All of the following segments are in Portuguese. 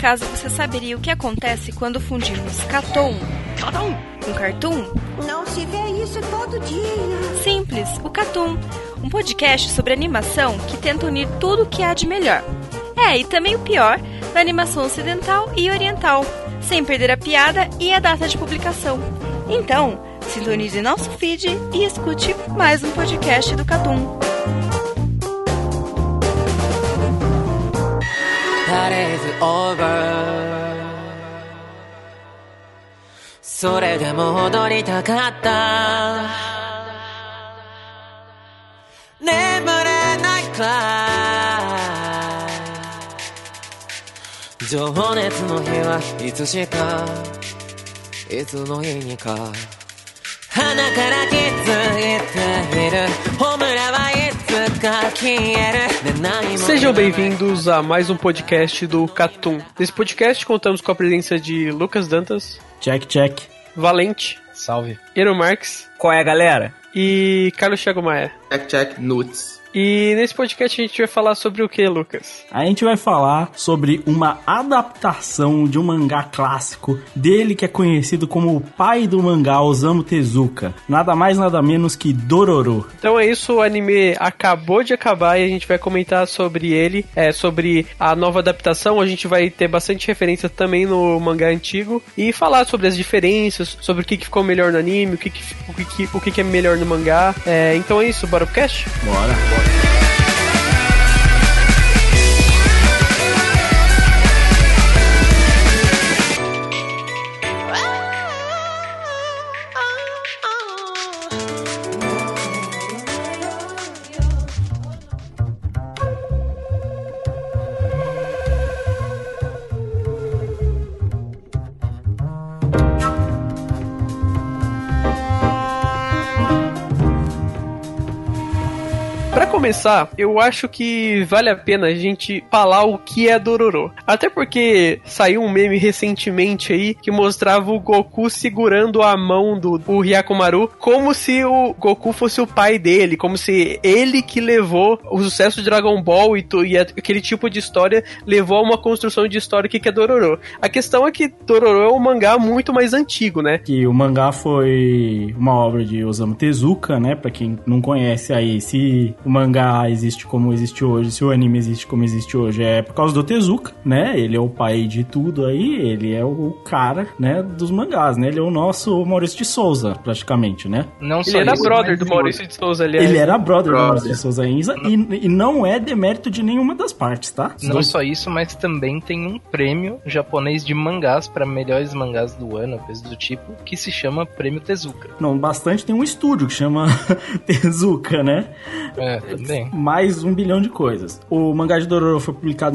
acaso você saberia o que acontece quando fundimos Caton com Cartoon? Não se vê isso todo dia. Simples, o Caton, um podcast sobre animação que tenta unir tudo o que há de melhor. E também o pior da animação ocidental e oriental, sem perder a piada e a data de publicação. Então, sintonize nosso feed e escute mais um podcast do Caton. それでも踊りたかった眠れないくらい情熱の日はいつしかいつの日にか鼻から気づいているホムラはいつか消える Sejam bem-vindos a mais um podcast do Catum. Nesse podcast contamos com a presença de Lucas Dantas, Check. Valente, Salve. Eero Marques. Qual é, galera? E Carlos Thiago Maia. Check, nuts. E nesse podcast a gente vai falar sobre o que, Lucas? A gente vai falar sobre uma adaptação de um mangá clássico dele que é conhecido como o pai do mangá, Osamu Tezuka. Nada mais, nada menos que Dororo. Então é isso, o anime acabou de acabar e a gente vai comentar sobre ele, sobre a nova adaptação. A gente vai ter bastante referência também no mangá antigo e falar sobre as diferenças, sobre o que ficou melhor no anime, o que é melhor no mangá. Então é isso, bora pro cast? Bora. Pra começar, eu acho que vale a pena a gente falar o que é Dororo. Até porque saiu um meme recentemente aí que mostrava o Goku segurando a mão do Hyakumaru como se o Goku fosse o pai dele, como se ele que levou o sucesso de Dragon Ball e aquele tipo de história levou a uma construção de história que é Dororo. A questão é que Dororo é um mangá muito mais antigo, né? Que o mangá foi uma obra de Osamu Tezuka, né? Pra quem não conhece aí, se o mangá existe como existe hoje, se o anime existe como existe hoje, é por causa do Tezuka, né? Ele é o pai de tudo aí, ele é o cara, né, dos mangás, né? Ele é o nosso Maurício de Souza, praticamente, né? Não só ele era isso, brother do Maurício de Souza, aliás. Ele era brother do Maurício de Souza e não é demérito de nenhuma das partes, tá? Não só isso, mas também tem um prêmio japonês de mangás para melhores mangás do ano, coisa do tipo, que se chama Prêmio Tezuka. Não, bastante, tem um estúdio que chama Tezuka, né? Também. Mais 1 bilhão de coisas. O mangá de Dororo foi publicado em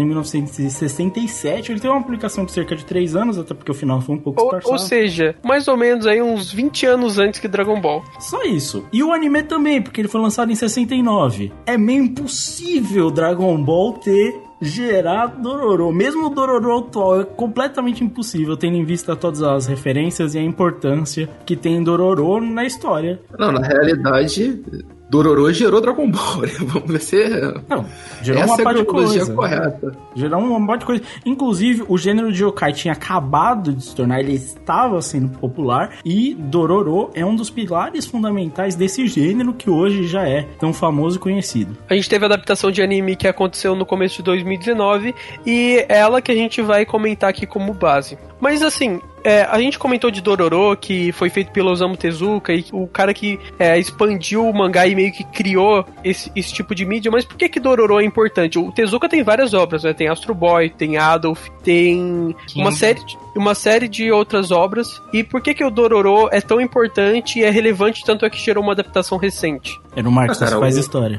1967. Ele teve uma publicação de cerca de 3 anos, até porque o final foi um pouco esparçado. Ou seja, mais ou menos aí uns 20 anos antes que Dragon Ball. Só isso. E o anime também, porque ele foi lançado em 69. É meio impossível Dragon Ball ter gerado Dororo. Mesmo o Dororo atual é completamente impossível, tendo em vista todas as referências e a importância que tem Dororo na história. Não, na realidade, Dororo gerou Dragon Ball, né? Vamos ver se... Não, gerou uma parte de coisa. Correta. Gerou uma parte de coisa. Inclusive, o gênero de yokai tinha acabado de se tornar, ele estava sendo popular, e Dororo é um dos pilares fundamentais desse gênero que hoje já é tão famoso e conhecido. A gente teve a adaptação de anime que aconteceu no começo de 2019, e é ela que a gente vai comentar aqui como base. Mas assim, a gente comentou de Dororo, que foi feito pelo Osamu Tezuka, e o cara que expandiu o mangá e meio que criou esse tipo de mídia, mas por que Dororo é importante? O Tezuka tem várias obras, né? Tem Astro Boy, tem Adolf, tem uma série de outras obras, e por que o Dororo é tão importante e é relevante, tanto é que gerou uma adaptação recente? Era o Marcos, você faz história.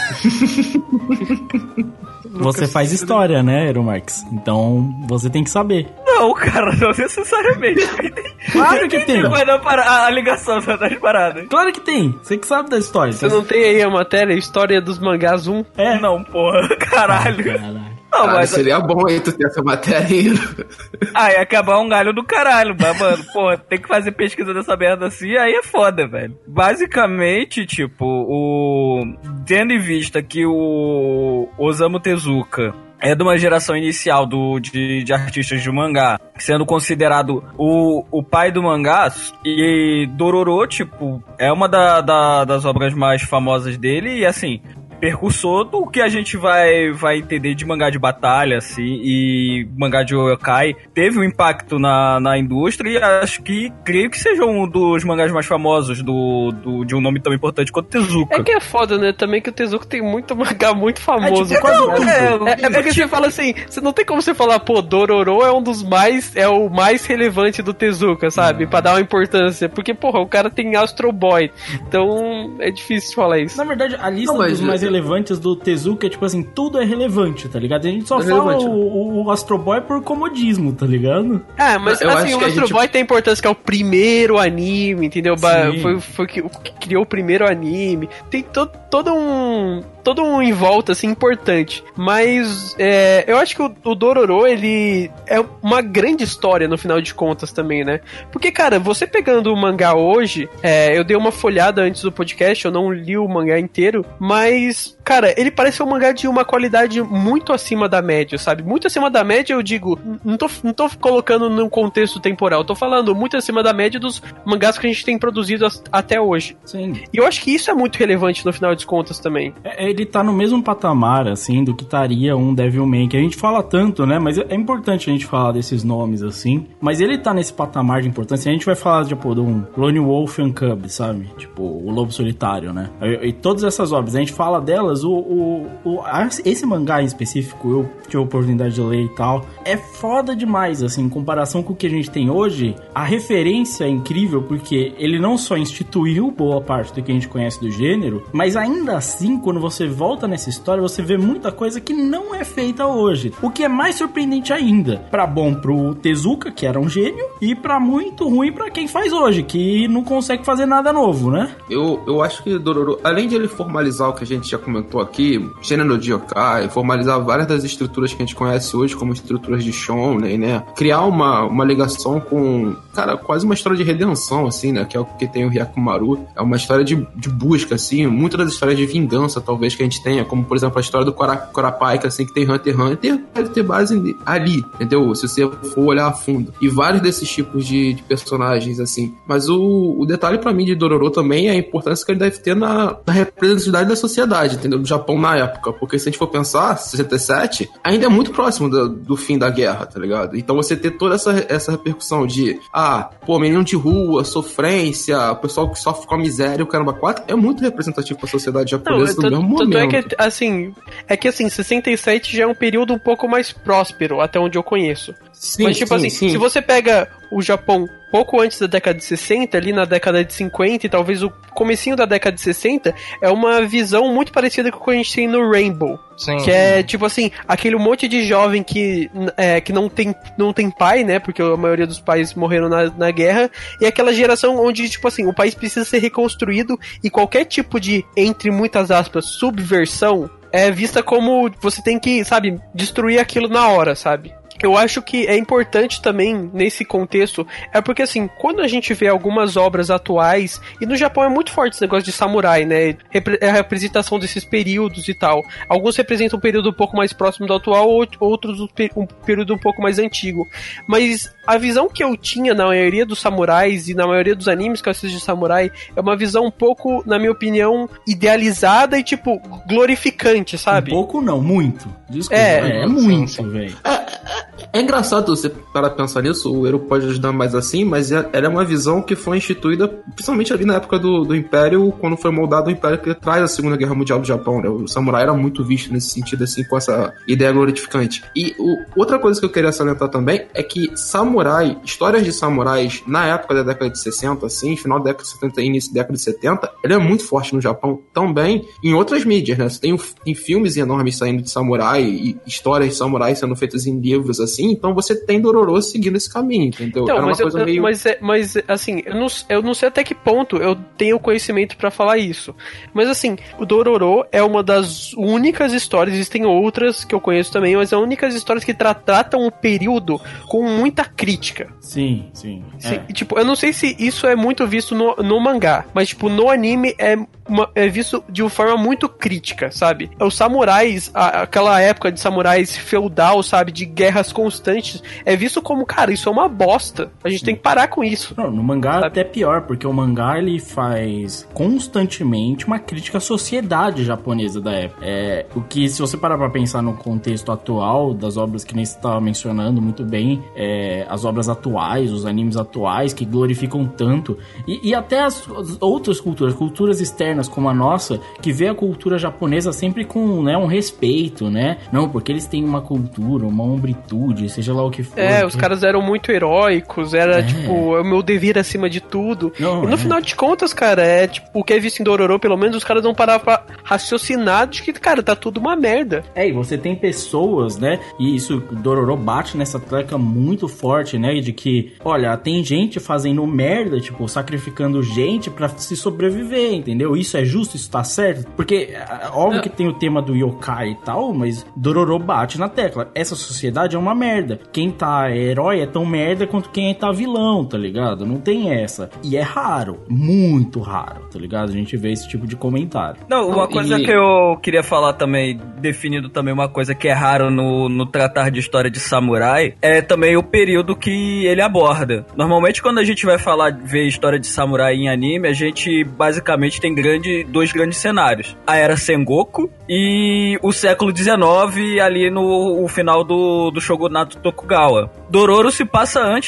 Você faz história, né, Eero Marques? Então, você tem que saber. Não, cara, não necessariamente. Claro que tem. Vai dar a ligação das paradas. Claro que tem. Você que sabe da história. Você não tem aí a matéria, História dos Mangás 1? É. Não, porra. Caralho. Caralho. Não, mas... Seria bom aí tu ter essa matéria aí. Ia acabar um galho do caralho, mas, mano, porra, tem que fazer pesquisa dessa merda assim, aí é foda, velho. Basicamente, tipo, tendo em vista que o Osamu Tezuka é de uma geração inicial de artistas de mangá, sendo considerado o pai do mangá, e Dororo, tipo, é uma das obras mais famosas dele, e assim, percursor do que a gente vai entender de mangá de batalha, assim, e mangá de yokai. Teve um impacto na indústria, e acho que, creio que seja um dos mangás mais famosos de um nome tão importante quanto Tezuka. É que é foda, né? Também que o Tezuka tem muito mangá muito famoso. É, tipo, É porque você fala assim, você não tem como você falar, pô, Dororo é o mais relevante do Tezuka, sabe? Pra dar uma importância. Porque, porra, o cara tem Astro Boy. Então, é difícil falar isso. Na verdade, a lista dos mais relevantes do Tezuka é tipo assim, tudo é relevante, tá ligado? A gente só fala o Astro Boy por comodismo, tá ligado? Mas assim, o Astro Boy tem importância, que é o primeiro anime, entendeu? Foi que criou o primeiro anime. Tem todo um em volta, assim, importante. Mas eu acho que o Dororo, ele é uma grande história, no final de contas, também, né? Porque, cara, você pegando o mangá hoje, eu dei uma folhada antes do podcast, eu não li o mangá inteiro, mas, cara, ele parece um mangá de uma qualidade muito acima da média, sabe? Muito acima da média, eu digo, não tô colocando num contexto temporal, tô falando muito acima da média dos mangás que a gente tem produzido até hoje. Sim. E eu acho que isso é muito relevante, no final de contas, também. Ele tá no mesmo patamar, assim, do que estaria um Devilman, que a gente fala tanto, né? Mas é importante a gente falar desses nomes, assim. Mas ele tá nesse patamar de importância. A gente vai falar, tipo, de um Lone Wolf and Cub, sabe? Tipo, o Lobo Solitário, né? E todas essas obras, a gente fala delas, esse mangá em específico, eu tive a oportunidade de ler e tal, é foda demais, assim, em comparação com o que a gente tem hoje. A referência é incrível, porque ele não só instituiu boa parte do que a gente conhece do gênero, mas ainda assim, quando você volta nessa história, você vê muita coisa que não é feita hoje. O que é mais surpreendente ainda. Pra bom pro Tezuka, que era um gênio, e pra muito ruim pra quem faz hoje, que não consegue fazer nada novo, né? Eu acho que Dororo, além de ele formalizar o que a gente já comentou aqui, gênero de yokai, formalizar várias das estruturas que a gente conhece hoje como estruturas de shonen, né? Criar uma ligação com, cara, quase uma história de redenção, assim, né? Que é o que tem o Hyakumaru. É uma história de busca, assim, muitas das histórias de vingança, talvez, que a gente tenha, como, por exemplo, a história do Korapaika, assim, que tem Hunter x Hunter, deve ter base ali, entendeu? Se você for olhar a fundo. E vários desses tipos de personagens, assim. Mas o detalhe pra mim de Dororo também é a importância que ele deve ter na representatividade da sociedade, entendeu? Do Japão na época. Porque se a gente for pensar, 67 ainda é muito próximo do fim da guerra, tá ligado? Então você ter toda essa repercussão de, menino de rua, sofrência, o pessoal que sofre com a miséria, o caramba 4, é muito representativo pra sociedade japonesa no mesmo momento. É que 67 já é um período um pouco mais próspero, até onde eu conheço. Sim, mas, tipo sim. Se você pega o Japão pouco antes da década de 60, ali na década de 50 e talvez o comecinho da década de 60, é uma visão muito parecida com o que a gente tem no Rainbow. Sim. Que é, tipo assim, aquele monte de jovem que não tem pai, né? Porque a maioria dos pais morreram na guerra. E aquela geração onde, tipo assim, o país precisa ser reconstruído e qualquer tipo de, entre muitas aspas, subversão é vista como você tem que, sabe, destruir aquilo na hora, sabe? Eu acho que é importante também, nesse contexto, porque assim, quando a gente vê algumas obras atuais, e no Japão é muito forte esse negócio de samurai, né, a representação desses períodos e tal. Alguns representam um período um pouco mais próximo do atual, outros um período um pouco mais antigo. Mas a visão que eu tinha na maioria dos samurais e na maioria dos animes que eu assisto de samurai é uma visão um pouco, na minha opinião, idealizada e, tipo, glorificante, sabe? Um pouco não, muito. Desculpa, é muito, velho. É engraçado você parar pra pensar nisso, o Eru pode ajudar mais assim, mas ela é uma visão que foi instituída, principalmente ali na época do Império, quando foi moldado o Império que traz a Segunda Guerra Mundial do Japão, né? O samurai era muito visto nesse sentido, assim, com essa ideia glorificante. E outra coisa que eu queria salientar também é que histórias de samurais na época da década de 60, assim, final da década de 70 e início da década de 70, ele é muito forte no Japão, também em outras mídias, né? Você tem filmes enormes saindo de samurai e histórias de samurai sendo feitas em livros, assim, então você tem Dororo seguindo esse caminho, entendeu? Então, mas assim, eu não sei até que ponto eu tenho conhecimento pra falar isso, mas assim, o Dororo é uma das únicas histórias, existem outras que eu conheço também, mas é únicas histórias que tratam o período com muita crítica. Sim. Tipo, eu não sei se isso é muito visto no mangá, mas tipo, no anime visto de uma forma muito crítica, sabe? Os samurais, aquela época de samurais feudal, sabe? De guerras constantes, é visto como, cara, isso é uma bosta. A gente tem que parar com isso. Não, no mangá sabe? Até pior, porque o mangá ele faz constantemente uma crítica à sociedade japonesa da época. O que, se você parar pra pensar no contexto atual das obras que nem você estava mencionando muito bem, as obras atuais, os animes atuais que glorificam tanto, e até as outras culturas externas como a nossa, que vê a cultura japonesa sempre com, né, um respeito, né? Não, porque eles têm uma cultura, uma hombritude, seja lá o que for. Os caras eram muito heróicos, era tipo, o meu dever acima de tudo. Não, e no final de contas, cara, tipo, o que é visto em Dororo, pelo menos os caras não paravam pra raciocinar de que, cara, tá tudo uma merda. E você tem pessoas, né, e isso, Dororo bate nessa tecla muito forte, né, de que, olha, tem gente fazendo merda, tipo, sacrificando gente pra se sobreviver, entendeu? Isso é justo, isso tá certo? Porque, óbvio que tem o tema do yokai e tal, mas Dororo bate na tecla. Essa sociedade é uma merda. Quem tá herói é tão merda quanto quem tá vilão, tá ligado? Não tem essa. E é raro, muito raro, tá ligado? A gente vê esse tipo de comentário. Não, uma coisa que eu queria falar também, definindo também uma coisa que é raro no tratar de história de samurai, é também o período que ele aborda. Normalmente quando a gente vai ver história de samurai em anime, a gente basicamente tem dois grandes cenários. A Era Sengoku e o século XIX ali no final do Shogunato Tokugawa. Dororo se passa antes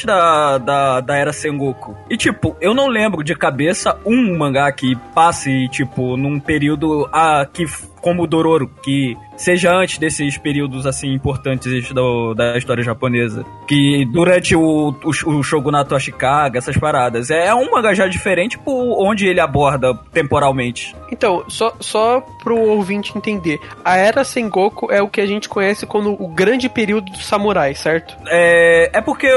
da Era Sengoku. E tipo, eu não lembro de cabeça um mangá que passe, tipo, num período que como o Dororo, que seja antes desses períodos, assim, importantes da história japonesa. Que durante o Shogunato Ashikaga, essas paradas. É um mangá já diferente por onde ele aborda temporalmente. Então, só pro ouvinte entender, a Era Sengoku é o que a gente conhece como o grande período dos samurais, certo? É porque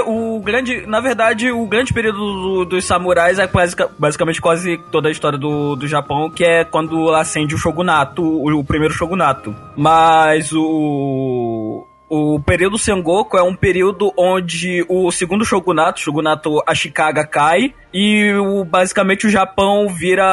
na verdade, o grande período dos samurais é basicamente quase toda a história do Japão, que é quando acende o Shogunato, o primeiro Shogunato. Mas o período Sengoku é um período onde o segundo Shogunato Ashikaga, cai e basicamente o Japão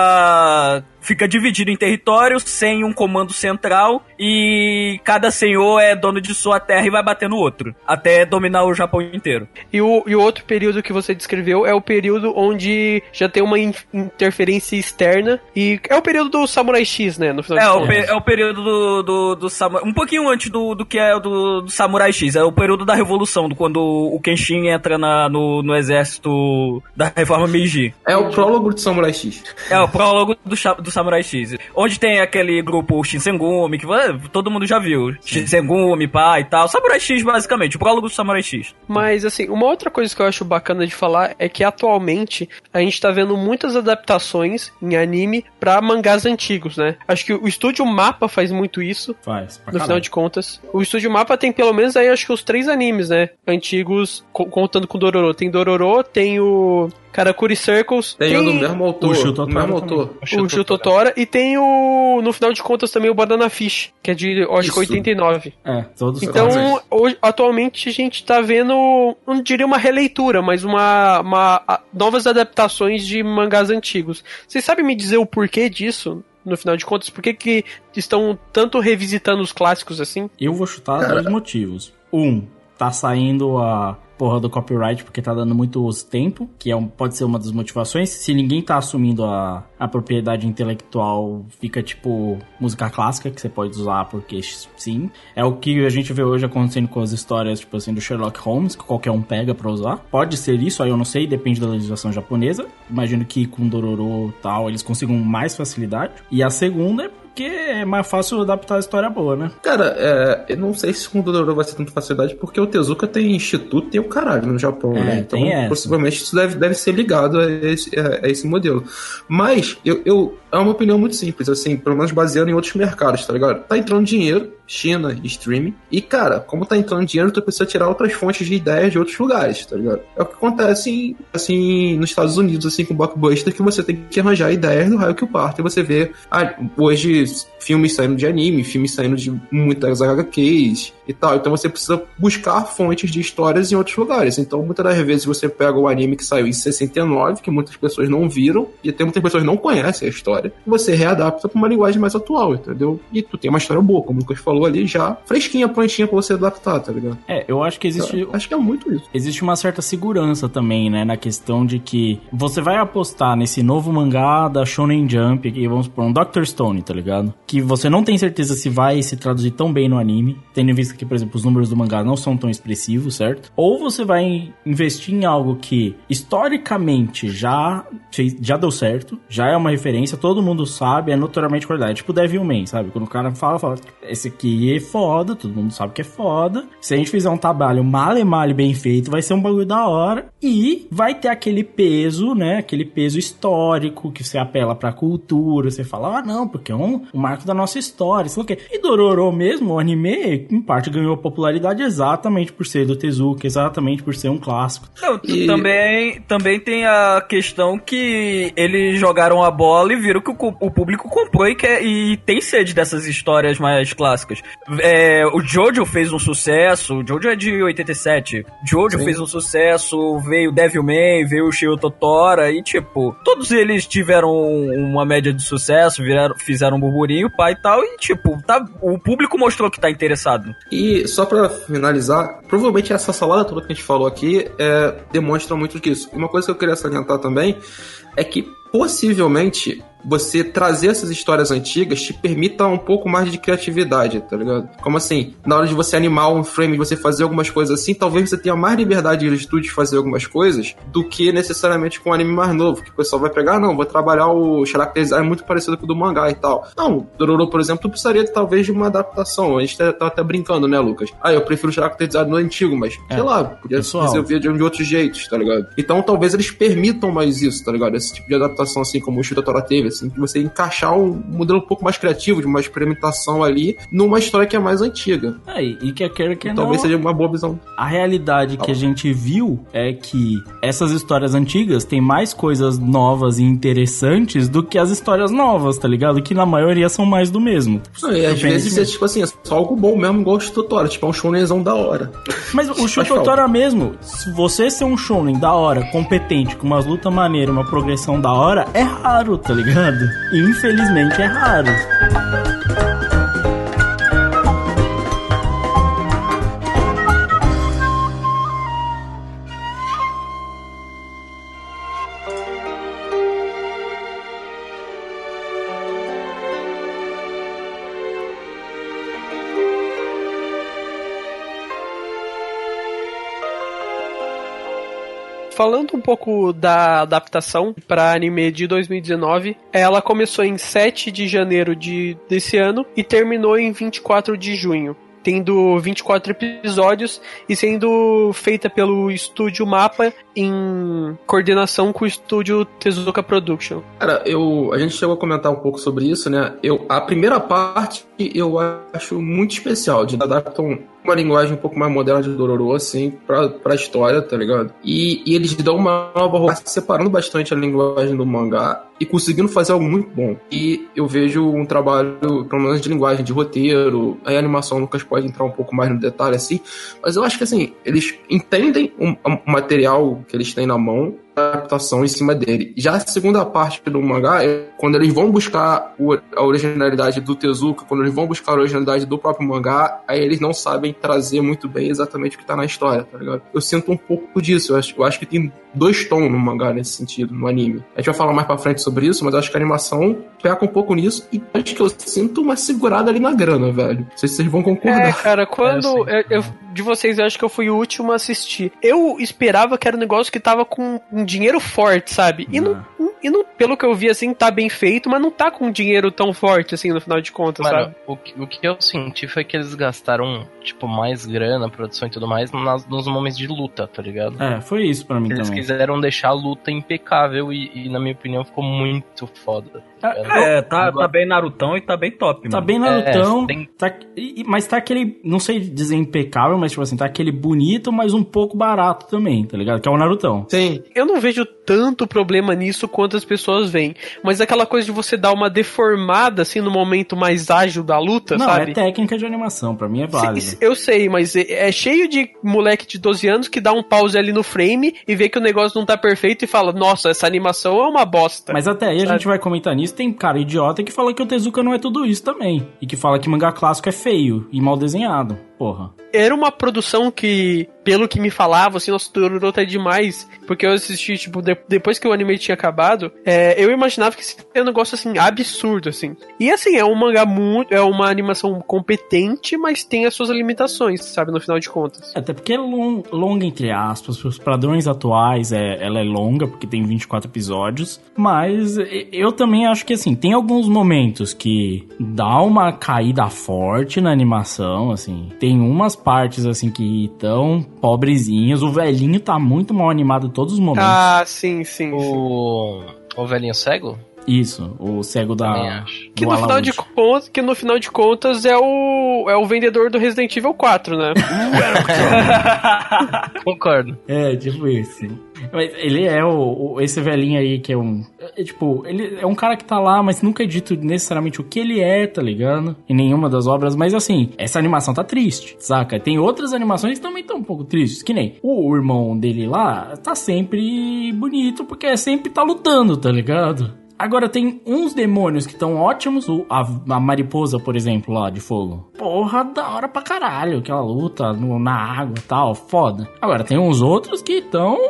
fica dividido em territórios sem um comando central e cada senhor é dono de sua terra e vai bater no outro, até dominar o Japão inteiro. E o outro período que você descreveu é o período onde já tem uma interferência externa e é o período do Samurai X, né? No final é o período do Samurai, um pouquinho antes do que é do Samurai X, é o período da Revolução, quando o Kenshin entra no exército da Reforma Meiji. É o prólogo do Samurai X. É o prólogo do Samurai X. Onde tem aquele grupo Shinsengumi, que todo mundo já viu. Sim. Shinsengumi, pá e tal. Samurai X, basicamente. O prólogo do Samurai X. Mas, assim, uma outra coisa que eu acho bacana de falar é que, atualmente, a gente tá vendo muitas adaptações em anime pra mangás antigos, né? Acho que o Estúdio Mapa faz muito isso. Faz. No final de contas. O Estúdio Mapa tem pelo menos aí, acho que os 3 animes, né? Antigos, contando com Dororo. Tem Dororo, tem o Karakuri Circles. Tem o do mesmo autor. O Shu Totora. E tem no final de contas, também o Banana Fish, que é de, acho que 89. Todos. Então, hoje, atualmente, a gente tá vendo, não diria uma releitura, mas novas adaptações de mangás antigos. Vocês sabem me dizer o porquê disso? No final de contas, por que estão tanto revisitando os clássicos assim? Eu vou chutar 2 motivos. Tá saindo a porra do copyright porque tá dando muito tempo, que pode ser uma das motivações. Se ninguém tá assumindo a propriedade intelectual, fica tipo música clássica que você pode usar porque sim. É o que a gente vê hoje acontecendo com as histórias, tipo assim, do Sherlock Holmes, que qualquer um pega pra usar. Pode ser isso, aí eu não sei, depende da legislação japonesa. Imagino que com Dororo e tal, eles consigam mais facilidade. E a segunda é porque é mais fácil adaptar a história boa, né? Cara, eu não sei se com o Dororo vai ser tanta facilidade, porque o Tezuka tem instituto e o caralho no Japão, né? Então, possivelmente isso deve ser ligado a esse modelo. Mas, é uma opinião muito simples, assim, pelo menos baseando em outros mercados, tá ligado? Tá entrando dinheiro, China, streaming, e, cara, como tá entrando dinheiro, tu precisa tirar outras fontes de ideias de outros lugares, tá ligado? É o que acontece, assim, nos Estados Unidos, assim, com o blockbuster, que você tem que arranjar ideias do raio que o parto, e você vê, hoje, filmes saindo de anime, filmes saindo de muitas HQs e tal, então você precisa buscar fontes de histórias em outros lugares. Então, muitas das vezes você pega o anime que saiu em 69, que muitas pessoas não viram, e até muitas pessoas não conhecem a história. história, você readapta pra uma linguagem mais atual, entendeu? E tu tem uma história boa, como o Lucas falou ali, já fresquinha, prontinha pra você adaptar, tá ligado? Eu acho que existe... Acho que é muito isso. Existe uma certa segurança também, né, na questão de que você vai apostar nesse novo mangá da Shonen Jump, que vamos supor, um Dr. Stone, tá ligado? Que você não tem certeza se vai se traduzir tão bem no anime, tendo em vista que, por exemplo, os números do mangá não são tão expressivos, certo? Ou você vai investir em algo que, historicamente, já deu certo, já é uma referência, todo mundo sabe, é notoriamente qualidade. Tipo Devilman, sabe? Quando o cara fala, esse aqui é foda, todo mundo sabe que é foda. Se a gente fizer um trabalho male bem feito, vai ser um bagulho da hora. E vai ter aquele peso, né? Aquele peso histórico, que você apela pra cultura, você fala, não, porque é um marco da nossa história, sei lá o quê. E Dororo mesmo, o anime, em parte ganhou popularidade exatamente por ser do Tezuka, exatamente por ser um clássico. Não, também tem a questão que eles jogaram a bola e viram que o público comprou e tem sede dessas histórias mais clássicas. O Jojo fez um sucesso, o Jojo é de 87, Jojo fez um sucesso, veio Devilman, veio o Shio Totora e tipo, todos eles tiveram uma média de sucesso, fizeram um burburinho, pai e tal, e tipo, o público mostrou que tá interessado. E só pra finalizar, provavelmente essa salada toda que a gente falou aqui demonstra muito disso. Uma coisa que eu queria salientar também é que possivelmente você trazer essas histórias antigas te permita um pouco mais de criatividade, tá ligado? Como assim, na hora de você animar um frame, de você fazer algumas coisas assim, talvez você tenha mais liberdade de estúdio de fazer algumas coisas do que necessariamente com um anime mais novo, que o pessoal vai pegar, vou trabalhar o character design muito parecido com o do mangá e tal. Não, Dororo, por exemplo, precisaria talvez de uma adaptação. A gente tá até brincando, né, Lucas? Eu prefiro o character design no antigo, mas sei lá, podia resolver de outros jeitos, tá ligado? Então talvez eles permitam mais isso, tá ligado? Esse tipo de adaptação assim como o Shio Totora teve, assim, que você encaixar um modelo um pouco mais criativo, de uma experimentação ali, numa história que é mais antiga. E que talvez seja uma boa visão. A realidade que a gente viu é que essas histórias antigas têm mais coisas novas e interessantes do que as histórias novas, tá ligado? Que na maioria são mais do mesmo. E às vezes é tipo assim, é só algo bom mesmo, igual o Shio Totora, tipo, é um shonenzão da hora. Mas o Shio Totora mesmo, se você ser um shonen da hora, competente, com umas lutas maneiras, uma progressão da hora, é raro, tá ligado? Infelizmente é raro. Falando um pouco da adaptação para anime de 2019, ela começou em 7 de janeiro desse ano e terminou em 24 de junho, tendo 24 episódios e sendo feita pelo estúdio Mapa em coordenação com o estúdio Tezuka Production. Cara, a gente chegou a comentar um pouco sobre isso, né? A primeira parte eu acho muito especial, de adaptar uma linguagem um pouco mais moderna de Dororo, assim, pra história, tá ligado? E eles dão uma nova roupagem, separando bastante a linguagem do mangá e conseguindo fazer algo muito bom. E eu vejo um trabalho, pelo menos de linguagem, de roteiro, aí a animação, o Lucas pode entrar um pouco mais no detalhe, assim, mas eu acho que, assim, eles entendem o material que eles têm na mão, a adaptação em cima dele. Já a segunda parte do mangá é quando eles vão buscar a originalidade do Tezuka, quando eles vão buscar a originalidade do próprio mangá, aí eles não sabem trazer muito bem exatamente o que tá na história, tá ligado? Eu sinto um pouco disso, eu acho que tem 2 tons no mangá nesse sentido, no anime. A gente vai falar mais pra frente sobre isso, mas eu acho que a animação peca um pouco nisso e acho que eu sinto uma segurada ali na grana, velho. Não sei se vocês vão concordar. Cara, quando de vocês, eu acho que eu fui o último a assistir. Eu esperava que era um negócio que tava com um dinheiro forte, sabe? E não, pelo que eu vi, assim, tá bem feito, mas não tá com um dinheiro tão forte, assim, no final de contas, sabe? O que eu senti foi que eles gastaram, tipo, mais grana, produção e tudo mais, nos momentos de luta, tá ligado? Foi isso pra mim eles também. Eles quiseram deixar a luta impecável e, na minha opinião, ficou muito foda. Tá bem Narutão e tá bem top, mano. Tá bem Narutão, mas tá aquele, não sei dizer impecável, mas tipo assim, tá aquele bonito, mas um pouco barato também, tá ligado? Que é o Narutão. Sim. Eu não vejo tanto problema nisso quanto contas as pessoas veem. Mas aquela coisa de você dar uma deformada, assim, no momento mais ágil da luta, não, sabe? É técnica de animação, pra mim é válido. Eu sei, mas é cheio de moleque de 12 anos que dá um pause ali no frame e vê que o negócio não tá perfeito e fala, nossa, essa animação é uma bosta. Mas até aí a gente vai comentar nisso, tem cara idiota que fala que o Tezuka não é tudo isso também. E que fala que mangá clássico é feio e mal desenhado. Porra. Era uma produção que, pelo que me falava, assim, nossa, Dororo tá demais, porque eu assisti, tipo, depois que o anime tinha acabado, eu imaginava que seria um negócio, assim, absurdo, assim. E, assim, é um mangá é uma animação competente, mas tem as suas limitações, sabe, no final de contas. Até porque é longa, entre aspas, os padrões atuais, ela é longa, porque tem 24 episódios, mas eu também acho que, assim, tem alguns momentos que dá uma caída forte na animação, assim, tem umas partes, assim, que estão pobrezinhas. O velhinho tá muito mal animado em todos os momentos. Ah, sim. O velhinho cego? Isso, o cego da... Que no final de contas é o vendedor do Resident Evil 4, né? Concordo. É, tipo isso. Mas ele é esse velhinho aí que é um... tipo, ele é um cara que tá lá, mas nunca é dito necessariamente o que ele é, tá ligado? Em nenhuma das obras, mas assim, essa animação tá triste, saca? Tem outras animações que também estão um pouco tristes, que nem o irmão dele lá tá sempre bonito, porque sempre tá lutando, tá ligado? Agora, tem uns demônios que estão ótimos. A mariposa, por exemplo, lá de fogo. Porra, da hora pra caralho. Aquela luta na água e tal, foda. Agora, tem uns outros que estão...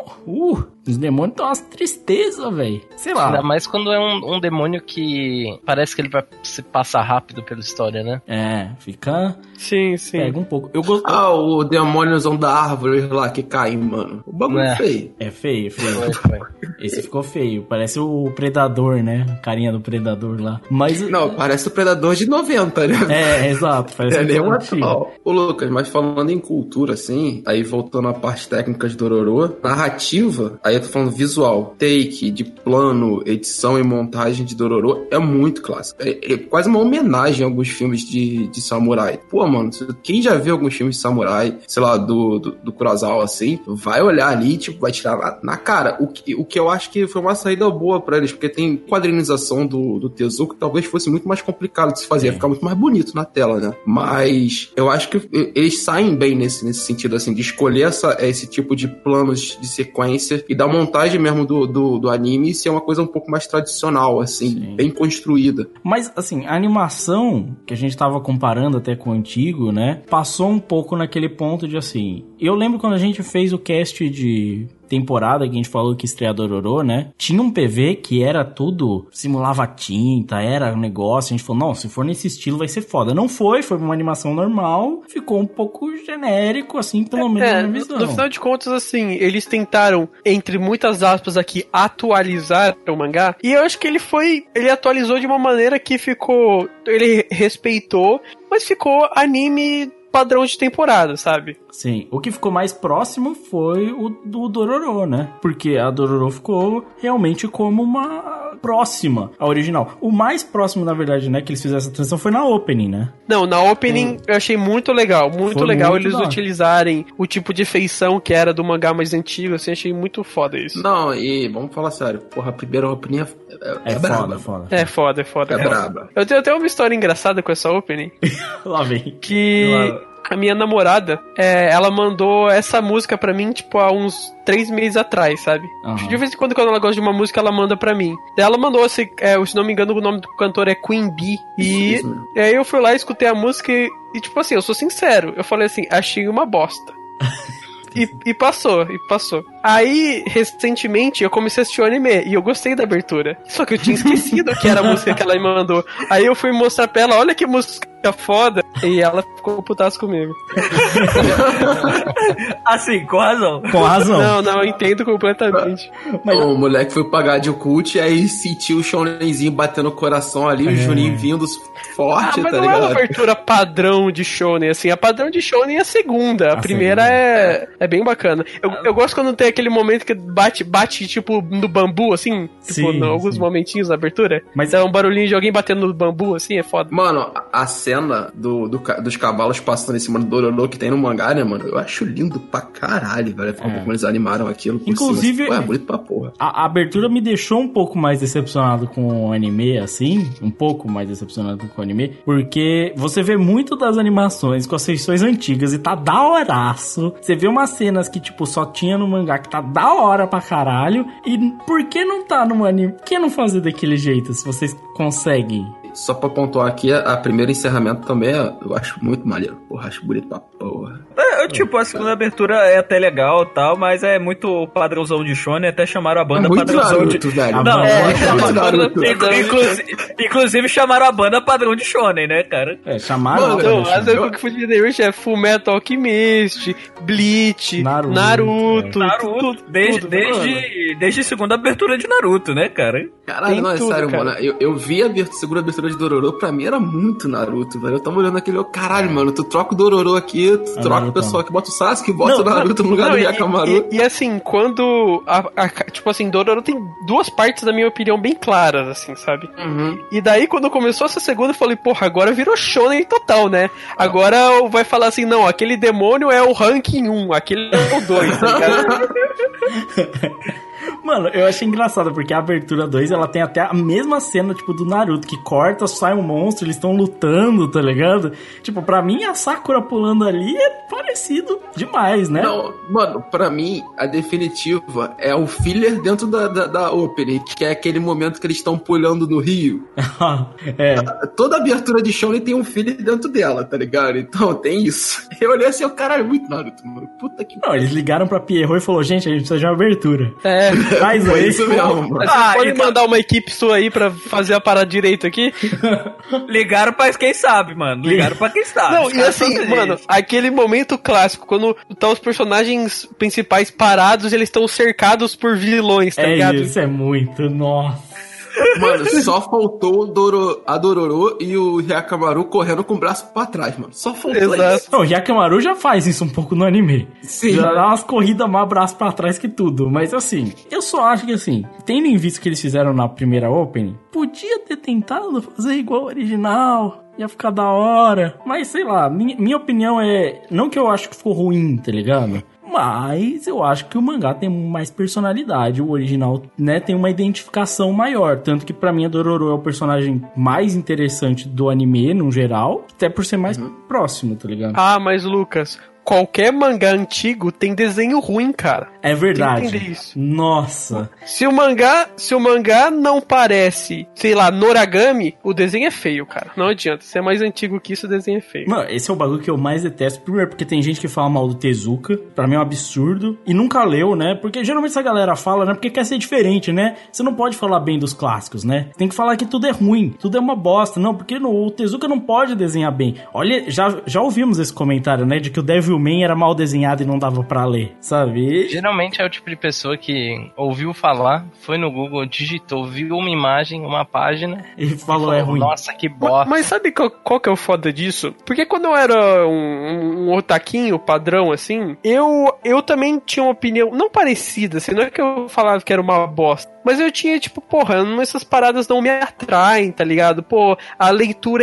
os demônios estão umas tristezas, velho. Sei lá. Ainda mais quando é um demônio que parece que ele vai se passar rápido pela história, né? É, fica... Sim. Pega um pouco. O demôniozão da árvore lá que cai, mano. O bagulho é feio. É feio. Foi. Esse ficou feio. Parece o Predador, né? A carinha do Predador lá. Mas... Não, parece o Predador de 90, né? É, exato. Parece nem um atual. Ô, Lucas, mas falando em cultura, assim, aí voltando à parte técnica de Dororo, narrativa, aí eu tô falando visual, take, de plano, edição e montagem de Dororo é muito clássico. É quase uma homenagem a alguns filmes de samurai. Pô, mano, quem já viu alguns filmes de samurai, sei lá, do Kurosawa, assim, vai olhar ali, tipo, vai tirar na cara. O que eu acho que foi uma saída boa pra eles, porque tem quadrinização do Tezuka que talvez fosse muito mais complicado de se fazer, ia ficar muito mais bonito na tela, né? Mas eu acho que eles saem bem nesse sentido, assim, de escolher esse tipo de planos de sequência e da montagem mesmo do anime ser uma coisa um pouco mais tradicional, assim, sim, bem construída. Mas, assim, a animação que a gente tava comparando até com o antigo, né, passou um pouco naquele ponto de, assim, eu lembro quando a gente fez o cast de temporada que a gente falou que estreia Dororo, né? Tinha um PV que era tudo, simulava tinta, era um negócio, a gente falou, não, se for nesse estilo vai ser foda. Não foi uma animação normal, ficou um pouco genérico, assim, pelo menos na minha visão. No final de contas, assim, eles tentaram, entre muitas aspas aqui, atualizar o mangá, e eu acho que ele atualizou de uma maneira que ficou, ele respeitou, mas ficou anime padrão de temporada, sabe? Sim, o que ficou mais próximo foi o do Dororo, né? Porque a Dororo ficou realmente como uma próxima à original. O mais próximo, na verdade, né, que eles fizeram essa transição foi na opening, né? Não, na opening eu achei muito legal. Muito legal eles utilizarem o tipo de feição que era do mangá mais antigo, assim, achei muito foda isso. Não, e vamos falar sério, porra, a primeira opening é braba. Foda. É foda. É braba. Eu tenho até uma história engraçada com essa opening. Lá vem. Que... A minha namorada, ela mandou essa música pra mim, tipo, há uns 3 meses atrás, sabe? Uhum. De vez em quando ela gosta de uma música, ela manda pra mim. Ela mandou, se não me engano, o nome do cantor é Queen Bee. E aí eu fui lá, escutei a música e, tipo assim, eu sou sincero. Eu falei assim, achei uma bosta. E passou. Aí, recentemente, eu comecei a assistir o anime e eu gostei da abertura. Só que eu tinha esquecido que era a música que ela me mandou. Aí eu fui mostrar pra ela, olha que música foda. E ela ficou putaça comigo. Assim, com razão. Com razão. Não, eu entendo completamente. Mas o moleque foi pagar de cult e aí sentiu o shonenzinho batendo o coração ali, o Juninho vindo forte, mas tá não ligado? É uma abertura padrão de shonen, assim. A padrão de shonen é a segunda. A primeira é bem bacana. Eu gosto quando tem aquele momento que bate tipo, no bambu, assim. Tipo, alguns momentinhos na abertura. Mas é um barulhinho de alguém batendo no bambu, assim, é foda. Mano, a cena cena dos cavalos passando em cima do Dororo que tem no mangá, né, mano? Eu acho lindo pra caralho, velho. A forma como eles animaram aquilo. Inclusive, cima, é bonito pra porra. A abertura me deixou um pouco mais decepcionado com o anime, assim. Um pouco mais decepcionado com o anime. Porque você vê muito das animações com as feições antigas e tá da horaço. Você vê umas cenas que, tipo, só tinha no mangá que tá da hora pra caralho. E por que não tá no anime? Por que não fazer daquele jeito, se vocês conseguem? Só pra pontuar aqui, a primeiro encerramento também eu acho muito maneiro. Porra, acho bonito pra porra. Tipo, a segunda abertura é até legal e tal, mas é muito padrãozão de shonen, até chamaram a banda muito padrãozão Naruto, de... velho. Não, Naruto. Inclusive chamaram a banda padrão de shonen, né, cara? Chamaram... Então, as que fui de é Full Metal Alchemist, Bleach, Naruto. Desde a segunda abertura de Naruto, né, cara? Caralho, não, é tudo, sério, cara. mano. Eu vi a segunda abertura de Dororo, pra mim era muito Naruto, velho. Eu tava olhando aquele, caralho, mano, tu troca o Dororo aqui, tu troca o pessoal que bota o Sasuke, bota o Naruto no lugar do Hyakamaru. E assim, quando tipo assim, Dororo tem duas partes, na minha opinião, bem claras, assim, sabe? Uhum. E daí, quando começou essa segunda, eu falei, porra, agora virou shonen total, né? Agora vai falar assim, não, aquele demônio é o ranking 1, aquele é o 2, tá ligado? Mano, eu achei engraçado, porque a abertura 2, ela tem até a mesma cena, tipo, do Naruto, que corta, sai um monstro, eles estão lutando, tá ligado? Tipo, pra mim, a Sakura pulando ali é parecido demais, né? Não, mano, pra mim, a definitiva é o filler dentro da opening, que é aquele momento que eles estão pulando no rio. Toda abertura de shonen tem um filler dentro dela, tá ligado? Então, tem isso. Eu olhei assim, o caralho, muito Naruto, mano. Puta que... Não, eles ligaram pra Pierrot e falaram, gente, a gente precisa de uma abertura. Faz Foi aí. isso mesmo, mano. Você pode mandar uma equipe sua aí pra fazer a parada direito aqui? Ligaram pra quem sabe, mano. Ligaram pra quem sabe. Não, e assim, mano, aquele momento clássico, quando tá os personagens principais parados, eles estão cercados por vilões, tá ligado? Isso é muito, nossa. Mano, só faltou a Dororo e o Hyakamaru correndo com o braço pra trás, mano. Só faltou isso. Não, o Hyakamaru já faz isso um pouco no anime. Sim. Já dá umas corridas mais braço pra trás que tudo. Mas assim, eu só acho que assim, tendo em vista que eles fizeram na primeira opening, podia ter tentado fazer igual ao original. Ia ficar da hora. Mas sei lá, minha opinião é... Não que eu acho que ficou ruim, tá ligado? Mas eu acho que o mangá tem mais personalidade. O original, né, tem uma identificação maior. Tanto que pra mim a Dororo é o personagem mais interessante do anime, no geral. Até por ser mais próximo, tá ligado? Ah, mas Lucas... Qualquer mangá antigo tem desenho ruim, cara. É verdade. Tem que entender isso. Nossa. Se o mangá não parece, sei lá, Noragami, o desenho é feio, cara. Não adianta. Se é mais antigo que isso, o desenho é feio. Mano, esse é o bagulho que eu mais detesto. Primeiro, porque tem gente que fala mal do Tezuka. Pra mim é um absurdo. E nunca leu, né? Porque geralmente essa galera fala, né? Porque quer ser diferente, né? Você não pode falar bem dos clássicos, né? Tem que falar que tudo é ruim. Tudo é uma bosta. Não, porque o Tezuka não pode desenhar bem. Olha, já ouvimos esse comentário, né? De que o Devilman era mal desenhado e não dava pra ler, sabe? Geralmente é o tipo de pessoa que ouviu falar, foi no Google, digitou, viu uma imagem, uma página e falou é ruim. Nossa, que bosta. Mas sabe qual que é o foda disso? Porque quando eu era um otaquinho padrão, assim, eu também tinha uma opinião, não parecida, assim, não é que eu falava que era uma bosta, mas eu tinha, tipo, porra, essas paradas não me atraem, tá ligado? Pô, a leitura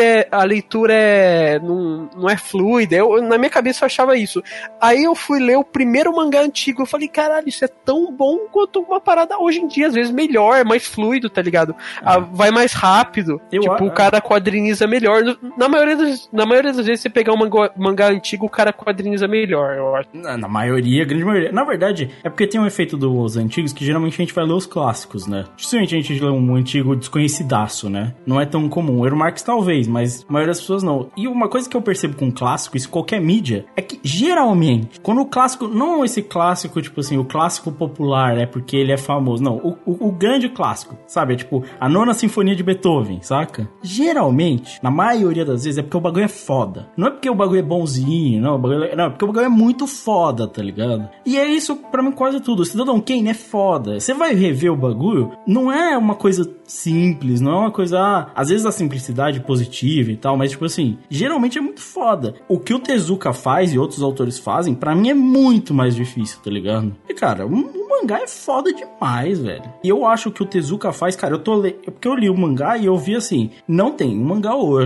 não é fluida, na minha cabeça eu achava isso. Aí eu fui ler o primeiro mangá antigo, eu falei, caralho, isso é tão bom quanto uma parada hoje em dia, às vezes melhor, é mais fluido, tá ligado? Vai mais rápido, o cara quadriniza melhor. Na maioria das vezes, você pegar um mangá antigo, o cara quadriniza melhor, eu acho. Na maioria, grande maioria. Na verdade, é porque tem um efeito dos antigos que geralmente a gente vai ler os clássicos, né? Dificilmente a gente lê um antigo desconhecidaço, né? Não é tão comum. O Eromarx talvez, mas a maioria das pessoas não. E uma coisa que eu percebo com clássico, isso qualquer mídia, é que geralmente, quando o clássico, não esse clássico, tipo assim, o clássico popular, é porque ele é famoso, não, o grande clássico, sabe? É tipo, a Nona Sinfonia de Beethoven, saca? Geralmente, na maioria das vezes, é porque o bagulho é foda. Não é porque o bagulho é bonzinho, não, é porque o bagulho é muito foda, tá ligado? E é isso, pra mim, quase tudo. O Cidadão Kane é foda. Você vai rever o bagulho, não é uma coisa simples, não é uma coisa, às vezes a simplicidade positiva e tal, mas tipo assim, geralmente é muito foda. O que o Tezuka faz e outros autores fazem, pra mim é muito mais difícil, tá ligado? E cara, o mangá é foda demais, velho. E eu acho que o Tezuka faz, cara, porque eu li o mangá e eu vi assim, não tem um mangá hoje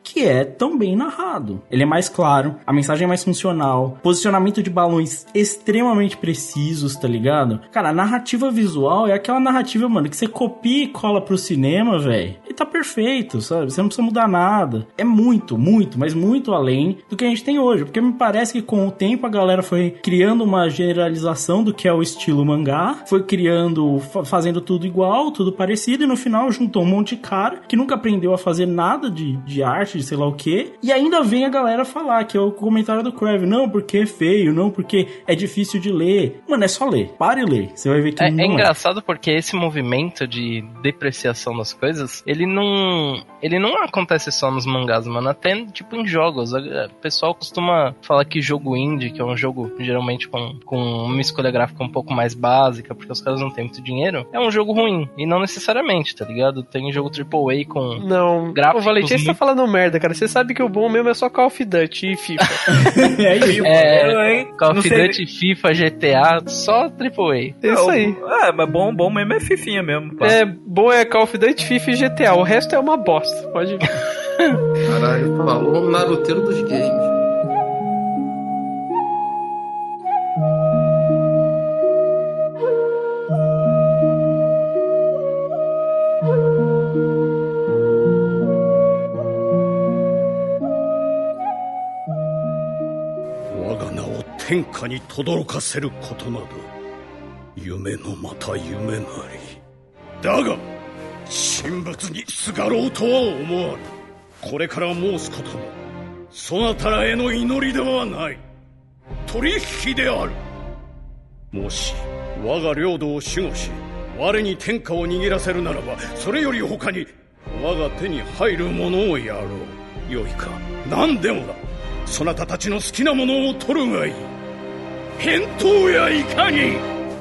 que é tão bem narrado. Ele é mais claro, a mensagem é mais funcional, posicionamento de balões extremamente precisos, tá ligado? Cara, a narrativa visual é aquela narrativa, mano, que você copia e cola pro cinema, velho, e tá perfeito, sabe? Você não precisa mudar nada. É muito, mas muito além do que a gente tem hoje, porque me parece que com o tempo a galera foi criando uma generalização do que é o estilo mangá, foi criando, fazendo tudo igual, tudo parecido, e no final juntou um monte de cara que nunca aprendeu a fazer nada de arte, de sei lá o que, e ainda vem a galera falar, que é o comentário do Crave, não porque é feio, não porque é difícil de ler. Mano, é só ler, para e ler, você vai ver que não é. É engraçado porque esse movimento de depreciação das coisas, ele não acontece só nos mangás, mano, até tipo em jogos. O pessoal costuma falar que jogo indie, que é um jogo geralmente com uma escolha gráfica um pouco mais básica, porque os caras não têm muito dinheiro, é um jogo ruim, e não necessariamente, tá ligado? Tem jogo AAA com gráficos... Ô, Valentim, você tá falando merda, cara. Você sabe que o bom mesmo é só Call of Duty e FIFA. Call of Duty, FIFA, GTA, só AAA. É isso aí. Mas bom mesmo é Fifinha mesmo. Pá. Bom é Call of Duty, FIFA e GTA. O resto é uma bosta. Pode ver. Caralho, falou o naruteiro dos games. 天下に轟かせることなど夢のまた夢なりだが神仏にすがろうとは思わぬこれから申すこともそなたらへの祈りではない取引であるもし我が領土を守護し我に天下を握らせるならばそれより他に我が手に入るものをやろうよいか何でもだそなたたちの好きなものを取るがいい返答やいかに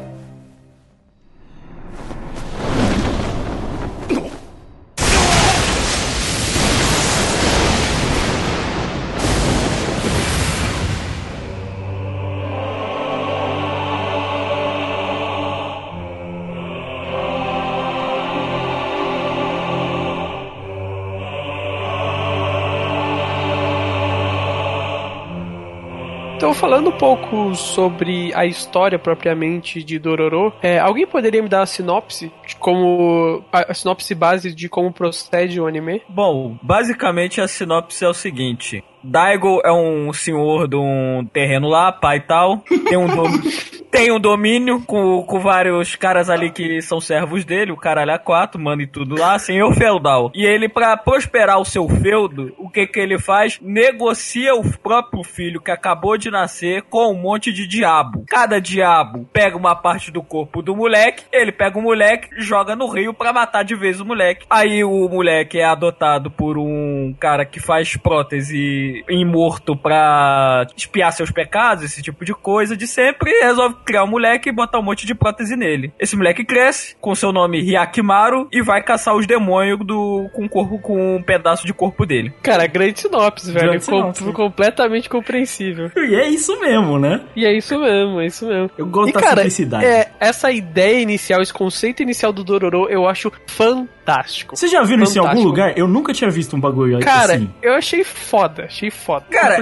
Então, falando um pouco sobre a história propriamente de Dororo, alguém poderia me dar a sinopse de a sinopse base de como procede o anime? Bom, basicamente a sinopse é o seguinte: Daigo é um senhor de um terreno lá, pai e tal, tem um domínio com vários caras ali que são servos dele, o caralho a quatro, manda e tudo lá, senhor feudal. E ele, pra prosperar o seu feudo, o que ele faz? Negocia o próprio filho que acabou de nascer com um monte de diabo. Cada diabo pega uma parte do corpo do moleque, ele pega o moleque e joga no rio pra matar de vez o moleque. Aí o moleque é adotado por um cara que faz prótese imorto pra espiar seus pecados, esse tipo de coisa de sempre, e resolve criar um moleque e botar um monte de prótese nele. Esse moleque cresce com seu nome Hyakimaru e vai caçar os demônios com um pedaço de corpo dele. Cara, grande sinopse, velho. Completamente compreensível. E é isso mesmo, né? É isso mesmo. Eu gosto da simplicidade. Essa ideia inicial, esse conceito inicial do Dororo, eu acho fantástico. Você já viu isso em algum lugar? Eu nunca tinha visto um bagulho assim. Cara, eu achei foda. Cara,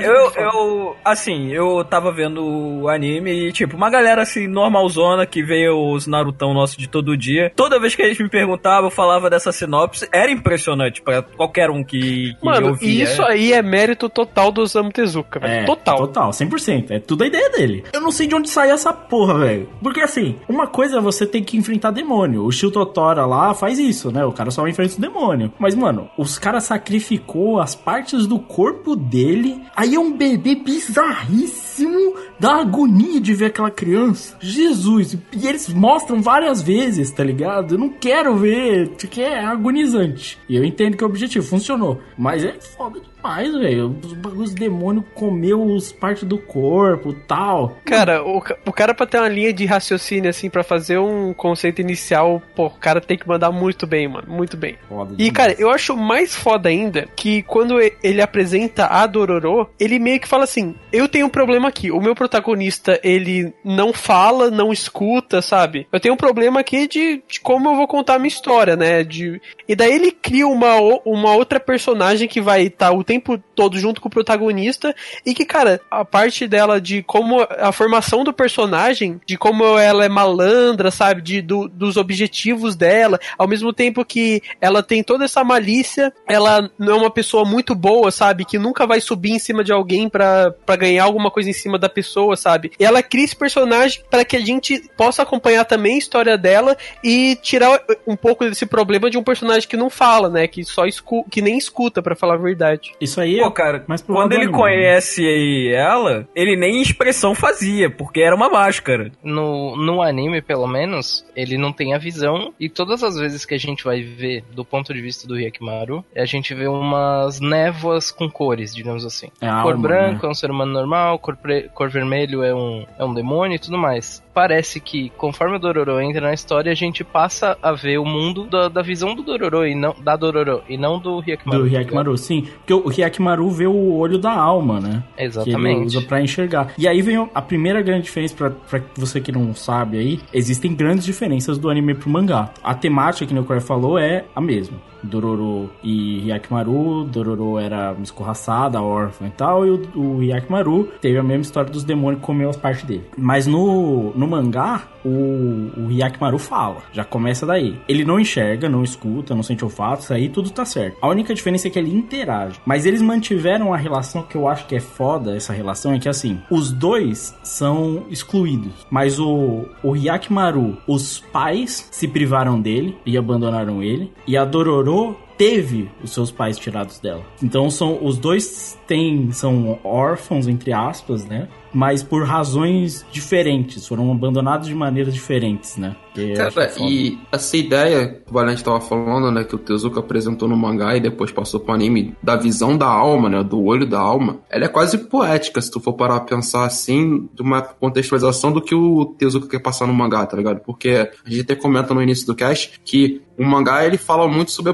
eu tava vendo o anime e, tipo, uma galera assim, normalzona, que veio os Narutão nosso de todo dia. Toda vez que eles me perguntavam, eu falava dessa sinopse. Era impressionante pra qualquer um que Mano, ouvia. E isso aí é mérito total do Osamu Tezuka, velho. Total, 100%. É tudo a ideia dele. Eu não sei de onde sai essa porra, velho. Porque, assim, uma coisa é você ter que enfrentar demônio. O Shio Totora lá faz isso, né? O cara só enfrenta o demônio. Mas, mano, os caras sacrificou as partes do corpo dele. Aí é um bebê bizarríssimo. Dá agonia de ver aquela criança. Jesus. E eles mostram várias vezes, tá ligado? Eu não quero ver. Porque é agonizante. E eu entendo que o objetivo funcionou. Mas é foda demais, velho. Os bagulhos demônio comeu as partes do corpo e tal. Cara, o cara pra ter uma linha de raciocínio, assim, pra fazer um conceito inicial, pô, o cara tem que mandar muito bem, mano. Muito bem. Foda demais. E, cara, eu acho mais foda ainda que quando ele apresenta a Dororo, ele meio que fala assim, eu tenho um problema aqui. O meu protagonista, ele não fala, não escuta, sabe? Eu tenho um problema aqui de como eu vou contar a minha história, né? E daí ele cria uma outra personagem que vai estar o tempo todo junto com o protagonista, e que, cara, a parte dela de como a formação do personagem, de como ela é malandra, sabe, dos objetivos dela, ao mesmo tempo que ela tem toda essa malícia, ela não é uma pessoa muito boa, sabe, que nunca vai subir em cima de alguém pra ganhar alguma coisa em cima da pessoa, sabe, e ela cria esse personagem para que a gente possa acompanhar também a história dela e tirar um pouco desse problema de um personagem que não fala, né, que só que nem escuta, pra falar a verdade. Isso aí Pô, cara, quando ele conhece ela, ele nem expressão fazia, porque era uma máscara. No anime, pelo menos, ele não tem a visão, e todas as vezes que a gente vai ver do ponto de vista do Hyakimaru, a gente vê umas névoas com cores, digamos assim. Cor branca, né? É um ser humano normal, cor vermelho é um demônio e tudo mais. Parece que, conforme o Dororo entra na história, a gente passa a ver o mundo da visão do Dororo e não da Dororo, e não do Hyakimaru. Do Hyakimaru, sim. Porque o Hyakimaru vê o olho da alma, né? Exatamente. Que ele usa pra enxergar. E aí vem a primeira grande diferença, pra você que não sabe aí, existem grandes diferenças do anime pro mangá. A temática, que o Corey falou, é a mesma. Dororo e Hyakimaru, Dororo era escorraçada, órfã e tal, e o Hyakimaru teve a mesma história dos demônios que comeu as partes dele. Mas no mangá, o Hyakimaru fala, já começa daí. Ele não enxerga, não escuta, não sente olfato, isso aí tudo tá certo. A única diferença é que ele interage. Mas eles mantiveram a relação que eu acho que é foda, essa relação, é que assim, os dois são excluídos. Mas o Hyakimaru, os pais se privaram dele e abandonaram ele, e a Dororo teve os seus pais tirados dela. Então os dois são órfãos, entre aspas, né? Mas por razões diferentes, foram abandonados de maneiras diferentes, né? Cara, e essa ideia que o Valente tava falando, né, que o Tezuka apresentou no mangá e depois passou pro anime, da visão da alma, né, do olho da alma, ela é quase poética, se tu for parar a pensar assim, de uma contextualização do que o Tezuka quer passar no mangá, tá ligado? Porque a gente até comenta no início do cast que o mangá, ele fala muito sobre a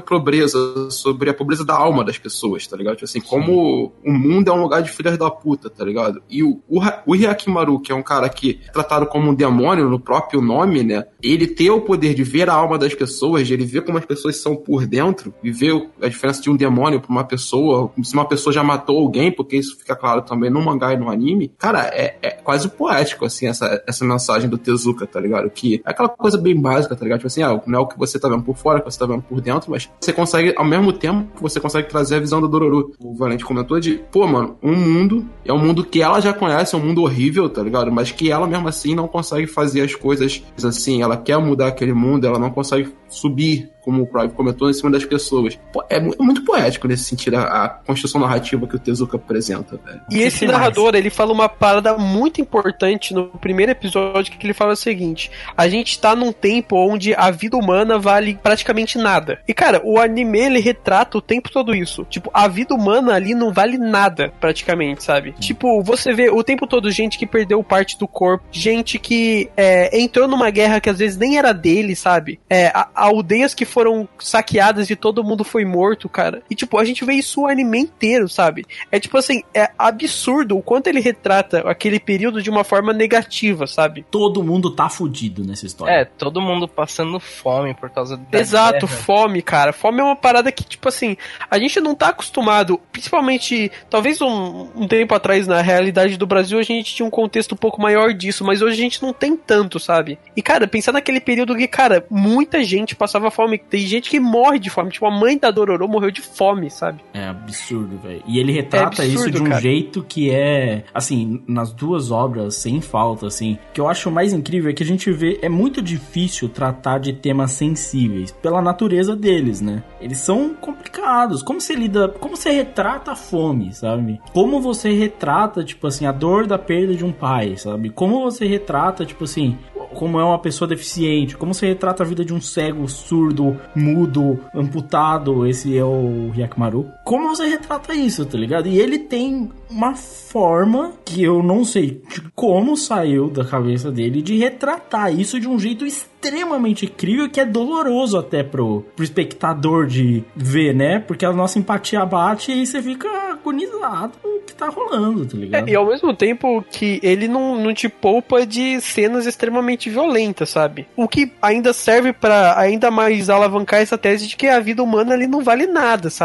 pobreza da alma das pessoas, tá ligado? Tipo assim, como o mundo é um lugar de filhas da puta, tá ligado? E o Hyakimaru, que é um cara que é tratado como um demônio no próprio nome, né? Ele tem o poder de ver a alma das pessoas, de ele ver como as pessoas são por dentro, e ver a diferença de um demônio pra uma pessoa, como se uma pessoa já matou alguém, porque isso fica claro também no mangá e no anime. Cara, é quase poético, assim, essa mensagem do Tezuka, tá ligado? Que é aquela coisa bem básica, tá ligado? Tipo assim, não é o que você tá vendo por fora, que você tá vendo por dentro, mas você consegue, ao mesmo tempo, que você consegue trazer a visão do Dororo. O Valente comentou de, mano, um mundo, é um mundo que ela já conhece, é um mundo horrível, tá ligado? Mas que ela mesmo assim não consegue fazer as coisas assim, ela quer mudar aquele mundo, ela não consegue subir, como o Clive comentou, em cima das pessoas. Pô, é muito poético nesse sentido, a construção narrativa que o Tezuka apresenta, velho. E esse narrador, ele fala uma parada muito importante no primeiro episódio, que ele fala o seguinte: a gente tá num tempo onde a vida humana vale praticamente nada. E, cara, o anime, ele retrata o tempo todo isso. Tipo, a vida humana ali não vale nada, praticamente, sabe? Tipo, você vê o tempo todo gente que perdeu parte do corpo, gente que entrou numa guerra que às vezes nem era dele, sabe? Aldeias que foram saqueadas e todo mundo foi morto, cara. E, tipo, a gente vê isso o anime inteiro, sabe? É, tipo assim, é absurdo o quanto ele retrata aquele período de uma forma negativa, sabe? Todo mundo tá fudido nessa história. Todo mundo passando fome por causa da Exato, guerra. Fome, cara. Fome é uma parada que, tipo assim, a gente não tá acostumado, principalmente, talvez um tempo atrás, na realidade do Brasil, a gente tinha um contexto um pouco maior disso, mas hoje a gente não tem tanto, sabe? E, cara, pensar naquele período que, cara, muita gente passava fome. Tem gente que morre de fome. Tipo, a mãe da Dororo morreu de fome, sabe? É absurdo, velho. E ele retrata isso de um jeito que é, assim, nas duas obras, sem falta, assim. O que eu acho mais incrível é que a gente vê, é muito difícil tratar de temas sensíveis, pela natureza deles, né? Eles são complicados. Como você retrata a fome, sabe? Como você retrata, tipo assim, a dor da perda de um pai, sabe? Como você retrata, tipo assim, como é uma pessoa deficiente, como você retrata a vida de um cego, surdo, mudo, amputado, esse é o Hyakimaru. Como você retrata isso, tá ligado? E ele tem uma forma que eu não sei de como saiu da cabeça dele de retratar isso de um jeito extremamente incrível, que é doloroso até pro espectador de ver, né? Porque a nossa empatia bate e você fica agonizado com o que tá rolando, tá ligado? E ao mesmo tempo que ele não te poupa de cenas extremamente violentas, sabe? O que ainda serve pra ainda mais alavancar essa tese de que a vida humana ali não vale nada, sabe?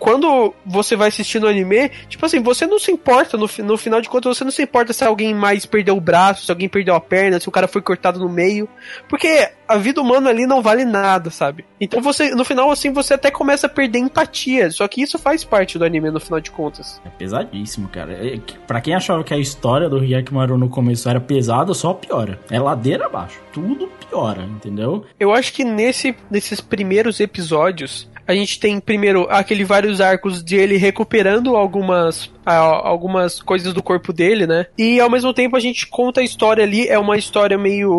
quando você vai assistindo o anime, tipo assim, você não se importa, no final de contas, você não se importa se alguém mais perdeu o braço, se alguém perdeu a perna, se o cara foi cortado no meio, porque a vida humana ali não vale nada, sabe? Então você, no final, assim, você até começa a perder empatia, só que isso faz parte do anime, no final de contas. É pesadíssimo, cara. Pra quem achava que a história do Hyakimaru no começo era pesada, só piora. É ladeira abaixo. Tudo piora, entendeu? Eu acho que nesses primeiros episódios, a gente tem primeiro vários arcos de ele recuperando algumas coisas do corpo dele, né? E ao mesmo tempo a gente conta a história ali, é uma história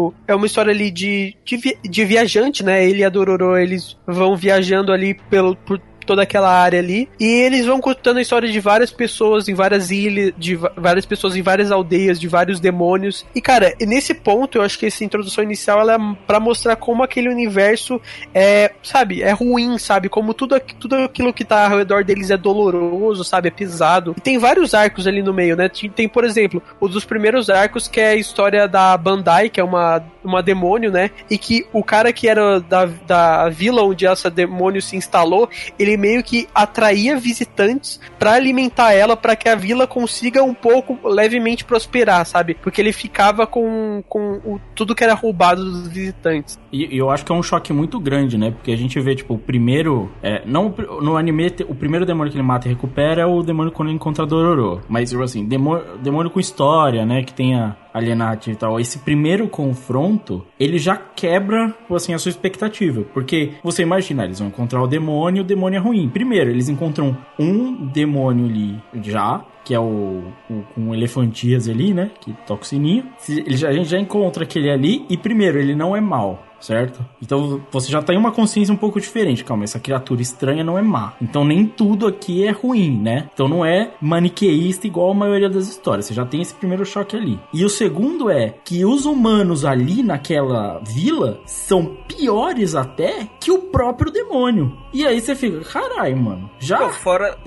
ali de viajante, né? Ele e a Dororo, eles vão viajando ali por toda aquela área ali, e eles vão contando a história de várias pessoas em várias ilhas, de várias pessoas em várias aldeias, de vários demônios, e cara, nesse ponto eu acho que essa introdução inicial ela é pra mostrar como aquele universo é ruim, sabe, como tudo aquilo que tá ao redor deles é doloroso, sabe, é pesado, e tem vários arcos ali no meio, né, tem por exemplo, um dos primeiros arcos que é a história da Bandai, que é uma demônio, né, e que o cara que era da vila onde essa demônio se instalou, ele meio que atraía visitantes pra alimentar ela, pra que a vila consiga um pouco levemente prosperar, sabe? Porque ele ficava com tudo que era roubado dos visitantes. E eu acho que é um choque muito grande, né? Porque a gente vê, tipo, o primeiro... no anime, o primeiro demônio que ele mata e recupera é o demônio quando ele encontra Dororo. Mas, assim, demônio com história, né? Que tenha alienate e tal. Esse primeiro confronto, ele já quebra, assim, a sua expectativa. Porque você imagina, eles vão encontrar o demônio é ruim. Primeiro, eles encontram um demônio ali já, que é com elefantias ali, né? Que toca o sininho. A gente já encontra aquele ali, e primeiro, ele não é mau, certo? Então você já tem uma consciência um pouco diferente. Calma, essa criatura estranha não é má. Então nem tudo aqui é ruim, né? Então não é maniqueísta igual a maioria das histórias. Você já tem esse primeiro choque ali. E o segundo é que os humanos ali naquela vila são piores até que o próprio demônio. E aí você fica, caralho, mano. Já? Pô,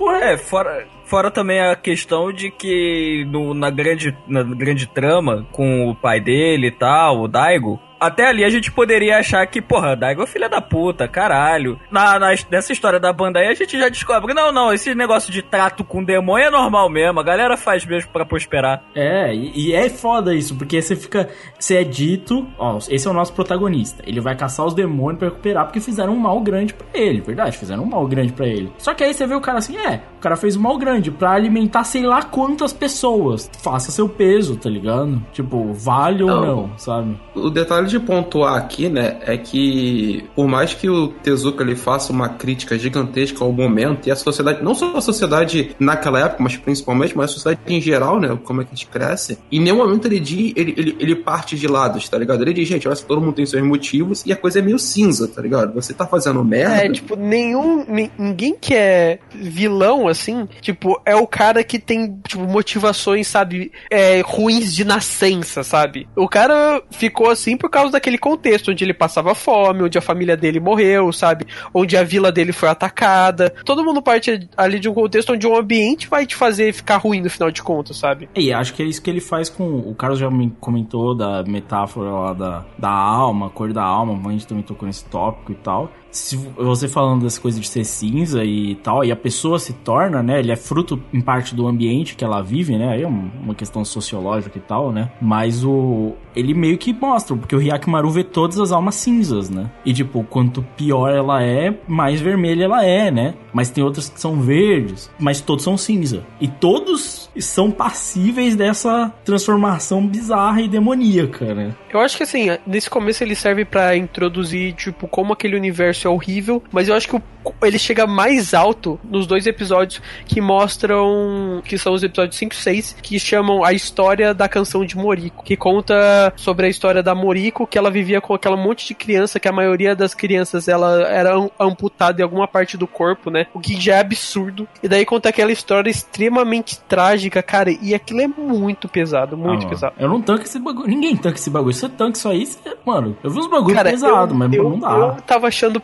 fora também a questão de que na grande trama com o pai dele e tal, o Daigo, até ali a gente poderia achar que, porra, Daigo é filha da puta, caralho. Nessa história da banda aí a gente já descobre que não, esse negócio de trato com demônio é normal mesmo, a galera faz mesmo pra prosperar. E é foda isso, porque você é dito, ó, esse é o nosso protagonista, ele vai caçar os demônios pra recuperar, porque fizeram um mal grande pra ele, verdade, fizeram um mal grande pra ele. Só que aí você vê o cara assim, o cara fez um mal grande pra alimentar sei lá quantas pessoas, faça seu peso, tá ligado? Tipo, vale ou não, sabe? O detalhe de pontuar aqui, né, é que por mais que o Tezuka ele faça uma crítica gigantesca ao momento e a sociedade, não só a sociedade naquela época, mas principalmente, mas a sociedade em geral, né, como é que a gente cresce, em nenhum momento ele parte de lados, tá ligado? Ele diz, gente, olha, todo mundo tem seus motivos e a coisa é meio cinza, tá ligado? Você tá fazendo merda. Tipo, ninguém que é vilão, assim, tipo, é o cara que tem, tipo, motivações, sabe, ruins de nascença, sabe? O cara ficou assim por causa daquele contexto onde ele passava fome, onde a família dele morreu, sabe? Onde a vila dele foi atacada. Todo mundo parte ali de um contexto onde o ambiente vai te fazer ficar ruim no final de contas, sabe? E acho que é isso que ele faz com... O Carlos já me comentou da metáfora lá da alma, a cor da alma, a gente também tocou nesse tópico e tal. Se você falando dessa coisa de ser cinza e tal, e a pessoa se torna, né, ele é fruto em parte do ambiente que ela vive, né, aí é uma questão sociológica e tal, né, mas ele meio que mostra, porque o Hyakimaru vê todas as almas cinzas, né, e tipo, quanto pior ela é, mais vermelha ela é, né, mas tem outras que são verdes, mas todos são cinza, e todos são passíveis dessa transformação bizarra e demoníaca, né. Eu acho que assim, nesse começo ele serve pra introduzir, tipo, como aquele universo é horrível, mas eu acho que ele chega mais alto nos dois episódios que mostram, que são os episódios 5 e 6, que chamam a história da canção de Moriko, que conta sobre a história da Moriko, que ela vivia com aquela monte de criança, que a maioria das crianças ela era amputada em alguma parte do corpo, né, o que já é absurdo, e daí conta aquela história extremamente trágica, cara, e aquilo é muito pesado, muito pesado. Eu não tanco esse bagulho, ninguém tanca esse bagulho, você tanca isso aí, mano, eu vi uns bagulho pesado, mas não dá. Eu tava achando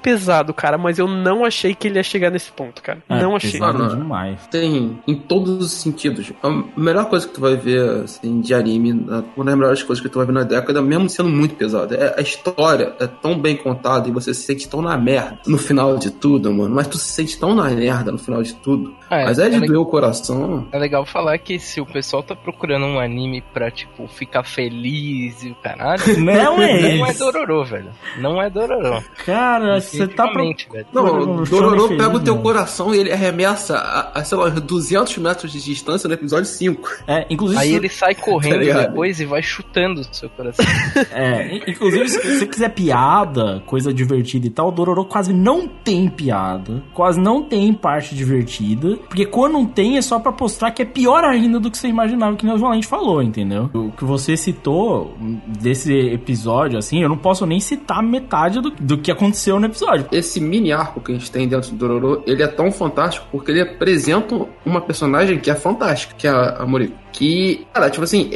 pesado, cara, mas eu não achei que ele ia chegar nesse ponto, cara. Não achei. Pesado demais. Tem, em todos os sentidos. A melhor coisa que tu vai ver, assim, de anime, uma das melhores coisas que tu vai ver na década, mesmo sendo muito pesado. A história é tão bem contada e você se sente tão na merda no final de tudo, mano. Mas tu se sente tão na merda no final de tudo. Mas é de doer o coração. É legal falar que se o pessoal tá procurando um anime pra, tipo, ficar feliz e o caralho, não é Dororo, velho. Não é Dororo. Cara, você tá velho. Não, Dororo pega o teu coração e ele arremessa a, sei lá, 200 metros de distância no episódio 5. Inclusive... Aí ele sai correndo depois e vai chutando o seu coração. Inclusive, se você quiser piada, coisa divertida e tal, o Dororo quase não tem piada, quase não tem parte divertida, porque quando não tem é só pra mostrar que é pior ainda do que você imaginava, que o Valente falou, entendeu? O que você citou desse episódio, assim, eu não posso nem citar metade do que aconteceu no episódio. Esse mini arco que a gente tem dentro do Dororo, ele é tão fantástico porque ele apresenta uma personagem que é fantástica, que é a Moriko. Que, cara, tipo assim,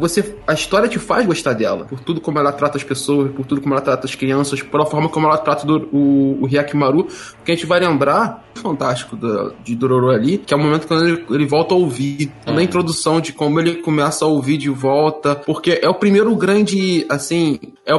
a história te faz gostar dela, por tudo como ela trata as pessoas, por tudo como ela trata as crianças, por a forma como ela trata o Hyakimaru, porque a gente vai lembrar fantástico de Dororo ali, que é o momento quando ele volta a ouvir, na introdução de como ele começa a ouvir de volta, porque é o primeiro grande, assim,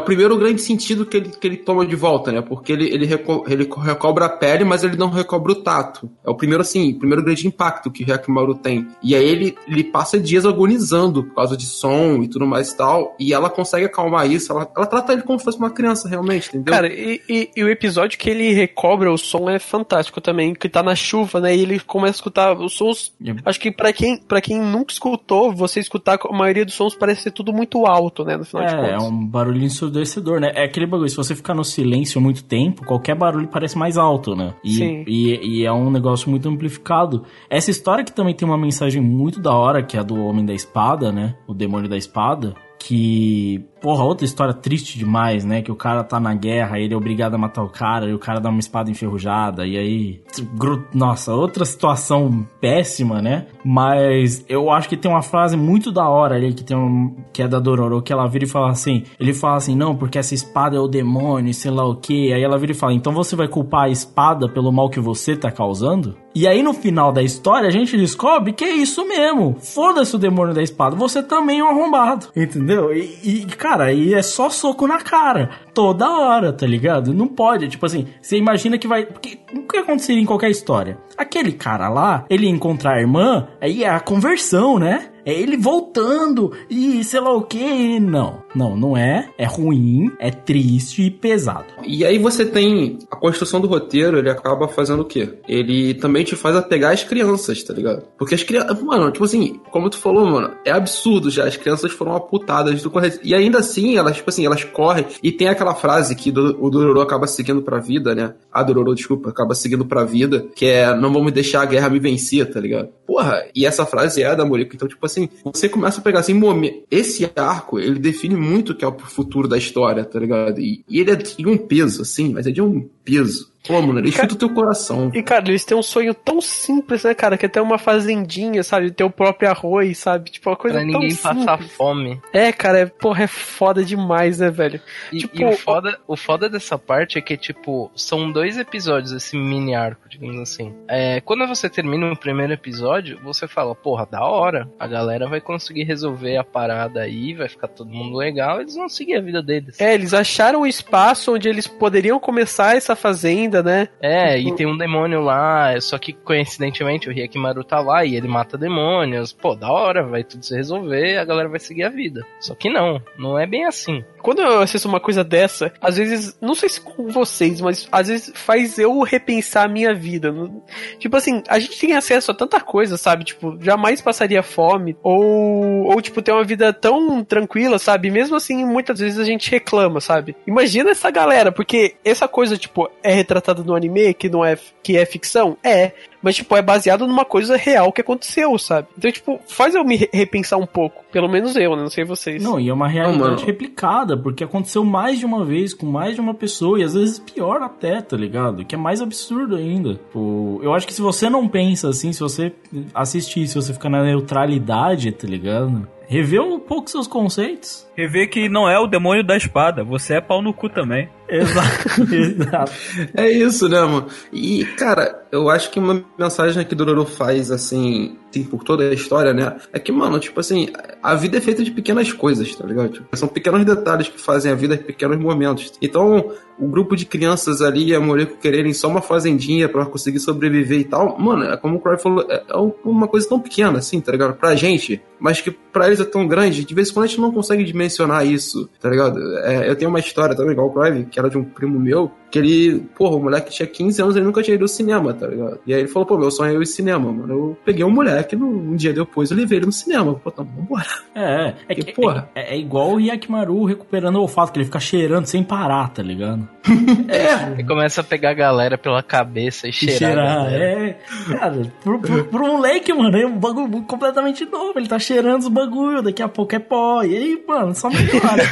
sentido que ele toma de volta, né, porque ele recobra a pele, mas ele não recobra o tato. É o primeiro grande impacto que o Hyakimaru tem. E aí ele passa dias agonizando por causa de som e tudo mais e tal, e ela consegue acalmar isso, ela trata ele como se fosse uma criança realmente, entendeu? Cara, e o episódio que ele recobra o som é fantástico também, que tá na chuva, né, e ele começa a escutar os sons, acho que pra quem nunca escutou, você escutar, a maioria dos sons parece ser tudo muito alto, né, no final de contas. É um barulho ensurdecedor, né, é aquele bagulho, se você ficar no silêncio muito tempo, qualquer barulho parece mais alto, né, e é um negócio muito amplificado. Essa história que também tem uma mensagem muito da hora, que é a do Homem da Espada, né? O Demônio da Espada. Que, porra, outra história triste demais, né? Que o cara tá na guerra, ele é obrigado a matar o cara, e o cara dá uma espada enferrujada, e aí... Nossa, outra situação péssima, né? Mas eu acho que tem uma frase muito da hora ali, que é da Dororo, que ela vira e fala assim... Ele fala assim, não, porque essa espada é o demônio, sei lá o quê. Aí ela vira e fala, então você vai culpar a espada pelo mal que você tá causando? E aí no final da história a gente descobre que é isso mesmo. Foda-se o demônio da espada, você também é um arrombado, entendeu? E cara, aí é só soco na cara toda hora, tá ligado? Não pode, tipo assim, você imagina que vai... Porque o que aconteceria em qualquer história? Aquele cara lá, ele ia encontrar a irmã, aí é a conversão, né? É ele voltando e sei lá o que. Não é. É ruim, é triste e pesado. E aí você tem a construção do roteiro, ele acaba fazendo o quê? Ele também te faz apegar as crianças, tá ligado? Porque as crianças, mano, tipo assim, como tu falou, mano, é absurdo já. As crianças foram amputadas do correto. E ainda assim, elas, tipo assim, elas correm. E tem aquela frase que o Dororo acaba seguindo pra vida, né? A Dororo, desculpa, acaba seguindo pra vida, que é, não vamos deixar a guerra me vencer, tá ligado? Porra, e essa frase é da Moriko. Então, tipo assim, você começa a pegar assim, esse arco, ele define muito o que é o futuro da história, tá ligado? E ele é de um peso, assim, mas é de um peso. Pô, mano, ele chuta o teu coração. E, cara, eles têm um sonho tão simples, né, cara? Que é ter uma fazendinha, sabe? Ter o próprio arroz, sabe? Tipo, uma coisa pra tão ninguém simples. passar fome. Cara, porra, é foda demais, né, velho? E o foda dessa parte é que, tipo, são 2 episódios, esse mini arco, digamos assim. Quando você termina o primeiro episódio, você fala, porra, da hora. A galera vai conseguir resolver a parada aí, vai ficar todo mundo legal, eles vão seguir a vida deles. Eles acharam um espaço onde eles poderiam começar essa fazenda, né? E tem um demônio lá, só que coincidentemente o Hyakimaru tá lá e ele mata demônios. Pô, da hora, vai tudo se resolver, a galera vai seguir a vida. Só que não é bem assim. Quando eu assisto uma coisa dessa, às vezes, não sei se com vocês, mas às vezes faz eu repensar a minha vida. Tipo assim, a gente tem acesso a tanta coisa, sabe? Tipo, jamais passaria fome, ou tipo, ter uma vida tão tranquila, sabe? Mesmo assim, muitas vezes a gente reclama, sabe? Imagina essa galera, porque essa coisa, tipo, é retratada no anime, que é ficção? Mas, tipo, é baseado numa coisa real que aconteceu, sabe? Então, tipo, faz eu me repensar um pouco. Pelo menos eu, né? Não sei vocês. Não, e é uma realidade replicada, porque aconteceu mais de uma vez, com mais de uma pessoa, e às vezes pior até, tá ligado? Que é mais absurdo ainda. Eu acho que se você não pensa assim, se você assistir, se você ficar na neutralidade, tá ligado? Rever um pouco seus conceitos. Rever que não é o demônio da espada, você é pau no cu também. Exato. É isso, né, mano? E, cara, eu acho que uma mensagem que Dororo faz, assim, por toda a história, né? É que, mano, tipo assim, a vida é feita de pequenas coisas, tá ligado? Tipo, são pequenos detalhes que fazem a vida em pequenos momentos. Então, o grupo de crianças ali e a Moriko quererem só uma fazendinha pra conseguir sobreviver e tal, mano, é como o Cry falou, é uma coisa tão pequena, assim, tá ligado? Pra gente, mas que pra eles é tão grande, de vez em quando a gente não consegue dimensionar isso, tá ligado? Eu tenho uma história também, igual o Cry, que era de um primo meu, que ele, porra, o moleque tinha 15 anos, ele nunca tinha ido ao cinema, tá ligado? E aí ele falou, pô, meu sonho é ir ao cinema, mano. Eu peguei um moleque, um dia depois eu levei ele no cinema. Pô, tá, vambora. Porra. É igual o Hyakimaru recuperando o olfato, que ele fica cheirando sem parar, tá ligado? Ele começa a pegar a galera pela cabeça e cheirar. Cara, pro moleque, mano, é um bagulho completamente novo. Ele tá cheirando os bagulho, daqui a pouco é pó. E aí, mano, só melhora.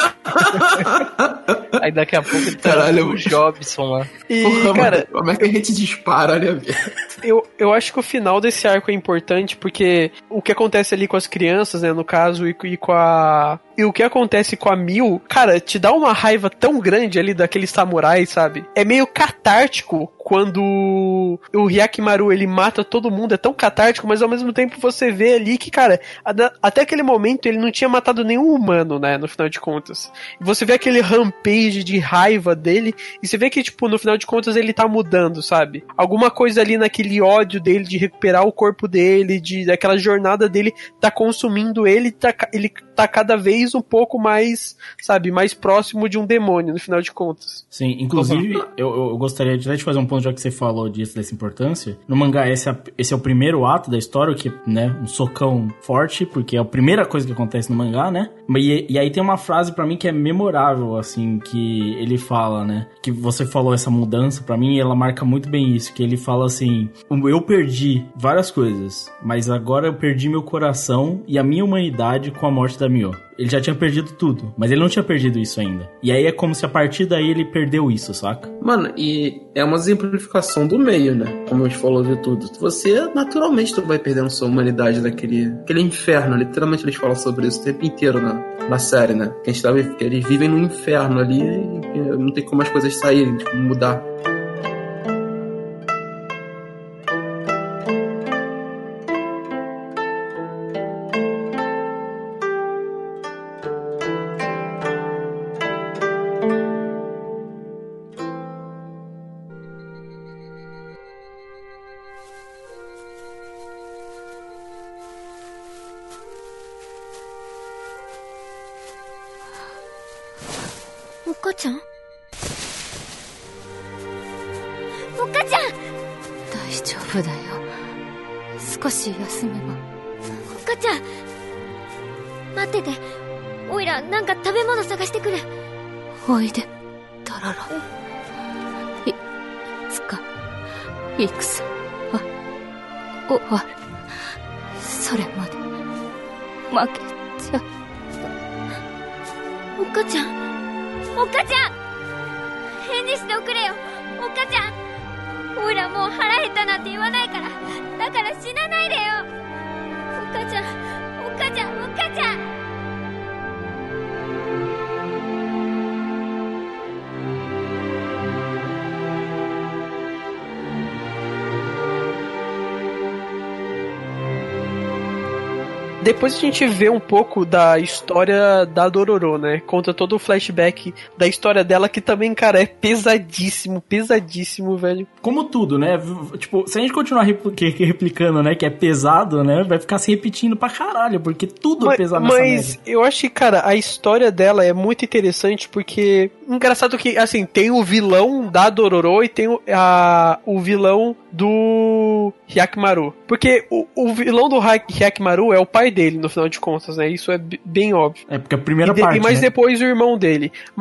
Aí daqui a pouco ele tá o Jobson lá. E, porra, cara, mano, como é que a gente dispara, né, velho? Eu acho que o final desse arco é importante, porque o que acontece ali com as crianças, né, no caso, e com a... E o que acontece com a Mil, cara, te dá uma raiva tão grande ali daqueles samurais, sabe? É meio catártico quando o Hyakimaru, ele mata todo mundo, é tão catártico, mas ao mesmo tempo você vê ali que, cara, até aquele momento ele não tinha matado nenhum humano, né, no final de contas. E você vê aquele rampage de raiva dele, e você vê que, tipo, no final de contas ele tá mudando, sabe? Alguma coisa ali naquele ódio dele de recuperar o corpo dele, daquela jornada dele tá consumindo ele tá cada vez um pouco mais, sabe, mais próximo de um demônio, no final de contas. Sim, inclusive, eu gostaria de fazer um ponto, já que você falou disso, dessa importância. No mangá, esse é o primeiro ato da história, que, né, um socão forte, porque é a primeira coisa que acontece no mangá, né? E aí tem uma frase pra mim que é memorável, assim, que ele fala, né? Que você falou essa mudança, pra mim, ela marca muito bem isso, que ele fala assim, eu perdi várias coisas, mas agora eu perdi meu coração e a minha humanidade com a morte da Mio. Ele já tinha perdido tudo, mas ele não tinha perdido isso ainda. E aí é como se a partir daí ele perdeu isso, saca? Mano, e é uma exemplificação do meio, né? Como a gente falou de tudo. Você, naturalmente, tu vai perdendo sua humanidade daquele inferno. Literalmente eles falam sobre isso o tempo inteiro na série, né? Que eles vivem no inferno ali e não tem como as coisas saírem, tipo, mudar. Depois a gente vê um pouco da história da Dororo, né? Conta todo o flashback da história dela, que também, cara, é pesadíssimo, velho. Como tudo, né? Tipo, se a gente continuar replicando, né, que é pesado, né, vai ficar se repetindo pra caralho, porque tudo é pesado nessa merda. Mas eu acho que, cara, a história dela é muito interessante, porque... Engraçado que, assim, tem o vilão da Dororo e tem o vilão do Hyakimaru. Porque o vilão do Hyakimaru é o pai dele, no final de contas, né? Isso é bem óbvio. É porque a primeira parte, mas né? depois o irmão dele. Mas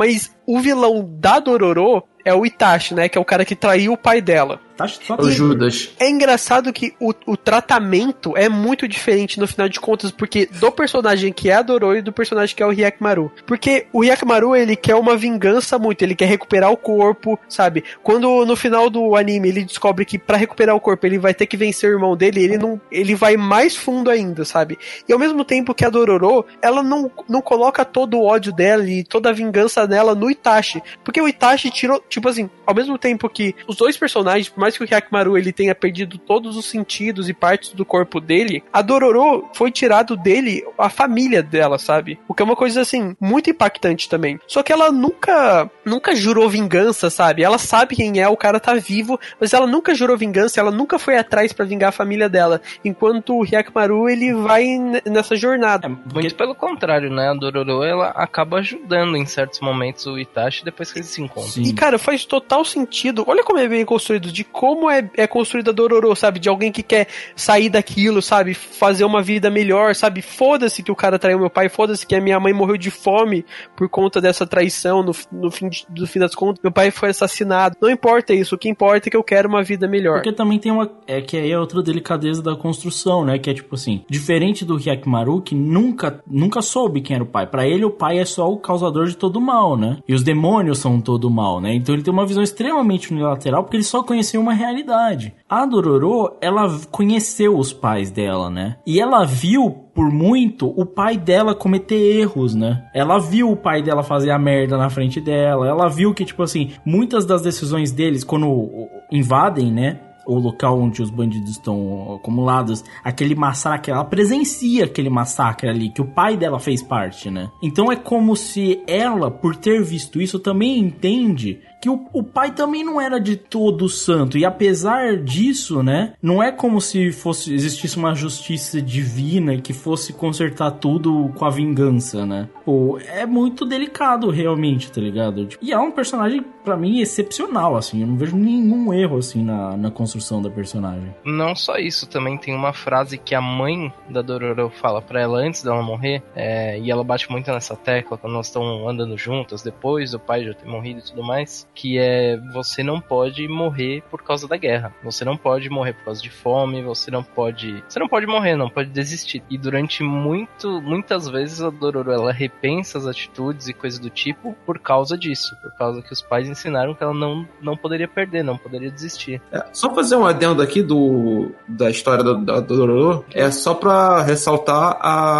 o vilão da Dororo é o Itachi, né? Que é o cara que traiu o pai dela. O Judas. É engraçado que o tratamento é muito diferente no final de contas, porque do personagem que é a Dororo e do personagem que é o Hyakimaru. Porque o Hyakimaru, ele quer uma vingança muito, ele quer recuperar o corpo, sabe? Quando no final do anime ele descobre que pra recuperar o corpo ele vai ter que vencer o irmão dele, ele vai mais fundo ainda, sabe? E ao mesmo tempo que a Dororo, ela não coloca todo o ódio dela e toda a vingança dela no Itachi. Porque o Itachi tirou, tipo assim, ao mesmo tempo que os dois personagens, por mais que o Hyakimaru ele tenha perdido todos os sentidos e partes do corpo dele, a Dororo foi tirado dele a família dela, sabe? O que é uma coisa, assim, muito impactante também. Só que ela nunca jurou vingança, sabe? Ela sabe quem é, o cara tá vivo, mas ela nunca jurou vingança, ela nunca foi atrás pra vingar a família dela. Enquanto o Hyakimaru, ele vai nessa jornada. Muito pelo contrário, né? A Dororo, ela acaba ajudando em certos momentos o Itachi depois que eles se encontram. Sim. E, cara, faz total sentido. Olha como é bem construído, de como é construída a Dororo, sabe? De alguém que quer sair daquilo, sabe? Fazer uma vida melhor, sabe? Foda-se que o cara traiu meu pai, foda-se que a minha mãe morreu de fome por conta dessa traição, no fim das contas, meu pai foi assassinado. Não importa isso, o que importa é que eu quero uma vida melhor. Porque também tem que aí é outra delicadeza da construção, né? Que é tipo assim, diferente do Hyakimaru, que nunca soube quem era o pai. Pra ele, o pai é só o causador de todo o mal, né? E os demônios são todo o mal, né? Então ele tem uma visão extremamente unilateral, porque ele só conheceu uma realidade. A Dororo, ela conheceu os pais dela, né? E ela viu, por muito, o pai dela cometer erros, né? Ela viu o pai dela fazer a merda na frente dela. Ela viu que, tipo assim, muitas das decisões deles, quando invadem, né? O local onde os bandidos estão acumulados, aquele massacre, ela presencia aquele massacre ali, que o pai dela fez parte, né? Então é como se ela, por ter visto isso, também entende que o pai também não era de todo santo, e apesar disso, né, não é como se existisse uma justiça divina que fosse consertar tudo com a vingança, né? Pô, é muito delicado realmente, tá ligado? E é um personagem, pra mim, excepcional, assim, eu não vejo nenhum erro, assim, na construção da personagem. Não só isso, também tem uma frase que a mãe da Dororo fala pra ela antes dela morrer, e ela bate muito nessa tecla quando elas estão andando juntas, depois do pai já ter morrido e tudo mais, que é: você não pode morrer por causa da guerra, você não pode morrer por causa de fome, você não pode morrer, não pode desistir. E durante muitas vezes a Dororo, ela repensa as atitudes e coisas do tipo por causa disso, por causa que os pais ensinaram que ela não poderia perder, não poderia desistir. Só fazer um adendo aqui da história da Dororo, é só pra ressaltar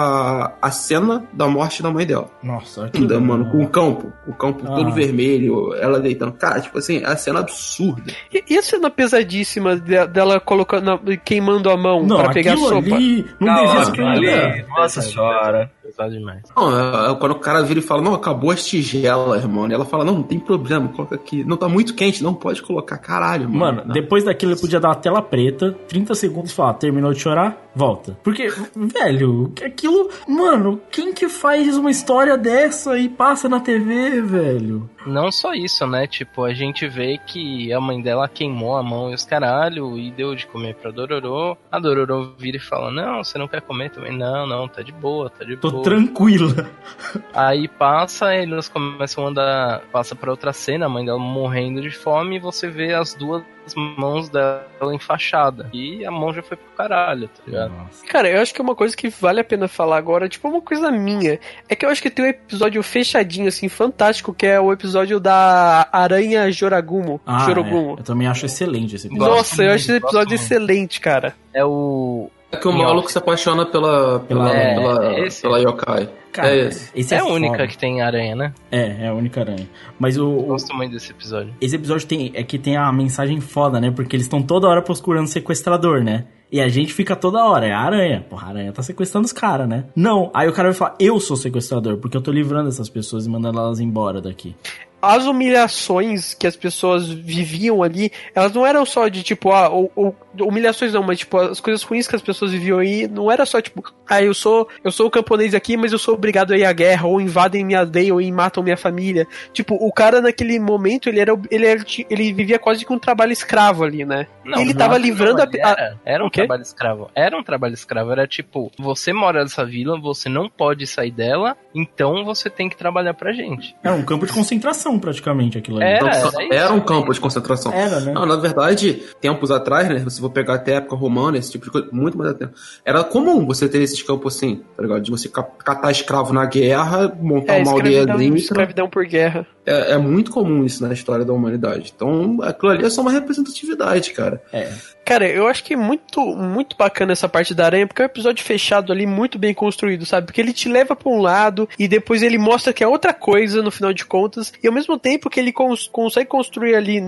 a cena da morte da mãe dela. Nossa, mano, com o campo todo vermelho, ela deitando. Cara, tipo assim, é a cena absurda. E a cena pesadíssima dela queimando a mão pra pegar a sopa? Ali, não devia ser ali. Nossa senhora. Pesado demais. Não, quando o cara vira e fala, não, acabou as tigelas, irmão. E ela fala, não tem problema, coloca aqui. Não, tá muito quente, não pode colocar. Caralho, mano. Mano, depois daquilo ele podia dar uma tela preta, 30 segundos e falar, terminou de chorar, volta. Porque, velho, aquilo... Mano, quem que faz uma história dessa e passa na TV, velho? Não só isso, né? Tipo, a gente vê que a mãe dela queimou a mão e os caralho e deu de comer pra Dororo. A Dororo vira e fala, não, você não quer comer também? Não, tá de boa, Tô tranquila. Aí passa, eles começam a andar, passa pra outra cena, a mãe dela morrendo de fome, e você vê as duas mãos dela enfaixada. E a mão já foi pro caralho, tá ligado? Nossa. Cara, eu acho que é uma coisa que vale a pena falar agora, tipo, uma coisa minha, é que eu acho que tem um episódio fechadinho, assim, fantástico, que é o episódio da Aranha Jorogumo. Eu também acho excelente esse episódio. Nossa, eu acho esse episódio excelente, cara. É o... É que o maluco se apaixona pela yokai. Cara, esse é a única que tem aranha, né? É a única aranha. Mas gosto muito desse episódio. Esse episódio tem a mensagem foda, né? Porque eles estão toda hora procurando sequestrador, né? E a gente fica toda hora, é a aranha. Porra, a aranha tá sequestrando os caras, né? Não, aí o cara vai falar, eu sou sequestrador, porque eu tô livrando essas pessoas e mandando elas embora daqui. As humilhações que as pessoas viviam ali, elas não eram só de tipo, humilhações não, mas tipo, as coisas ruins que as pessoas viviam aí, não era só tipo, eu sou o camponês aqui, mas eu sou obrigado a ir à guerra, ou invadem minha aldeia, ou matam minha família. Tipo, o cara naquele momento, ele vivia quase com um trabalho escravo ali, né? Não, ele tava livrando Era um trabalho escravo. Era um trabalho escravo. Era tipo, você mora nessa vila, você não pode sair dela, então você tem que trabalhar pra gente. É um campo de concentração, concentração, praticamente, aquilo ali. Era um campo de concentração. Era, né? Não, na verdade, tempos atrás, né? Se você for pegar até a época romana, esse tipo de coisa, muito mais tempo. Era comum você ter esses campos assim, tá ligado? De você catar escravo na guerra, montar uma aldeia dentro. Escravidão por guerra. É muito comum isso na história da humanidade. Então, aquilo ali é só uma representatividade, cara. Cara, eu acho que é muito, muito bacana essa parte da aranha, porque é um episódio fechado ali, muito bem construído, sabe? Porque ele te leva pra um lado e depois ele mostra que é outra coisa, no final de contas, e ao mesmo tempo que ele consegue construir ali,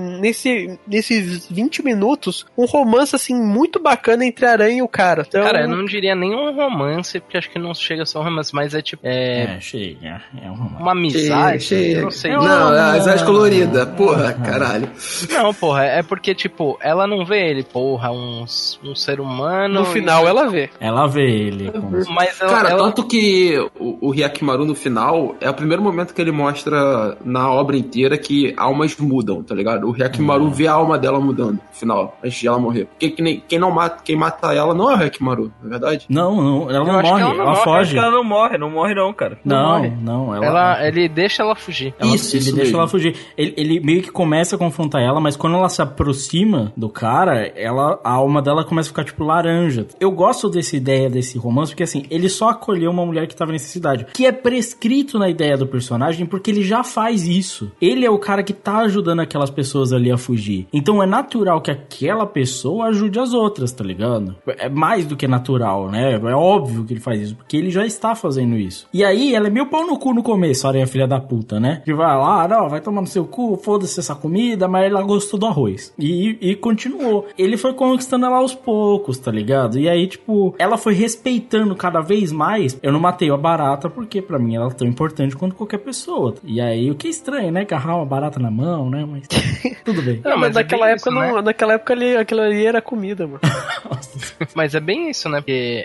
nesses 20 minutos, um romance, assim, muito bacana entre a aranha e o cara. Então... Cara, eu não diria nem um romance, porque acho que não chega a ser um romance, mas é tipo... chega. É um romance. Uma amizade, chega. Não sei. Não, é a amizade colorida. Porra, caralho. Não, porra, é porque, tipo, ela não vê ele, porra, um ser humano... No final, ela vê. Ela vê ele. Mas cara, tanto que o Hyakimaru, no final, é o primeiro momento que ele mostra na obra inteira que almas mudam, tá ligado? O Hyakimaru vê a alma dela mudando, no final, antes de ela morrer. Porque quem mata ela não é o Hyakimaru, não é verdade? Não, ela não morre, ela foge. Acho que ela não morre não, cara. Não, ele deixa ela fugir. Ele deixa ela fugir. Ele meio que começa a confrontar ela, mas quando ela se aproxima do cara, a alma dela começa a ficar tipo laranja. Eu gosto dessa ideia desse romance, porque assim, ele só acolheu uma mulher que tava em necessidade, que é prescrito na ideia do personagem, porque ele já faz isso. Ele é o cara que tá ajudando aquelas pessoas ali a fugir. Então é natural que aquela pessoa ajude as outras, tá ligado? É mais do que natural, né? É óbvio que ele faz isso, porque ele já está fazendo isso. E aí, ela é meio pau no cu no começo, a aranha filha da puta, né? Que vai lá, não, vai tomar no seu cu, foda-se essa comida, mas ela gostou do arroz. E continuou. Ele foi conquistando ela aos poucos, tá ligado? E aí, tipo, ela foi respeitando cada vez mais. Eu não matei a barata, porque pra mim ela é tão importante quanto qualquer pessoa. E aí, o que é estranho, né? Agarrar uma barata na mão, né? Mas tudo bem. Não, mas naquela época, isso, né? Naquela época aquilo ali era comida, mano. Mas é bem isso, né? Porque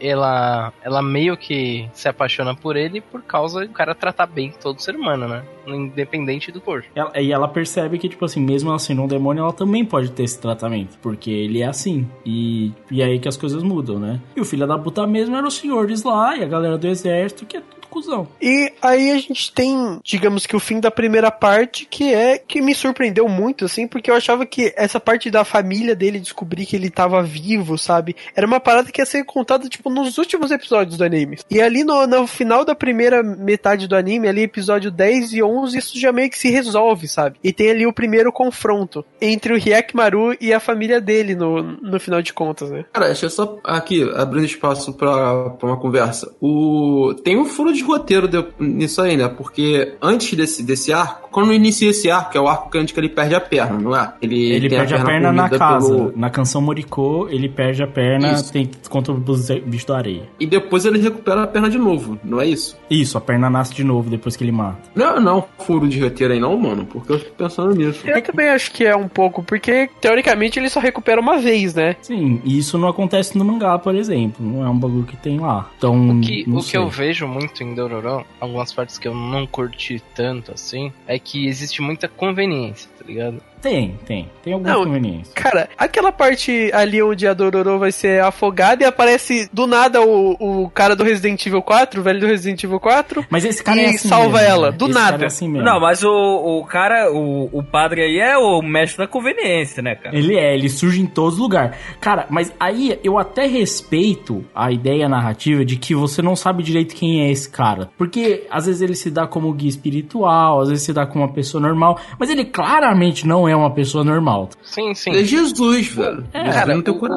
ela meio que se apaixona por ele por causa do cara tratar bem todo ser humano, né? Independente do corpo. E ela percebe que, tipo assim, mesmo ela sendo um demônio, ela também pode ter esse tratamento. Porque ele é assim. E aí que as coisas mudam, né? E o filho da puta mesmo era os senhores lá e a galera do exército, que é tudo cuzão. E aí a gente tem, digamos que o fim da primeira parte, que me surpreendeu muito, assim, porque eu achava que essa parte da família dele descobrir que ele tava vivo, sabe? Era uma parada que ia ser contada, tipo, nos últimos episódios do anime. E ali no final da primeira metade do anime, ali episódio 10 e 11, isso já meio que se resolve, sabe? E tem ali o primeiro confronto entre o Hyakimaru e a família dele no final de contas, né? Cara, deixa eu só aqui, abrindo espaço pra uma conversa. Tem um furo de roteiro nisso aí, né? Porque antes desse arco, quando inicia esse arco, que é o arco que ele perde a perna, não é? Ele perde a perna na casa. Na canção Moriko, ele perde a perna contra os bichos da areia. E depois ele recupera a perna de novo, não é isso? Isso, a perna nasce de novo depois que ele mata. Não, furo de roteiro aí não, mano, porque eu fico pensando nisso. Eu também acho que é um pouco, porque teoricamente ele só recupera uma vez, né? Sim, e isso não acontece no mangá, por exemplo. Não é um bagulho que tem lá. Então, o que eu vejo muito em Dororo, algumas partes que eu não curti tanto assim, é que existe muita conveniência, tá ligado? Tem alguma conveniência. Cara, aquela parte ali onde a Dororo vai ser afogada e aparece do nada o cara do Resident Evil 4, o velho do Resident Evil 4. Mas esse cara é assim salva mesmo, ela, do nada. Cara é assim mesmo. Não, mas o cara, o padre aí é o mestre da conveniência, né, cara? Ele surge em todos os lugares. Cara, mas aí eu até respeito a ideia narrativa de que você não sabe direito quem é esse cara. Porque às vezes ele se dá como guia espiritual, às vezes se dá como uma pessoa normal, mas ele claramente não é uma pessoa normal. Sim. Ele é Jesus, velho. Cara,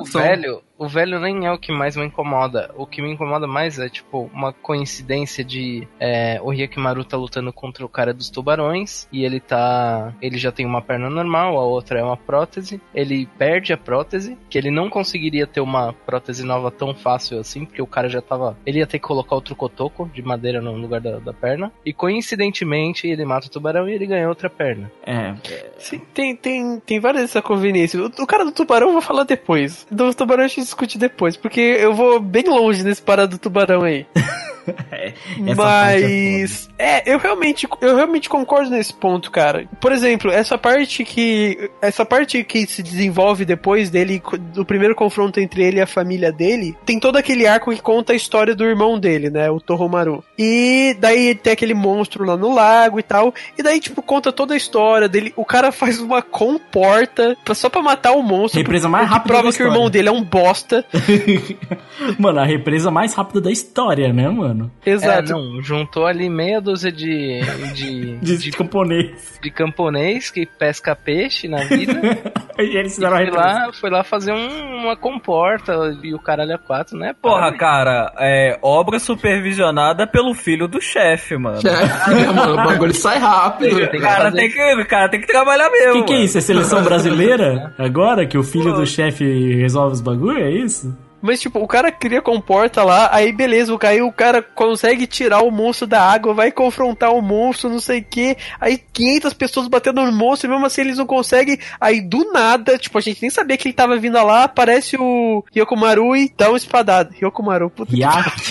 o velho nem é o que mais me incomoda. O que me incomoda mais é, tipo, uma coincidência de o Hyakimaru tá lutando contra o cara dos tubarões e ele já tem uma perna normal, a outra é uma prótese. Ele perde a prótese, que ele não conseguiria ter uma prótese nova tão fácil assim, porque o cara já tava... Ele ia ter que colocar outro cotoco de madeira no lugar da perna. E coincidentemente ele mata o tubarão e ele ganha outra perna. Sim, tem várias dessa conveniência. O cara do tubarão eu vou falar depois. Do tubarão a gente discute depois, porque eu vou bem longe nesse parado do tubarão aí. Mas eu realmente concordo nesse ponto, cara. Por exemplo, essa parte que se desenvolve depois dele, do primeiro confronto entre ele e a família dele, tem todo aquele arco que conta a história do irmão dele, né, o Toromaru. E daí tem aquele monstro lá no lago e tal, e daí tipo conta toda a história dele. O cara faz uma comporta só pra matar o monstro. Represa mais rápida prova que o irmão dele é um bosta. Mano, a represa mais rápida da história, né, mano? Exato. Juntou ali meia dúzia de camponês. De camponês que pesca peixe na vida. E eles fizeram a represa. Foi lá fazer uma comporta e o caralho a 4, né? Porra, cara, obra supervisionada pelo filho do chefe, mano. Mano, o bagulho sai rápido. O cara tem que trabalhar mesmo. Que é isso? É seleção brasileira? Agora que o filho do chefe resolve os bagulho? É isso? Mas, tipo, o cara cria comporta lá, aí beleza, o cara consegue tirar o monstro da água, vai confrontar o monstro, não sei o que, aí 500 pessoas batendo no monstro, e mesmo assim eles não conseguem, aí do nada, tipo, a gente nem sabia que ele tava vindo lá, aparece o Hyokomaru e dá uma espadada. Hyokomaru, puta que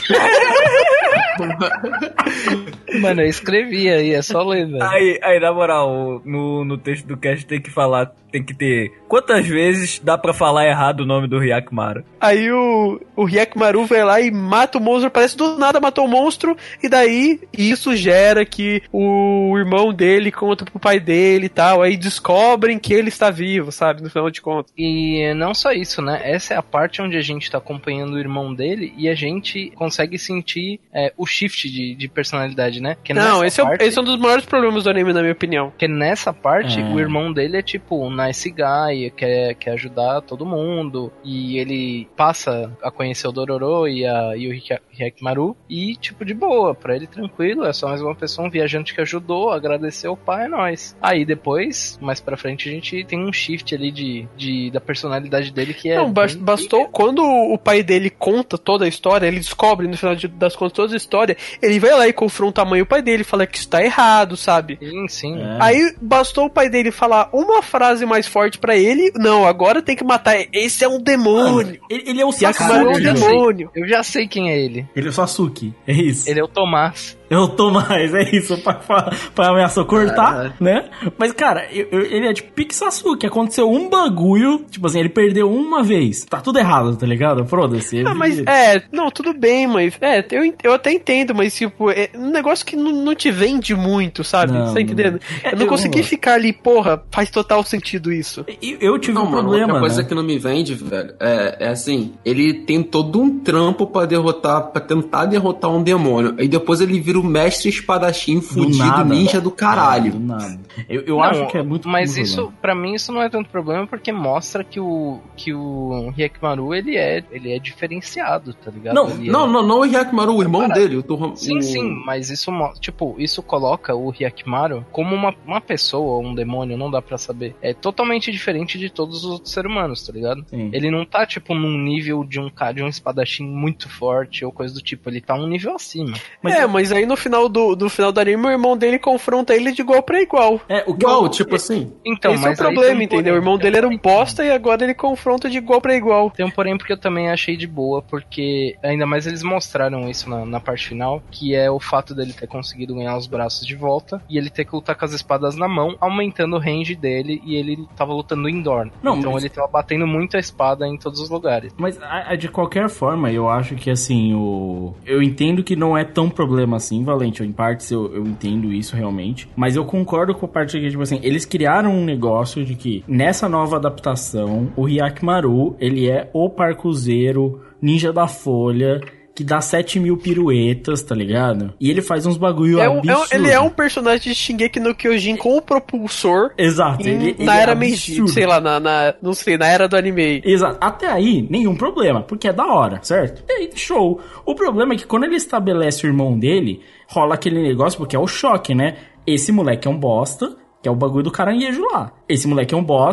Mano, eu escrevi aí, é só ler, velho. Aí, na moral, no texto do cast tem que ter quantas vezes dá pra falar errado o nome do Hyakimaru. Aí o Hyakimaru vai lá e mata o monstro, parece do nada matou o monstro, e daí isso gera que o irmão dele conta pro pai dele e tal, aí descobrem que ele está vivo, sabe, no final de contas. E não só isso, né, essa é a parte onde a gente tá acompanhando o irmão dele e a gente consegue sentir o shift de personalidade, né? Não, esse é um dos maiores problemas do anime, na minha opinião. Porque nessa parte, o irmão dele é tipo um nice guy, quer ajudar todo mundo, e ele passa a conhecer o Dororo e o Hyakimaru, e tipo, de boa, pra ele tranquilo, é só mais uma pessoa, um viajante que ajudou, agradeceu o pai, é nóis. Aí depois, mais pra frente, a gente tem um shift ali da personalidade dele que é... Não, bastou, quando o pai dele conta toda a história, ele descobre no final das contas toda a história, ele vai lá e confronta a mãe e o pai dele, fala que isso tá errado, sabe? Sim. Aí bastou o pai dele falar uma frase mais forte pra ele, não, agora tem que matar, esse é um demônio. Ele é o Sasuke. É um demônio. Eu já sei quem é ele. Ele é o Sasuke, é isso. Ele é o Tomás. Eu tô mais, é isso, pra ameaçar cortar, né? Mas, cara, ele é tipo pique Sasuke, aconteceu um bagulho, tipo assim, ele perdeu uma vez. Tá tudo errado, tá ligado? Foda-se. Mas, não, tudo bem, mas, eu até entendo, mas, tipo, é um negócio que não te vende muito, sabe? Você tá entendendo? Eu não consegui ficar ali, porra, faz total sentido isso. Eu tive um problema, outra coisa que não me vende, velho, é assim, ele tem todo um trampo pra tentar derrotar um demônio, aí depois ele vira o mestre espadachim fudido ninja do caralho. Do nada. Eu acho que é muito. Mas isso, pra mim, isso não é tanto problema porque mostra que o Hyakimaru, ele é diferenciado, tá ligado? Não o Hyakimaru, o irmão dele. Sim, mas isso, tipo, isso coloca o Hyakimaru como uma pessoa, um demônio, não dá pra saber. É totalmente diferente de todos os outros seres humanos, tá ligado? Sim. Ele não tá, tipo, num nível de um espadachim muito forte ou coisa do tipo, ele tá um nível acima. Mas aí no final do anime, o irmão dele confronta ele de igual pra igual. Assim. Então, esse é o problema, entendeu? O irmão dele era um bosta e agora ele confronta de igual pra igual. Tem um porém porque eu também achei de boa, porque ainda mais eles mostraram isso na parte final, que é o fato dele ter conseguido ganhar os braços de volta e ele ter que lutar com as espadas na mão, aumentando o range dele, e ele tava lutando indoor. Então ele tava batendo muito a espada em todos os lugares. Mas de qualquer forma, eu acho que assim, eu entendo que não é tão problema assim, Valente, em partes eu entendo isso realmente, mas eu concordo com a parte que, tipo assim, eles criaram um negócio de que nessa nova adaptação, o Hyakimaru, ele é o parkourzeiro ninja da folha, que dá 7.000 piruetas, tá ligado? E ele faz uns bagulho absurdo. Ele é um personagem de Shingeki no Kyojin com o propulsor. Exato. Na era Meiji, sei lá, não sei, na era do anime. Exato. Até aí, nenhum problema, porque é da hora, certo? E aí, show. O problema é que quando ele estabelece o irmão dele, rola aquele negócio, porque é o choque, né? Esse moleque é um bosta, que é o bagulho do caranguejo lá. Esse moleque é um bosta,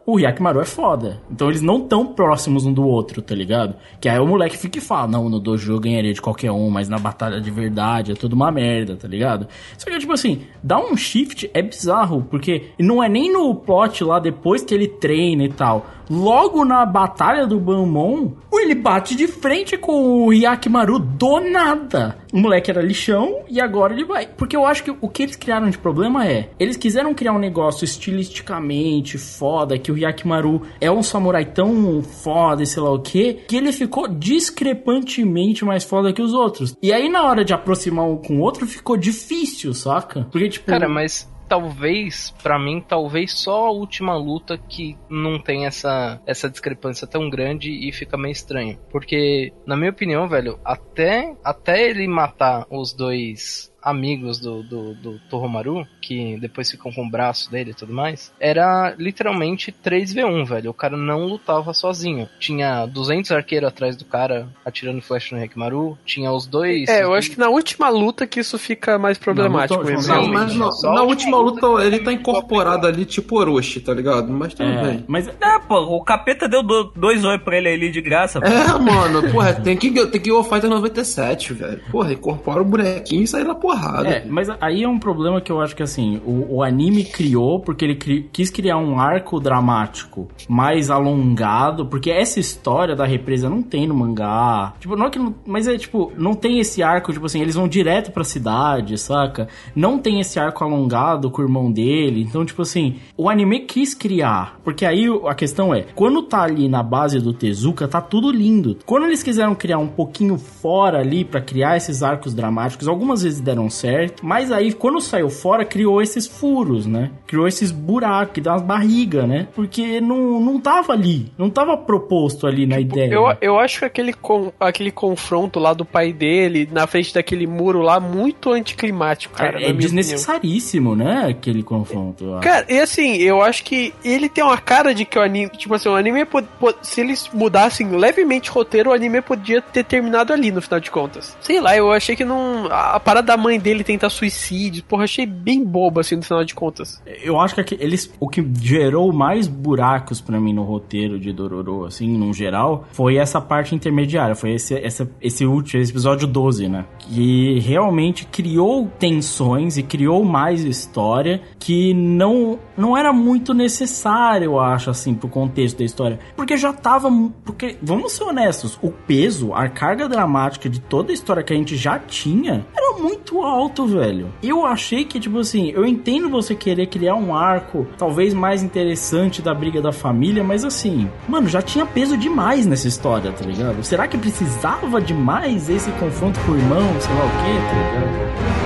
o Hyakimaru é foda. Então eles não tão próximos um do outro, tá ligado? Que aí o moleque fica e fala, não, no dojo eu ganharia de qualquer um, mas na batalha de verdade é tudo uma merda, tá ligado? Só que, tipo assim, dar um shift é bizarro, porque não é nem no plot lá depois que ele treina e tal. Logo na batalha do Banmon, ele bate de frente com o Hyakimaru do nada. O moleque era lixão e agora ele vai. Porque eu acho que o que eles criaram de problema é... Eles quiseram criar um negócio estilisticamente foda, que o Hyakimaru é um samurai tão foda e sei lá o quê, que ele ficou discrepantemente mais foda que os outros. E aí na hora de aproximar um com o outro ficou difícil, saca? Porque tipo... Cara, mas... Talvez, pra mim, talvez só a última luta que não tem essa discrepância tão grande e fica meio estranho. Porque, na minha opinião, velho, até ele matar os dois amigos do Toromaru, que depois ficam com o braço dele e tudo mais, era literalmente 3v1, velho. O cara não lutava sozinho. Tinha 200 arqueiros atrás do cara atirando flecha no Hyakimaru, tinha os dois... eu acho que na última luta que isso fica mais problemático mesmo. Não, mas na última luta ele tá incorporado ali tipo Orochi, tá ligado? Mas tudo bem. Mas, pô, o capeta deu 2 oi pra ele ali de graça, pô. Mano, porra, tem que o Fighter 97, velho. Porra, incorpora o bonequinho e sai na porrada. Mas aí é um problema que eu acho que assim, o anime criou porque ele quis criar um arco dramático mais alongado, porque essa história da represa não tem no mangá. Tipo, não é que não, mas é tipo, não tem esse arco, tipo assim, eles vão direto pra cidade, saca? Não tem esse arco alongado com o irmão dele. Então, tipo assim, o anime quis criar, porque aí a questão é, quando tá ali na base do Tezuka, tá tudo lindo. Quando eles quiseram criar um pouquinho fora ali pra criar esses arcos dramáticos, algumas vezes deram certo, mas aí quando saiu fora criou esses furos, né? Criou esses buracos, que dá umas barrigas, né? Porque não tava ali, não tava proposto ali na ideia. Eu acho que aquele confronto lá do pai dele na frente daquele muro lá muito anticlimático, cara. É desnecessaríssimo, né? Aquele confronto. Cara, e assim, eu acho que ele tem uma cara de que o anime, tipo assim, o anime se eles mudassem levemente o roteiro, o anime podia ter terminado ali no final de contas. Sei lá, eu achei que não, a parada da mãe dele tentar suicídio, porra, achei bem bobo assim no final de contas. Eu acho que o que gerou mais buracos pra mim no roteiro de Dororo, assim, no geral, foi essa parte intermediária, foi esse último, esse episódio 12, né? Que realmente criou tensões e criou mais história que não era muito necessário, eu acho, assim, pro contexto da história. Porque já tava... Porque, vamos ser honestos, o peso, a carga dramática de toda a história que a gente já tinha era muito alto, velho. Eu achei que, tipo assim, eu entendo você querer criar um arco talvez mais interessante da briga da família, mas assim, mano, já tinha peso demais nessa história, tá ligado? Será que precisava de mais esse confronto com o irmão, sei lá o quê, tá ligado?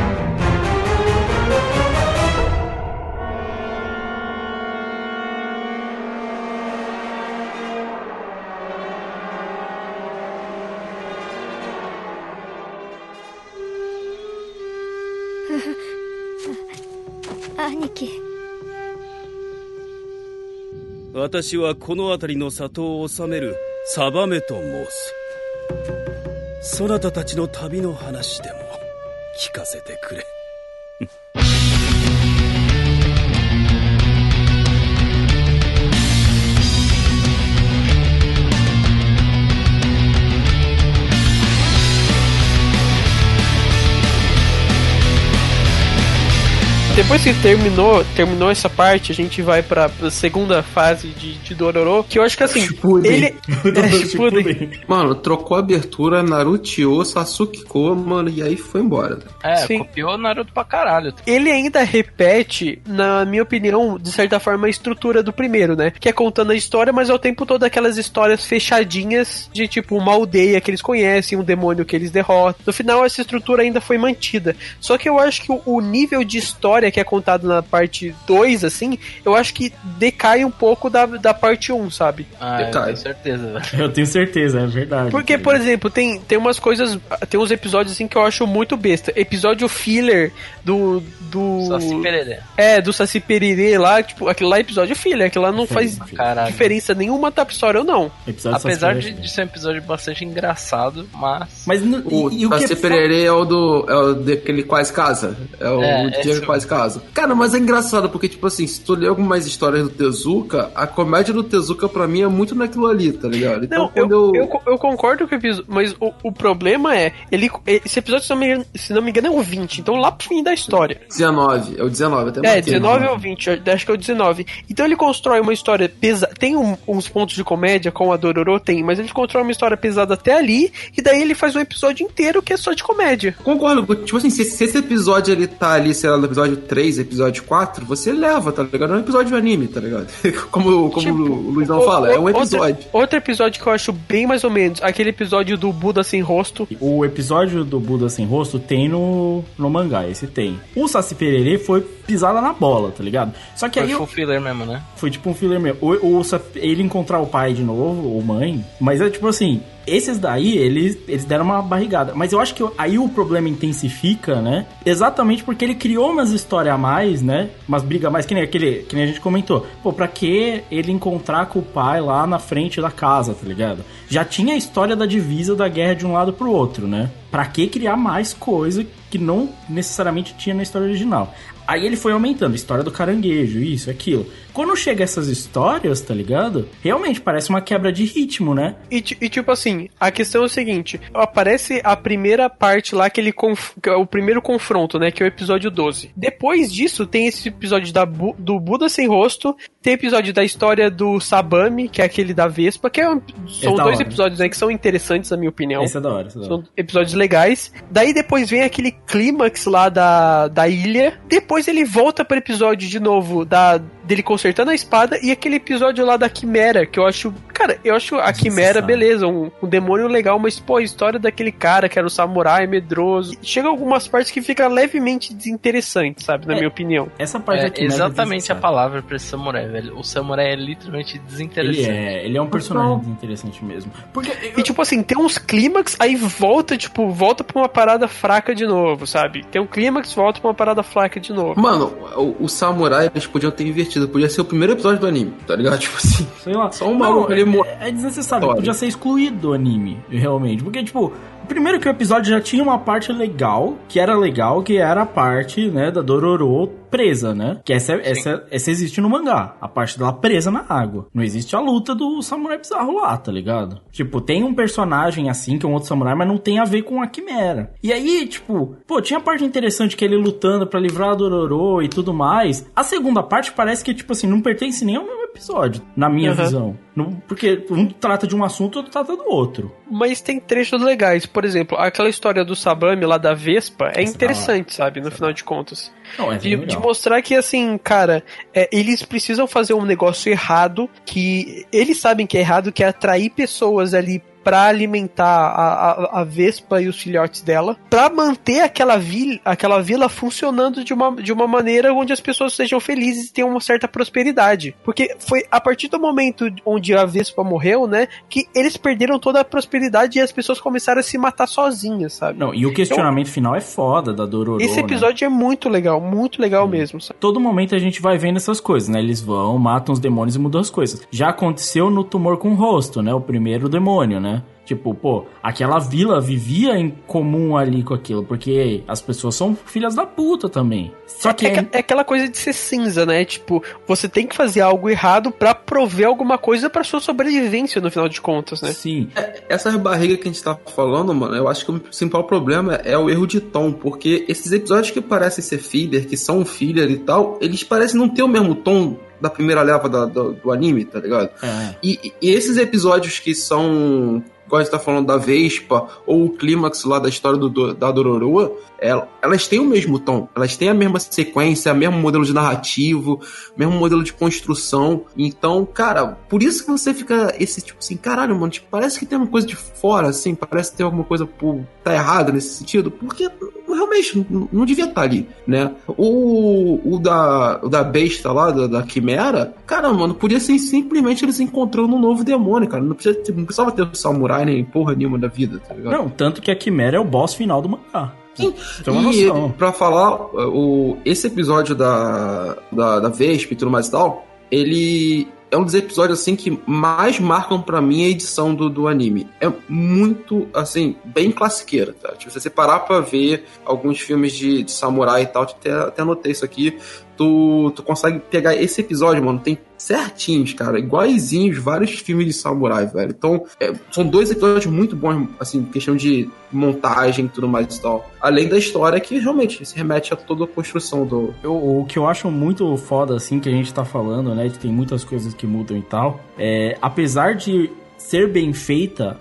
兄貴。 私はこの辺りの里を治めるサバメと申す。そなたたちの旅の話でも聞かせてくれ。 Depois que terminou essa parte, a gente vai pra segunda fase de Dororo, que eu acho que assim, ele... Shippuden. Mano, trocou a abertura, Naruto, Sasuke-ko, mano, e aí foi embora. Sim. Copiou Naruto pra caralho. Ele ainda repete, na minha opinião, de certa forma, a estrutura do primeiro, né? Que é contando a história, mas ao tempo todo aquelas histórias fechadinhas de tipo uma aldeia que eles conhecem, um demônio que eles derrotam. No final, essa estrutura ainda foi mantida. Só que eu acho que o nível de história que é contado na parte 2, assim, eu acho que decai um pouco da parte 1, sabe? Decai. Eu tenho certeza, velho. Eu tenho certeza, é verdade. Porque, por exemplo, tem umas coisas, tem uns episódios assim que eu acho muito besta. Episódio filler do Saci Pererê. Do Saci Pererê lá, tipo, aquele lá é episódio filler, aquilo lá não faz diferença nenhuma tá pra história ou não. Apesar de ser um episódio bastante engraçado, mas o Saci Pererê é o daquele Quase Casa. É o Diego Quase Casa. caso. Cara, mas é engraçado, porque, tipo assim, se tu ler algumas histórias do Tezuka, a comédia do Tezuka pra mim é muito naquilo ali, tá ligado? Então, eu concordo com o episódio, mas o problema é, esse episódio, se não me engano, é o 20, então lá pro fim da história. 19, é o 19, até 19 ou 20, acho que é o 19. Então ele constrói uma história pesada, tem uns pontos de comédia, com a Dororo tem, mas ele constrói uma história pesada até ali, e daí ele faz um episódio inteiro que é só de comédia. Concordo, tipo assim, se esse episódio ele tá ali, sei lá, no episódio 3, episódio 4, você leva, tá ligado? É um episódio de anime, tá ligado? como tipo, o Luizão fala, é um episódio. Outro episódio que eu acho bem mais ou menos, aquele episódio do Buda Sem Rosto. O episódio do Buda Sem Rosto tem no mangá, esse tem. O Saci Pererê foi pisada na bola, tá ligado? Só que foi aí... Foi filler mesmo, né? Foi tipo um filler mesmo. Ele encontrar o pai de novo, ou mãe, mas é tipo assim... Esses daí, eles deram uma barrigada. Mas eu acho que aí o problema intensifica, né? Exatamente porque ele criou umas histórias a mais, né? Umas brigas a mais, que nem a gente comentou. Pô, pra que ele encontrar com o pai lá na frente da casa, tá ligado? Já tinha a história da divisa da guerra de um lado pro outro, né? Pra que criar mais coisa que não necessariamente tinha na história original? Aí ele foi aumentando, a história do caranguejo, isso, aquilo. Quando chega essas histórias, tá ligado? Realmente parece uma quebra de ritmo, né? E tipo assim, a questão é o seguinte, aparece a primeira parte lá, o primeiro confronto, né? Que é o episódio 12. Depois disso, tem esse episódio do Buda Sem Rosto, tem episódio da história do Sabami, que é aquele da Vespa, que são dois episódios aí que são interessantes, na minha opinião. Esse é da hora. São episódios legais. Daí depois vem aquele clímax lá da ilha. Depois ele volta pro episódio de novo dele consertando a espada e aquele episódio lá da Quimera, que eu acho... Cara, eu acho a Quimera, beleza, um demônio legal, mas, pô, a história daquele cara que era o samurai medroso. Chega algumas partes que fica levemente desinteressante, sabe? Na minha opinião. Essa parte da Quimera exatamente a palavra pra esse samurai, velho. O samurai é literalmente desinteressante. Ele é um personagem desinteressante mesmo. E, tipo assim, tem uns clímax, aí volta pra uma parada fraca de novo, sabe? Tem um clímax, volta pra uma parada fraca de novo. Mano, o samurai, eles podiam ter invertido. Podia ser o primeiro episódio do anime, tá ligado? Tipo assim, sei lá. Só um maluco ali é desnecessário, podia ser excluído do anime, realmente. Porque, tipo, primeiro que o episódio já tinha uma parte legal, que era a parte, né, da Dororo presa, né? Que essa existe no mangá, a parte dela presa na água. Não existe a luta do samurai bizarro lá, tá ligado? Tipo, tem um personagem assim, que é um outro samurai, mas não tem a ver com a Quimera. E aí, tipo, pô, tinha a parte interessante que ele lutando pra livrar a Dororo e tudo mais. A segunda parte parece que, tipo assim, não pertence nem ao mesmo episódio, na minha visão. Porque um trata de um assunto, outro trata do outro. Mas tem trechos legais. Por exemplo, aquela história do Sabami lá da Vespa é interessante, sabe? No final de contas. Não, é de mostrar que, assim, cara, eles precisam fazer um negócio errado, que eles sabem que é errado, que é atrair pessoas ali pra alimentar a Vespa e os filhotes dela, pra manter aquela vila funcionando de uma maneira onde as pessoas sejam felizes e tenham uma certa prosperidade. Porque foi a partir do momento onde a Vespa morreu, né, que eles perderam toda a prosperidade e as pessoas começaram a se matar sozinhas, sabe? Não, e o questionamento final é foda da Dororo. Esse episódio é muito legal mesmo, sabe? Todo momento a gente vai vendo essas coisas, né? Eles vão, matam os demônios e mudam as coisas. Já aconteceu no Tumor com Rosto, né? O primeiro demônio, né? Tipo, pô, aquela vila vivia em comum ali com aquilo, porque as pessoas são filhas da puta também. Só que é aquela coisa de ser cinza, né? Tipo, você tem que fazer algo errado pra prover alguma coisa pra sua sobrevivência, no final de contas, né? Sim. Essas barrigas que a gente tá falando, mano, eu acho que o principal problema é o erro de tom, porque esses episódios que parecem ser filler, que são filler e tal, eles parecem não ter o mesmo tom da primeira leva do anime, tá ligado? E esses episódios que são... Igual a gente tá falando da Vespa, ou o clímax lá da história da Dororo, elas têm o mesmo tom, elas têm a mesma sequência, o mesmo modelo de narrativo, o mesmo modelo de construção. Então, cara, por isso que você fica esse tipo assim, caralho, mano, tipo, parece que tem uma coisa de fora, assim, parece que tem alguma coisa tá errada nesse sentido, porque realmente não devia estar ali, né? O da besta lá, da Quimera, cara, mano, podia ser simplesmente eles encontrando um novo demônio, cara. Não precisava ter o samurai nem porra nenhuma da vida, tá ligado? Não, tanto que a Quimera é o boss final do mangá. Sim, e pra falar, esse episódio da Vespa e tudo mais e tal, ele é um dos episódios, assim, que mais marcam pra mim a edição do anime. É muito, assim, bem classiqueira, tá? Tipo, se você parar pra ver alguns filmes de samurai e tal, até anotei isso aqui, tu consegue pegar esse episódio, mano, tem certinhos, cara, iguaizinhos vários filmes de samurai, velho. Então, são 2 episódios muito bons, assim, questão de montagem e tudo mais e tal. Além da história que realmente se remete a toda a construção do... O que eu acho muito foda, assim, que a gente tá falando, né, que tem muitas coisas que mudam e tal, apesar de ser bem feita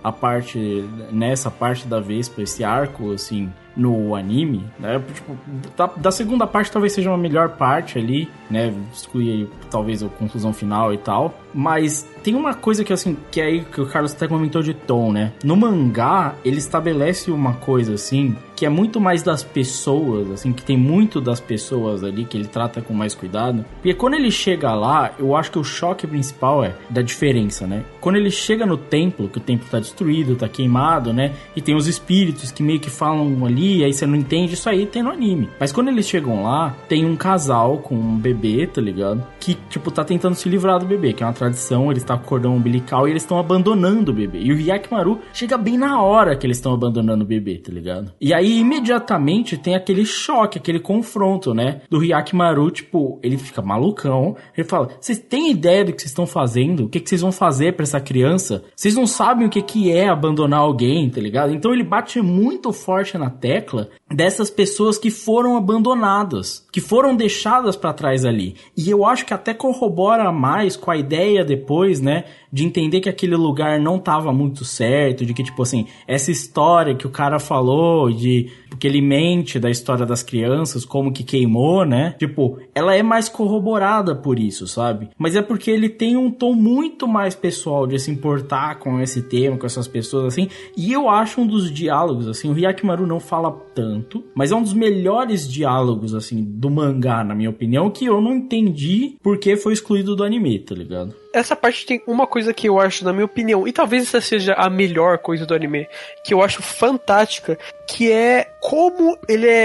nessa parte da Vespa, esse arco, assim, no anime, né? Tipo, da segunda parte talvez seja uma melhor parte ali, né? Excluir talvez a conclusão final e tal. Mas tem uma coisa que, assim, que é aí que o Carlos até comentou de tom, né? No mangá, ele estabelece uma coisa, assim, que é muito mais das pessoas, assim, que tem muito das pessoas ali, que ele trata com mais cuidado. Porque quando ele chega lá, eu acho que o choque principal é da diferença, né? Quando ele chega no templo, que o templo tá destruído, tá queimado, né? E tem os espíritos que meio que falam ali, aí você não entende, isso aí tem no anime. Mas quando eles chegam lá, tem um casal com um bebê, tá ligado? Que, tipo, tá tentando se livrar do bebê, que é uma tradição, eles estão com cordão umbilical e eles estão abandonando o bebê. E o Hyakimaru chega bem na hora que eles estão abandonando o bebê, tá ligado? E aí, imediatamente, tem aquele choque, aquele confronto, né? Do Hyakimaru, tipo, ele fica malucão, ele fala, vocês têm ideia do que vocês estão fazendo? O que vocês vão fazer pra essa criança? Vocês não sabem o que é abandonar alguém, tá ligado? Então ele bate muito forte na tecla dessas pessoas que foram abandonadas, que foram deixadas pra trás ali. E eu acho que até corrobora mais com a ideia depois, né, de entender que aquele lugar não tava muito certo, de que, tipo assim, essa história que o cara falou, de que ele mente da história das crianças, como que queimou, né, tipo, ela é mais corroborada por isso, sabe? Mas é porque ele tem um tom muito mais pessoal de se importar com esse tema, com essas pessoas, assim, e eu acho um dos diálogos, assim, o Hyakimaru não fala tanto, mas é um dos melhores diálogos, assim, do mangá, na minha opinião, que eu não entendi porque foi excluído do anime, tá ligado? Essa parte tem uma coisa que eu acho, na minha opinião, e talvez essa seja a melhor coisa do anime, que eu acho fantástica, que é como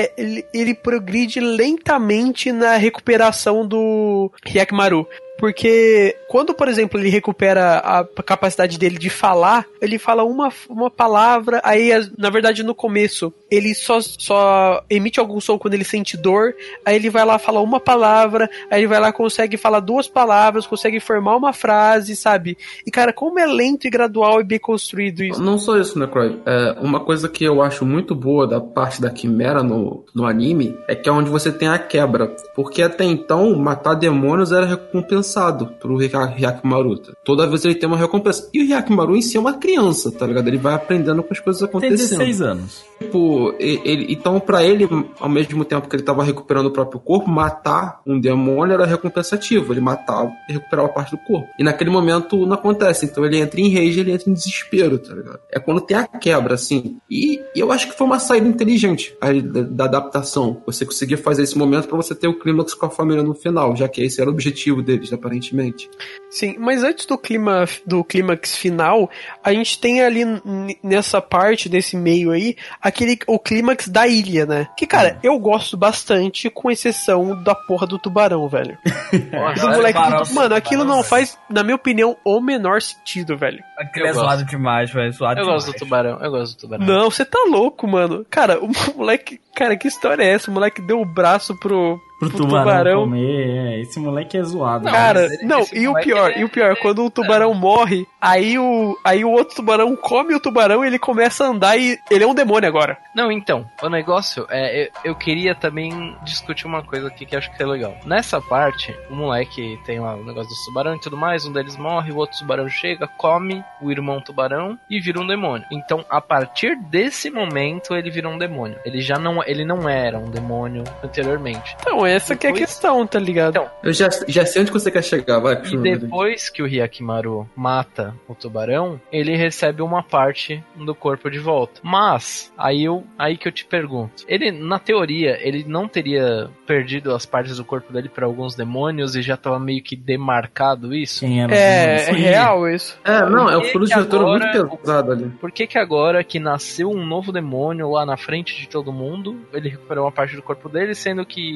ele progride lentamente na recuperação do Hyakimaru. Porque quando, por exemplo, ele recupera a capacidade dele de falar, ele fala uma palavra, aí, na verdade, no começo, ele só emite algum som quando ele sente dor, aí ele vai lá falar uma palavra, aí ele vai lá consegue falar 2 palavras, consegue formar uma frase, sabe? E, cara, como é lento e gradual e bem construído isso. Não só isso, né, Croy? Uma coisa que eu acho muito boa da parte da Quimera no anime é que é onde você tem a quebra. Porque até então, matar demônios era recompensado pro Hyakimaru. Toda vez ele tem uma recompensa. E o Hyakimaru em si é uma criança, tá ligado? Ele vai aprendendo com as coisas acontecendo. Tem 16 anos. Tipo, então pra ele, ao mesmo tempo que ele tava recuperando o próprio corpo, matar um demônio era recompensativo. Ele matava e recuperava parte do corpo. E naquele momento não acontece. Então ele entra em rage, ele entra em desespero, tá ligado? É quando tem a quebra, assim. E eu acho que foi uma saída inteligente aí da adaptação. Você conseguir fazer esse momento pra você ter o clímax com a família no final, já que esse era o objetivo deles, aparentemente. Sim, mas antes do clímax final, a gente tem ali nessa parte, nesse meio aí, o clímax da ilha, né? Que, cara, eu gosto bastante, com exceção da porra do tubarão, velho. Do moleque mano, aquilo não faz, na minha opinião, o menor sentido, velho. Aquilo é zoado demais, velho. Eu gosto do tubarão. Não, você tá louco, mano. Cara, o moleque... Cara, que história é essa? O moleque deu o braço pro tubarão comer. Esse moleque é zoado. Cara, e o pior, quando o tubarão morre, aí o outro tubarão come o tubarão e ele começa a andar e ele é um demônio agora. Não, então, o negócio eu queria também discutir uma coisa aqui que eu acho que é legal. Nessa parte, o moleque tem lá o negócio do tubarão e tudo mais, um deles morre, o outro tubarão chega, come o irmão tubarão e vira um demônio. Então, a partir desse momento, ele vira um demônio. Ele não era um demônio anteriormente. Então, essa que é a questão, tá ligado? Então, eu já sei onde você quer chegar, vai. E depois que o Hyakimaru mata o tubarão, ele recebe uma parte do corpo de volta. Mas, aí que eu te pergunto, ele, na teoria, ele não teria perdido as partes do corpo dele pra alguns demônios e já tava meio que demarcado isso? Sim, é real isso. Não, é o furo de retorno muito pesado ali. Por que agora que nasceu um novo demônio lá na frente de todo mundo, ele recuperou uma parte do corpo dele, sendo que o que aconteceu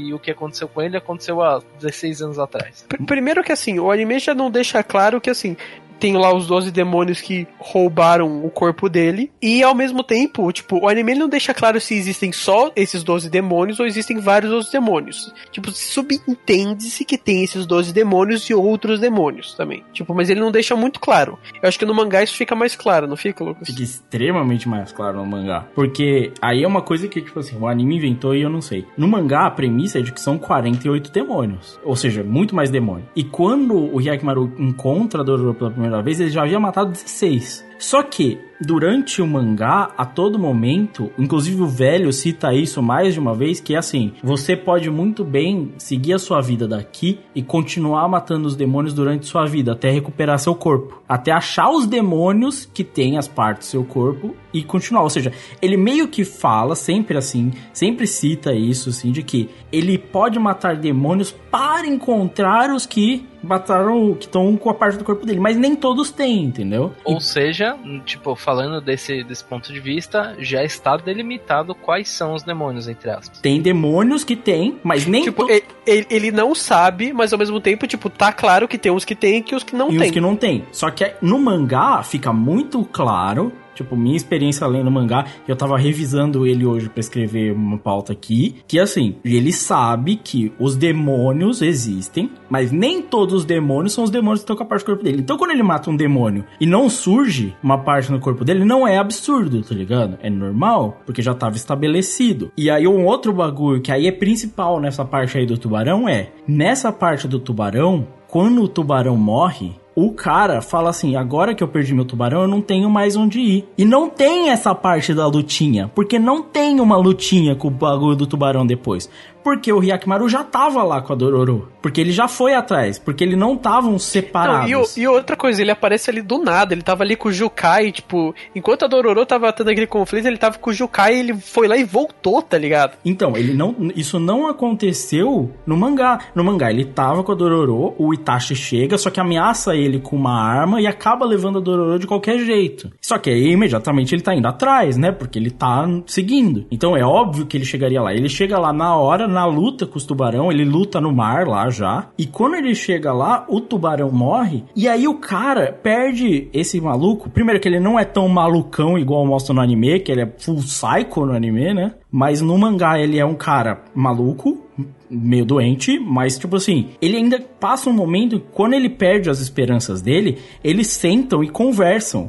aconteceu com ele aconteceu há 16 anos atrás. Primeiro que assim, o anime já não deixa claro que assim, tem lá os 12 demônios que roubaram o corpo dele. E ao mesmo tempo, tipo, o anime ele não deixa claro se existem só esses 12 demônios ou existem vários outros demônios. Tipo, subentende-se que tem esses 12 demônios e outros demônios também. Tipo, mas ele não deixa muito claro. Eu acho que no mangá isso fica mais claro, não fica, Lucas? Fica extremamente mais claro no mangá. Porque aí é uma coisa que, tipo assim, o anime inventou e eu não sei. No mangá, a premissa é de que são 48 demônios. Ou seja, muito mais demônio. E quando o Hyakimaru encontra Dororo pela primeira vez, ele já havia matado 16. Só que, durante o mangá, a todo momento, inclusive o velho cita isso mais de uma vez, que é assim, você pode muito bem seguir a sua vida daqui e continuar matando os demônios durante sua vida, até recuperar seu corpo. Até achar os demônios que tem as partes do seu corpo e continuar. Ou seja, ele meio que fala, sempre assim, sempre cita isso, assim, de que ele pode matar demônios para encontrar os que mataram, que estão com a parte do corpo dele, mas nem todos têm, entendeu? Ou seja, tipo, falando desse ponto de vista, já está delimitado quais são os demônios, entre aspas. Tem demônios que tem, mas nem... Tipo, ele não sabe, mas ao mesmo tempo, tipo, tá claro que tem uns que tem e os que não tem. E os que não tem. Só que no mangá fica muito claro... Tipo, minha experiência lendo o mangá, eu tava revisando ele hoje pra escrever uma pauta aqui, que assim, ele sabe que os demônios existem, mas nem todos os demônios são os demônios que estão com a parte do corpo dele. Então, quando ele mata um demônio e não surge uma parte no corpo dele, não é absurdo, tá ligado? É normal, porque já tava estabelecido. E aí, um outro bagulho que aí é principal nessa parte aí do tubarão é, nessa parte do tubarão, quando o tubarão morre... O cara fala assim, agora que eu perdi meu tubarão, eu não tenho mais onde ir. E não tem essa parte da lutinha, porque não tem uma lutinha com o bagulho do tubarão depois. Porque o Hyakimaru já tava lá com a Dororo. Porque ele já foi atrás. Porque eles não estavam separados. Não, e outra coisa, ele aparece ali do nada. Ele tava ali com o Jukai, tipo... Enquanto a Dororo tava tendo aquele conflito, ele tava com o Jukai e ele foi lá e voltou, tá ligado? Então, isso não aconteceu no mangá. No mangá, ele tava com a Dororo, o Itachi chega, só que ameaça ele com uma arma e acaba levando a Dororo de qualquer jeito. Só que aí, imediatamente, ele tá indo atrás, né? Porque ele tá seguindo. Então, é óbvio que ele chegaria lá. Ele chega lá na hora... Na luta com os tubarão, ele luta no mar lá já, e quando ele chega lá, o tubarão morre, e aí o cara perde esse maluco, primeiro que ele não é tão malucão igual mostra no anime, que ele é full psycho no anime, né, mas no mangá ele é um cara maluco, meio doente, mas tipo assim, ele ainda passa um momento, quando ele perde as esperanças dele, eles sentam e conversam.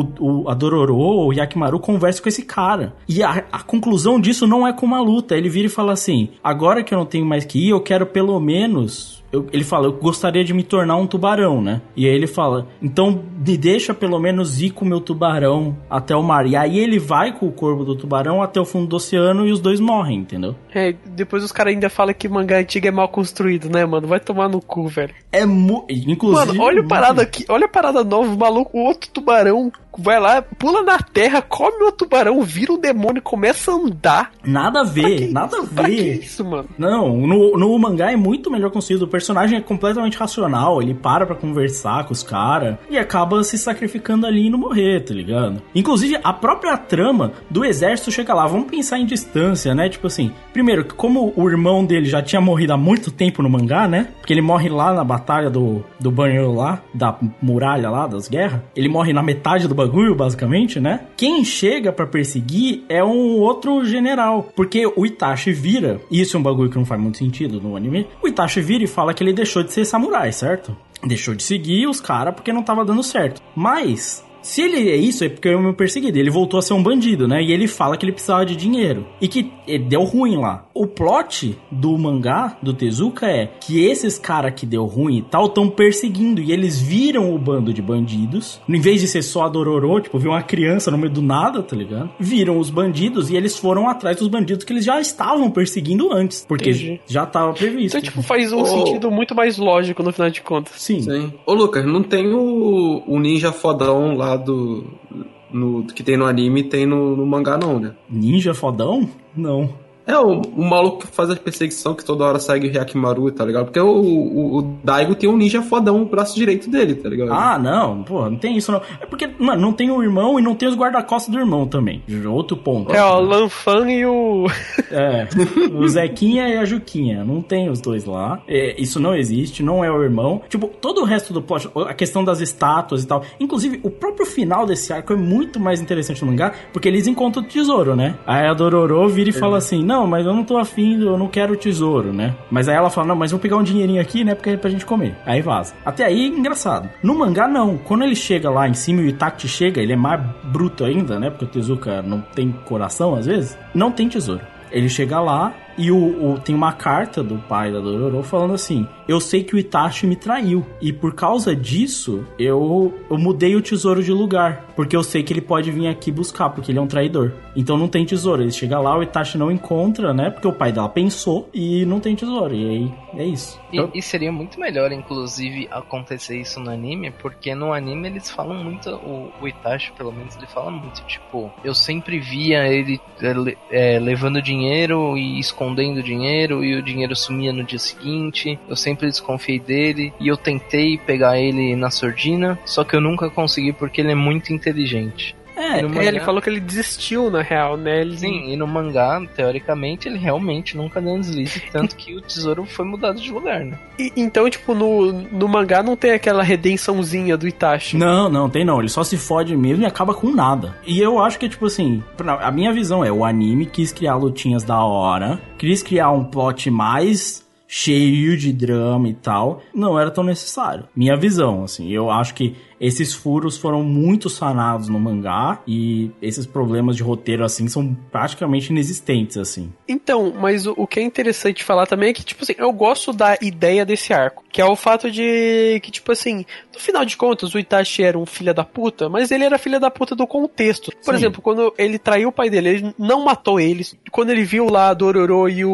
A Dororo, o Hyakimaru conversa com esse cara. E a conclusão disso não é com uma luta. Ele vira e fala assim, agora que eu não tenho mais que ir, eu quero pelo menos... Ele fala, eu gostaria de me tornar um tubarão, né? E aí ele fala, então me deixa pelo menos ir com o meu tubarão até o mar. E aí ele vai com o corpo do tubarão até o fundo do oceano e os dois morrem, entendeu? É, depois os caras ainda falam que mangá antigo é mal construído, né, mano? Vai tomar no cu, velho. Inclusive... Mano, olha a parada aqui, olha a parada nova, o maluco, o outro tubarão vai lá, pula na terra, come o tubarão, vira um demônio e começa a andar. Nada a ver, nada a ver. Pra que isso, mano? Não, no mangá é muito melhor construído. O personagem é completamente racional, ele para pra conversar com os caras e acaba se sacrificando ali e não morrer, tá ligado? Inclusive, a própria trama do exército chega lá. Vamos pensar em distância, né? Tipo assim, primeiro, como o irmão dele já tinha morrido há muito tempo no mangá, né? Porque ele morre lá na batalha do banheiro lá, da muralha lá, das guerras. Ele morre na metade do bagulho, basicamente, né? Quem chega pra perseguir é um outro general. Porque o Itachi vira, e isso é um bagulho que não faz muito sentido no anime, o Itachi vira e fala que ele deixou de ser samurai, certo? Deixou de seguir os caras porque não tava dando certo. Mas... se ele é isso, é porque é o meu perseguido. Ele voltou a ser um bandido, né? E ele fala que ele precisava de dinheiro. E que deu ruim lá. O plot do mangá, do Tezuka, é que esses caras que deu ruim e tal, estão perseguindo. E eles viram o bando de bandidos. Em vez de ser só a Dororo, tipo, viu uma criança no meio do nada, tá ligado? Viram os bandidos e eles foram atrás dos bandidos que eles já estavam perseguindo antes. Porque já tava previsto. Então, tipo, faz um sentido muito mais lógico no final de contas. Sim. Ô, Lucas, não tem o ninja fodão lá que tem no anime, tem no mangá não, né? Ninja fodão? Não. É, o maluco que faz a perseguição, que toda hora segue o Hyakimaru, tá ligado? Porque o Daigo tem um ninja fodão no braço direito dele, tá ligado? Ah, não, pô, não tem isso não. É porque, mano, não tem o irmão e não tem os guarda-costas do irmão também. Outro ponto. É, o Lanfan e o... o Zequinha e a Juquinha. Não tem os dois lá. Isso não existe, não é o irmão. Tipo, todo o resto do plot, a questão das estátuas e tal. Inclusive, o próprio final desse arco é muito mais interessante no mangá, porque eles encontram o tesouro, né? Aí a Dororo vira e fala assim, não, mas eu não tô afim, eu não quero o tesouro, né? Mas aí ela fala, não, mas vou pegar um dinheirinho aqui, né, porque é pra gente comer. Aí vaza. Até aí, engraçado. No mangá, não. Quando ele chega lá em cima e o Itachi chega, ele é mais bruto ainda, né? Porque o Tezuka não tem coração, às vezes. Não tem tesouro. Ele chega lá e tem uma carta do pai da Dororo falando assim, eu sei que o Itachi me traiu e por causa disso eu mudei o tesouro de lugar, porque eu sei que ele pode vir aqui buscar, porque ele é um traidor. Então não tem tesouro. Ele chega lá, o Itachi não encontra, né, porque o pai dela pensou e não tem tesouro. E aí é isso. E seria muito melhor, inclusive, acontecer isso no anime, porque no anime eles falam muito, o Itachi, pelo menos, ele fala muito, tipo, eu sempre via ele levando dinheiro e escondendo dinheiro, e o dinheiro sumia no dia seguinte, eu sempre desconfiei dele, e eu tentei pegar ele na sordina, só que eu nunca consegui porque ele é muito inteligente. Ele falou que ele desistiu, na real, né? Sim, e no mangá, teoricamente, ele realmente nunca deu um deslize, tanto que o tesouro foi mudado de lugar, né? Então, tipo, no mangá não tem aquela redençãozinha do Itachi. Não, tem não. Ele só se fode mesmo e acaba com nada. E eu acho que, tipo assim, a minha visão o anime quis criar lutinhas da hora, quis criar um plot mais cheio de drama e tal, não era tão necessário. Minha visão, assim, eu acho que esses furos foram muito sanados no mangá e esses problemas de roteiro, assim, são praticamente inexistentes, assim. Então, mas o que é interessante falar também é que, tipo assim, eu gosto da ideia desse arco, que é o fato de que, tipo assim, no final de contas, o Itachi era um filho da puta, mas ele era filho da puta do contexto. Por exemplo, quando ele traiu o pai dele, ele não matou eles. Quando ele viu lá a Dororo e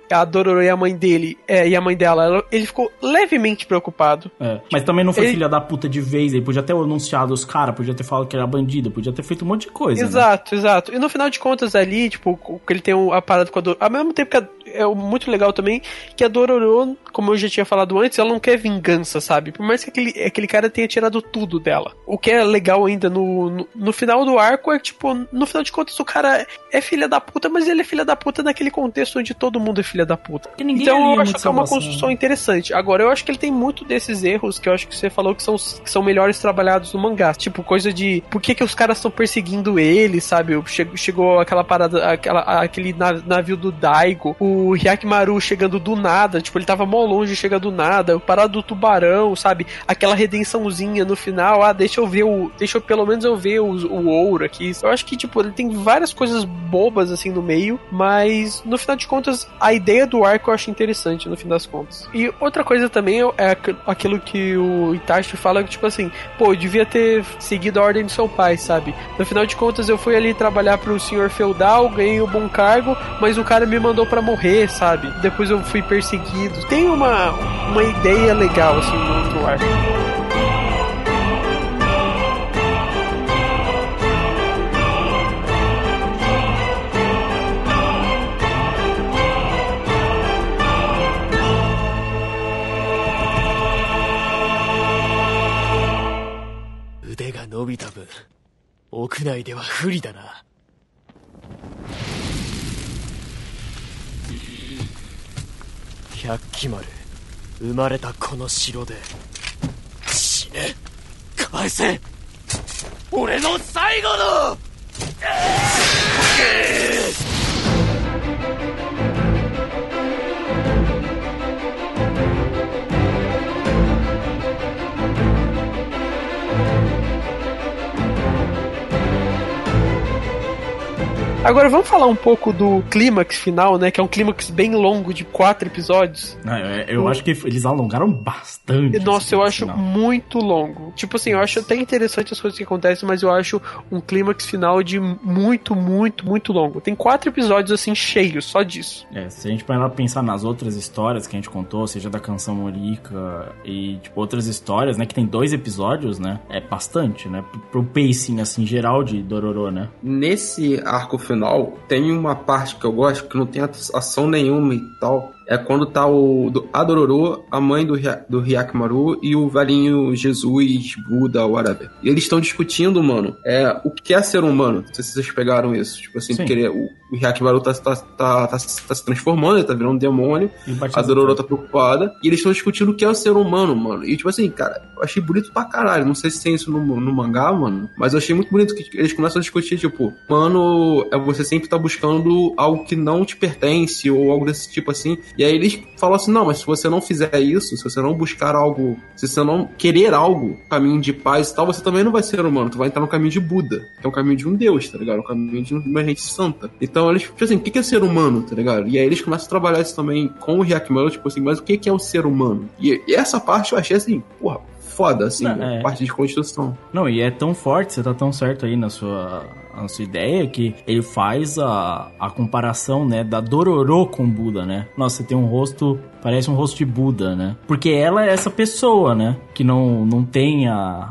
a mãe dele, e a mãe dela, ele ficou levemente preocupado. Mas também não foi filha da puta de vez, ele podia ter anunciado os caras, podia ter falado que era bandido, podia ter feito um monte de coisa. Exato. E no final de contas ali, tipo, que ele tem a parada com a Dororo, ao mesmo tempo que é muito legal também, que a Dororo, como eu já tinha falado antes, ela não quer vingança, sabe? Por mais que aquele cara tenha tirado tudo dela. O que é legal ainda no final do arco é que, tipo, no final de contas o cara é filha da puta, mas ele é filha da puta naquele contexto onde todo mundo é filha da puta. Então eu acho que é uma construção interessante. Agora, eu acho que ele tem muito desses erros que eu acho que você falou que são melhores trabalhados no mangá. Tipo, coisa de por que os caras estão perseguindo ele, sabe? Chegou aquela parada, aquele navio do Daigo, o Hyakimaru chegando do nada, tipo, ele tava mó longe, chega do nada, o parado do tubarão, sabe? Aquela redençãozinha no final, deixa eu pelo menos eu ver o ouro aqui. Eu acho que, tipo, ele tem várias coisas bobas, assim, no meio, mas no final de contas, a ideia do arco eu acho interessante, no fim das contas. E outra coisa também é aquilo que o Itachi fala, que, tipo assim, pô, eu devia ter seguido a ordem do seu pai, sabe? No final de contas, eu fui ali trabalhar pro senhor feudal, ganhei um bom cargo, mas o cara me mandou pra morrer, sabe? Depois eu fui perseguido. Tem uma ideia legal, assim, no outro arco. 伸びた分、屋内では不利だな。百鬼丸、生まれたこの城で死ね。返せ、俺の最後の。 Agora vamos falar um pouco do clímax final, né? Que é um clímax bem longo, de 4 episódios. Eu acho que eles alongaram bastante. Nossa, eu acho muito longo. Tipo assim, eu acho até interessante as coisas que acontecem, mas eu acho um clímax final de muito, muito, muito longo. Tem 4 episódios, assim, cheios, só disso. Se a gente parar pra pensar nas outras histórias que a gente contou, seja da Canção Morika e, tipo, outras histórias, né? Que tem 2 episódios, né? É bastante, né? Pro pacing, assim, geral de Dororo, né? Nesse arco final, tem uma parte que eu gosto que não tem ação nenhuma e tal. É quando tá a Dororo, a mãe do Hyakimaru e o velhinho Jesus, Buda, whatever. E eles estão discutindo, mano, o que é ser humano. Não sei se vocês pegaram isso. Tipo assim, porque o Hyakimaru tá se transformando, ele tá virando um demônio. A Dororo tá preocupada. E eles estão discutindo o que é o ser humano, mano. E tipo assim, cara, eu achei bonito pra caralho. Não sei se tem isso no mangá, mano. Mas eu achei muito bonito que eles começam a discutir, tipo, mano, você sempre tá buscando algo que não te pertence ou algo desse tipo assim. E aí eles falam assim, não, mas se você não fizer isso, se você não buscar algo, se você não querer algo, caminho de paz e tal, você também não vai ser humano, tu vai entrar no caminho de Buda, que é o caminho de um Deus, tá ligado? O caminho de uma gente santa. Então eles, tipo assim, o que é ser humano, tá ligado? E aí eles começam a trabalhar isso também com o Hyakimaru, tipo assim, mas o que é o ser humano? E essa parte eu achei assim, porra, foda, assim, parte de construção. Não, e é tão forte, você tá tão certo aí na sua ideia, que ele faz a comparação, né, da Dororo com Buda, né? Nossa, você tem um rosto, parece um rosto de Buda, né? Porque ela é essa pessoa, né, que não tem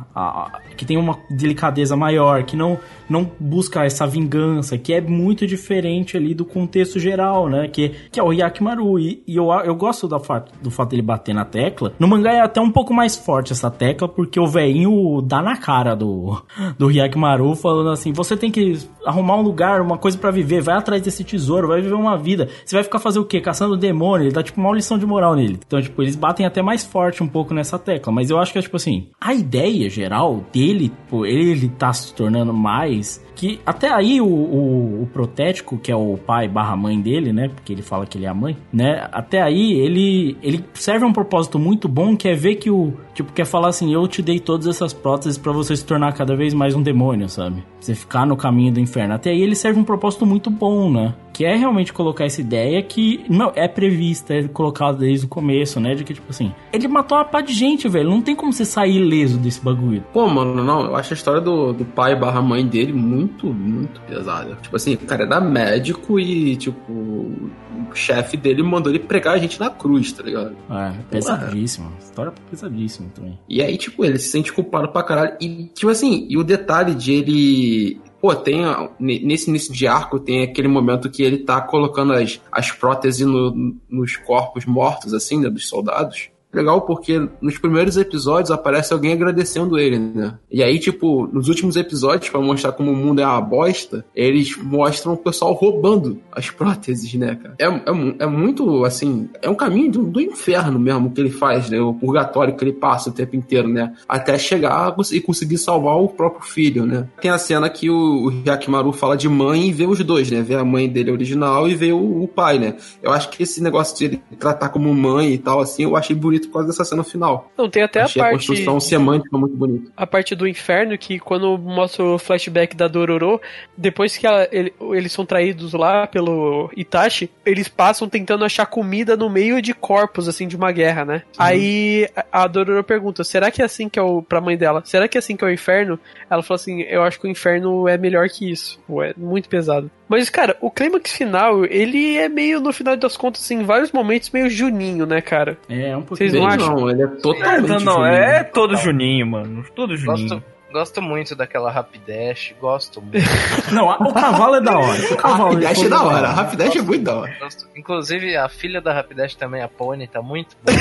que tem uma delicadeza maior, que não busca essa vingança, que é muito diferente ali do contexto geral, né? Que é o Hyakimaru. E eu gosto do fato dele bater na tecla. No mangá é até um pouco mais forte essa tecla, porque o velhinho dá na cara do Hyakimaru, falando assim, você tem que arrumar um lugar, uma coisa pra viver, vai atrás desse tesouro, vai viver uma vida. Você vai ficar fazer o quê? Caçando demônio. Ele dá tipo uma lição de moral nele. Então, tipo, eles batem até mais forte um pouco nessa tecla. Mas eu acho que é tipo assim, a ideia geral dele, pô, ele tá se tornando mais... Que até aí o protético, que é o pai / mãe dele, né? Porque ele fala que ele é a mãe, né? Até aí ele serve a um propósito muito bom, que é ver que quer falar assim, eu te dei todas essas próteses pra você se tornar cada vez mais um demônio, sabe? Você ficar no caminho do inferno. Até aí ele serve um propósito muito bom, né? Que é realmente colocar essa ideia que não é prevista, é colocada desde o começo, né? De que, tipo assim, ele matou uma pá de gente, velho. Não tem como você sair ileso desse bagulho. Pô, mano, não. Eu acho a história do pai / mãe dele muito, muito pesada. Tipo assim, o cara era médico e, tipo, o chefe dele mandou ele pregar a gente na cruz, tá ligado? Pesadíssimo. História pesadíssima também. E aí, tipo, ele se sente culpado pra caralho. E, tipo assim, e o detalhe de ele... Pô, tem nesse início de arco tem aquele momento que ele tá colocando as próteses nos corpos mortos, assim, né, dos soldados. Legal, porque nos primeiros episódios aparece alguém agradecendo ele, né? E aí, tipo, nos últimos episódios, pra mostrar como o mundo é uma bosta, eles mostram o pessoal roubando as próteses, né, cara? É muito, assim, é um caminho do inferno mesmo que ele faz, né? O purgatório que ele passa o tempo inteiro, né? Até chegar e conseguir salvar o próprio filho, né? Tem a cena que o Hyakimaru fala de mãe e vê os dois, né? Vê a mãe dele original e vê o pai, né? Eu acho que esse negócio de ele tratar como mãe e tal, assim, eu achei bonito por causa dessa cena final. Não, tem até achei a construção semântica muito bonita. A parte do inferno, que quando mostra o flashback da Dororo, depois que eles são traídos lá pelo Itachi, eles passam tentando achar comida no meio de corpos, assim, de uma guerra, né? Sim. Aí a Dororo pergunta, será que é assim que é pra mãe dela? Será que é assim que é o inferno? Ela fala assim, eu acho que o inferno é melhor que isso. É muito pesado. Mas, cara, o clímax final, ele é meio, no final das contas, assim, em vários momentos, meio juninho, né, cara? É um pouquinho. Vocês não acham? Não, ele é totalmente Não, é todo juninho, mano. Todo juninho. Gosto muito daquela Rapidash, gosto muito. Não, o cavalo é da hora. O cavalo Rapidash é da hora. A Rapidash é muito da hora. Inclusive, a filha da Rapidash também, a Pony, tá muito boa.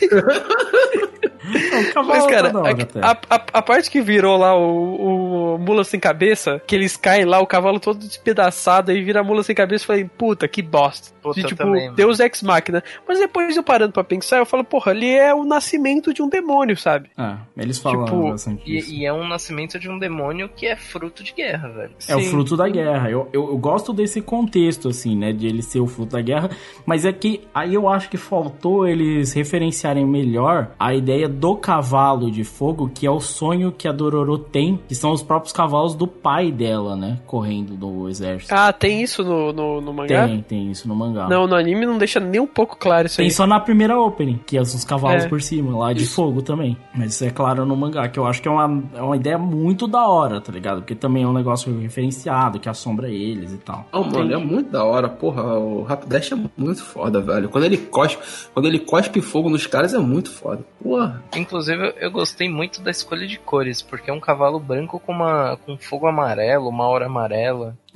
Mas, cara, a parte que virou lá o mula sem cabeça, que eles caem lá, o cavalo todo despedaçado, aí vira a mula sem cabeça, eu falei, puta, que bosta. Puta, tipo, também, Deus Ex Machina. Mas depois eu parando pra pensar, eu falo, porra, ali é o nascimento de um demônio, sabe? Eles falam tipo, bastante isso. E é um nascimento de um demônio que é fruto de guerra, velho. É o fruto da guerra. Eu gosto desse contexto, assim, né, de ele ser o fruto da guerra, mas é que aí eu acho que faltou eles referenciarem melhor a ideia do cavalo de fogo, que é o sonho que a Dororo tem, que são os próprios cavalos do pai dela, né, correndo do exército. Ah, tem isso no mangá? Tem isso no mangá. Não, no anime não deixa nem um pouco claro isso aí. Tem só na primeira opening, que é os cavalos por cima, lá de fogo também. Mas isso é claro no mangá, que eu acho que é uma ideia muito da hora, tá ligado? Porque também é um negócio referenciado, que assombra eles e tal. Não, mano, é muito da hora, porra, o Rapidash é muito foda, velho. Quando ele cospe fogo nos caras é muito foda, porra. Inclusive, eu gostei muito da escolha de cores, porque é um cavalo branco com fogo amarelo, uma aura amarela.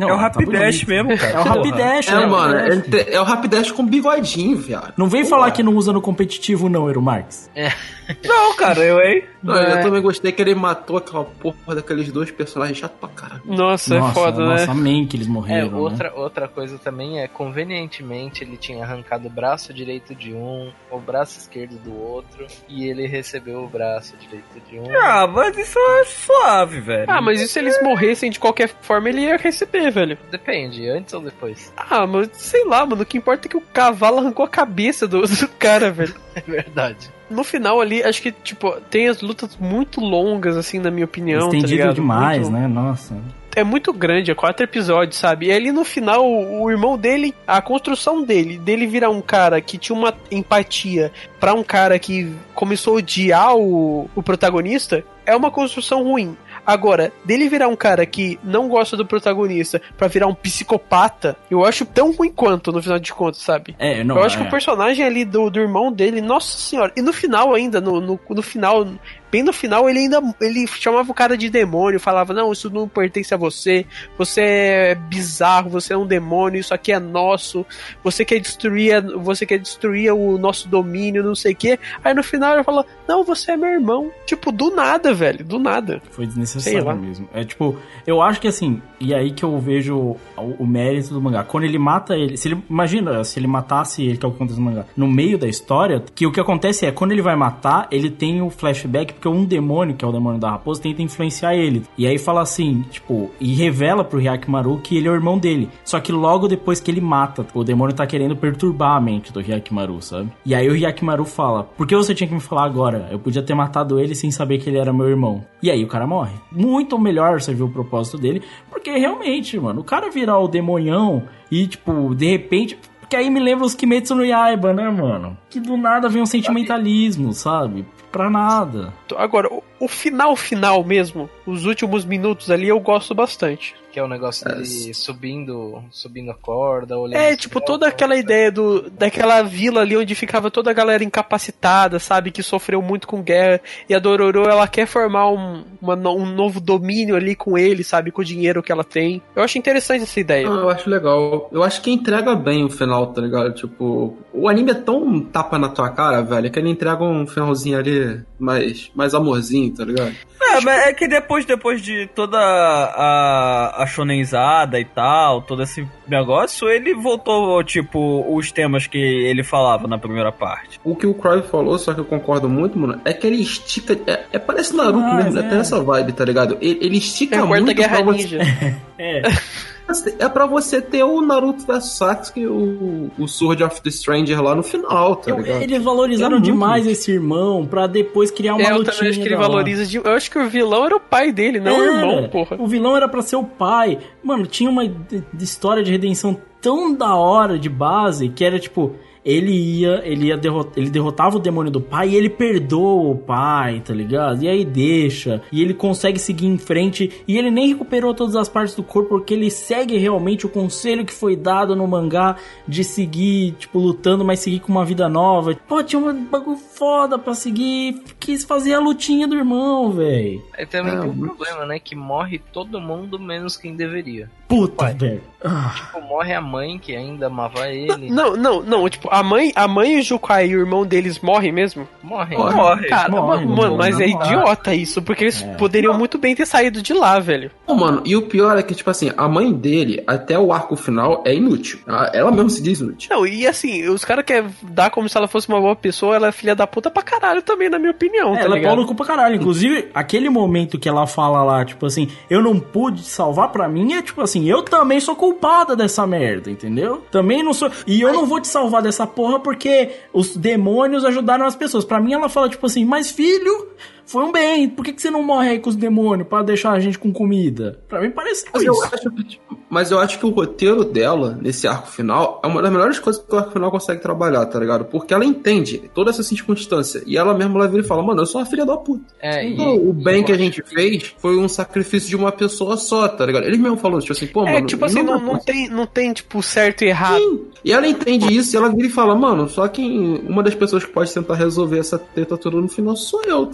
Não, é o Rapidash mesmo, cara. É o Rapidash, né? Mano, é o Rapidash com bigodinho, viado. Não vem falar que não usa no competitivo, não, Eero Marques. Não, cara, eu também gostei que ele matou aquela porra daqueles 2 personagens chato pra caralho. Nossa, é foda, né? Nossa, amém que eles morreram, outra coisa também é, convenientemente, ele tinha arrancado o braço direito de um, o braço esquerdo do outro, e ele recebeu o braço direito de um. Ah, mas isso é suave, velho. Ah, mas e se eles morressem de qualquer forma, ele ia receber, velho? Depende, antes ou depois? Ah, mas sei lá, mano, o que importa é que o cavalo arrancou a cabeça do cara, velho. É verdade. No final ali, acho que, tipo, tem as lutas muito longas, assim, na minha opinião, estendido tá ligado? Demais, muito... né? Nossa. É muito grande, é 4 episódios, sabe? E ali no final, o irmão dele, a construção dele virar um cara que tinha uma empatia pra um cara que começou a odiar o protagonista, é uma construção ruim. Agora, dele virar um cara que não gosta do protagonista pra virar um psicopata, eu acho tão ruim quanto, no final de contas, sabe? Eu acho que o personagem ali do irmão dele, nossa senhora, e no final ainda, no final, bem no final, ele chamava o cara de demônio, falava, não, isso não pertence a você é bizarro, você é um demônio, isso aqui é nosso, você quer destruir o nosso domínio, não sei o quê. Aí no final ele fala, não, você é meu irmão. Tipo, do nada, velho, do nada. Foi desnecessário mesmo. É tipo, eu acho que assim, e aí que eu vejo o mérito do mangá. Quando ele mata ele, imagina, se ele matasse ele, que é o que acontece no mangá, no meio da história, que o que acontece é, quando ele vai matar, ele tem o flashback, porque um demônio, que é o demônio da raposa, tenta influenciar ele. E aí fala assim, tipo, e revela pro Hyakimaru que ele é o irmão dele. Só que logo depois que ele mata, o demônio tá querendo perturbar a mente do Hyakimaru, sabe? E aí o Hyakimaru fala, por que você tinha que me falar agora? Eu podia ter matado ele sem saber que ele era meu irmão. E aí o cara morre. Muito melhor você viu o propósito dele, porque realmente, mano, o cara virar o demonhão e, tipo, de repente... Porque aí me lembra os Kimetsu no Yaiba, né, mano? Que do nada vem um sentimentalismo, sabe? Pra nada. Agora, o final mesmo, os últimos minutos ali, eu gosto bastante. Que é o negócio dele subindo a corda, olhando. Tipo, toda aquela ideia daquela vila ali onde ficava toda a galera incapacitada, sabe? Que sofreu muito com guerra. E a Dororo, ela quer formar um novo domínio ali com ele, sabe? Com o dinheiro que ela tem. Eu acho interessante essa ideia. Eu acho legal. Eu acho que entrega bem o final, tá ligado? Tipo, o anime é tão tapa na tua cara, velho, que ele entrega um finalzinho ali mais amorzinho, tá ligado? Mas é que depois de toda a shonenzada e tal, todo esse negócio, ele voltou, tipo, os temas que ele falava na primeira parte. O que o Croy falou, só que eu concordo muito, mano, é que ele estica... parece Naruto mesmo, né? Tem essa vibe, tá ligado? Ele estica muito Guerra Ninja. É pra você ter o Naruto vs Sasuke, o Sword of the Stranger lá no final, tá ligado? Eles valorizaram demais esse irmão pra depois criar uma lutinha. Eu também acho que ele valoriza eu acho que o vilão era o pai dele, não o irmão, porra. O vilão era pra ser o pai. Mano, tinha uma história de redenção tão da hora de base que era tipo... Ele derrotava o demônio do pai e ele perdoa o pai, tá ligado? E aí deixa, e ele consegue seguir em frente, e ele nem recuperou todas as partes do corpo, porque ele segue realmente o conselho que foi dado no mangá de seguir, tipo, lutando, mas seguir com uma vida nova. Pô, tinha um bagulho foda pra seguir, quis fazer a lutinha do irmão, velho. Aí também tem um problema, né, que morre todo mundo menos quem deveria. Puta, velho. Tipo, morre a mãe, que ainda amava ele. Não, tipo, a mãe e o Jukai e o irmão deles morrem mesmo? Morre. Cara, mano, mas é idiota isso, porque eles poderiam muito bem ter saído de lá, velho. Mano, e o pior é que, tipo assim, a mãe dele, até o arco final, é inútil. Ela mesmo se diz inútil. Não, e assim, os caras querem dar como se ela fosse uma boa pessoa, ela é filha da puta pra caralho também, na minha opinião, tá ela ligado? é pau no cu pra caralho. Inclusive, aquele momento que ela fala lá, tipo assim, eu não pude salvar, pra mim é tipo assim, eu também sou culpada dessa merda, entendeu? Também não sou... E eu não vou te salvar dessa porra porque os demônios ajudaram as pessoas. Pra mim ela fala tipo assim, mas filho, foi um bem, por que você não morre aí com os demônios pra deixar a gente com comida? Pra mim parece isso. Mas eu acho que o roteiro dela, nesse arco final, é uma das melhores coisas que o arco final consegue trabalhar, tá ligado? Porque ela entende toda essa circunstância. E ela mesma vira e fala, mano, eu sou uma filha da puta. Então, o bem que a gente fez foi um sacrifício de uma pessoa só, tá ligado? Eles mesmo falando, tipo assim, pô, mano... tipo assim, não tem, tipo, certo e errado. Sim. E ela entende isso e ela vira e fala, mano, só que uma das pessoas que pode tentar resolver essa treta toda no final sou eu, tá ligado? Tipo assim,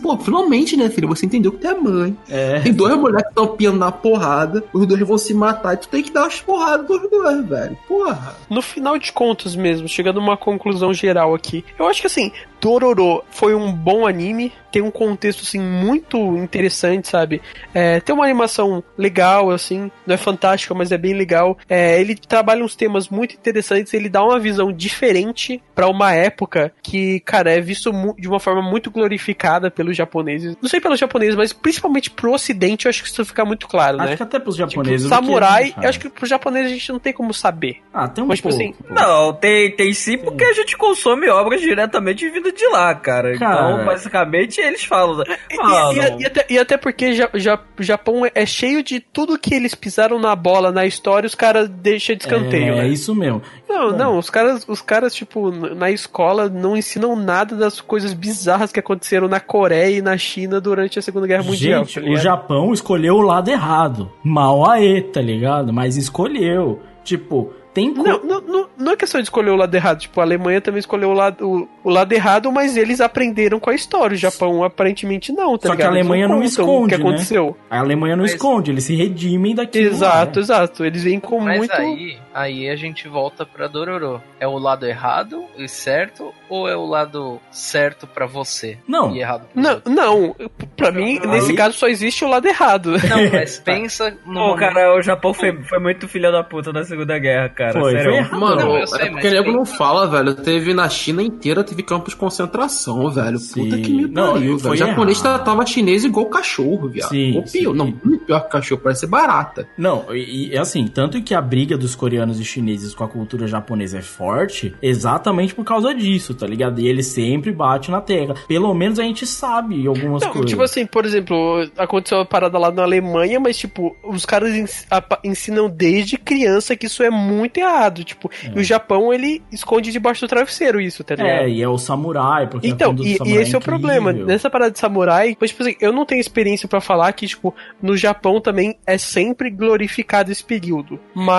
pô, finalmente, né, filho? Você entendeu que tu é mãe. Tem 2 mulheres que estão piando na porrada, os 2 vão se matar e tu tem que dar umas porradas dos 2, velho. Porra. No final de contas mesmo, chegando a uma conclusão geral aqui, eu acho que assim, Dororo foi um bom anime, tem um contexto assim muito interessante, sabe? Tem uma animação legal, assim, não é fantástica, mas é bem legal. Ele trabalha uns temas muito interessantes, ele dá uma visão diferente pra uma época que, cara, é visto de uma forma muito glorificada pelos japoneses. Não sei pelos japoneses, mas principalmente pro ocidente, eu acho que isso fica muito claro, né? Acho que até pros japoneses. Tipo, samurai, eu acho que pros japoneses a gente não tem como saber. Tem um mas, pouco. Assim, não, tem sim, porque a gente consome obras diretamente vindo de lá, cara. Então, basicamente, eles falam. E até porque o Japão é cheio de tudo que eles pisaram na bola na história, os caras deixam de escanteio. É isso mesmo. Não, os caras, tipo, na escola não ensinam nada das coisas bizarras que aconteceram na Coreia e na China durante a Segunda Guerra Mundial. Gente, o Japão escolheu o lado errado. Mal aê, tá ligado? Mas escolheu. Tipo, tem... Não é questão de escolher o lado errado. Tipo, a Alemanha também escolheu o lado errado, mas eles aprenderam com a história. O Japão, aparentemente, não, tá Só ligado? que a Alemanha não esconde, o que aconteceu. Né? A Alemanha não esconde, eles se redimem daquilo. Exato. Eles vêm com muito... Aí a gente volta pra Dororo. É o lado errado e certo, ou é o lado certo pra você? Não. E errado não. Pra mim, nesse caso, só existe o lado errado. Não, mas pensa no cara, o Japão foi muito filha da puta na Segunda Guerra, cara. Foi errado. Mano, porque o nego não fala, velho. Teve na China inteira, teve campos de concentração, velho. Sim. Puta que me pariu, velho. O japonês tava chinês igual cachorro, viado. Sim, ou pior, não, pior que cachorro, parece ser barata. Não, e assim, tanto que a briga dos coreanos e chineses com a cultura japonesa é forte, exatamente por causa disso, tá ligado? E ele sempre bate na tecla. Pelo menos a gente sabe algumas coisas. Tipo assim, por exemplo, aconteceu uma parada lá na Alemanha, mas tipo, os caras ensinam desde criança que isso é muito errado, tipo, e o Japão, ele esconde debaixo do travesseiro isso, tá ligado? E é o samurai, porque então, e esse é o problema, nessa parada de samurai, mas tipo assim, eu não tenho experiência pra falar que, tipo, no Japão também é sempre glorificado esse período,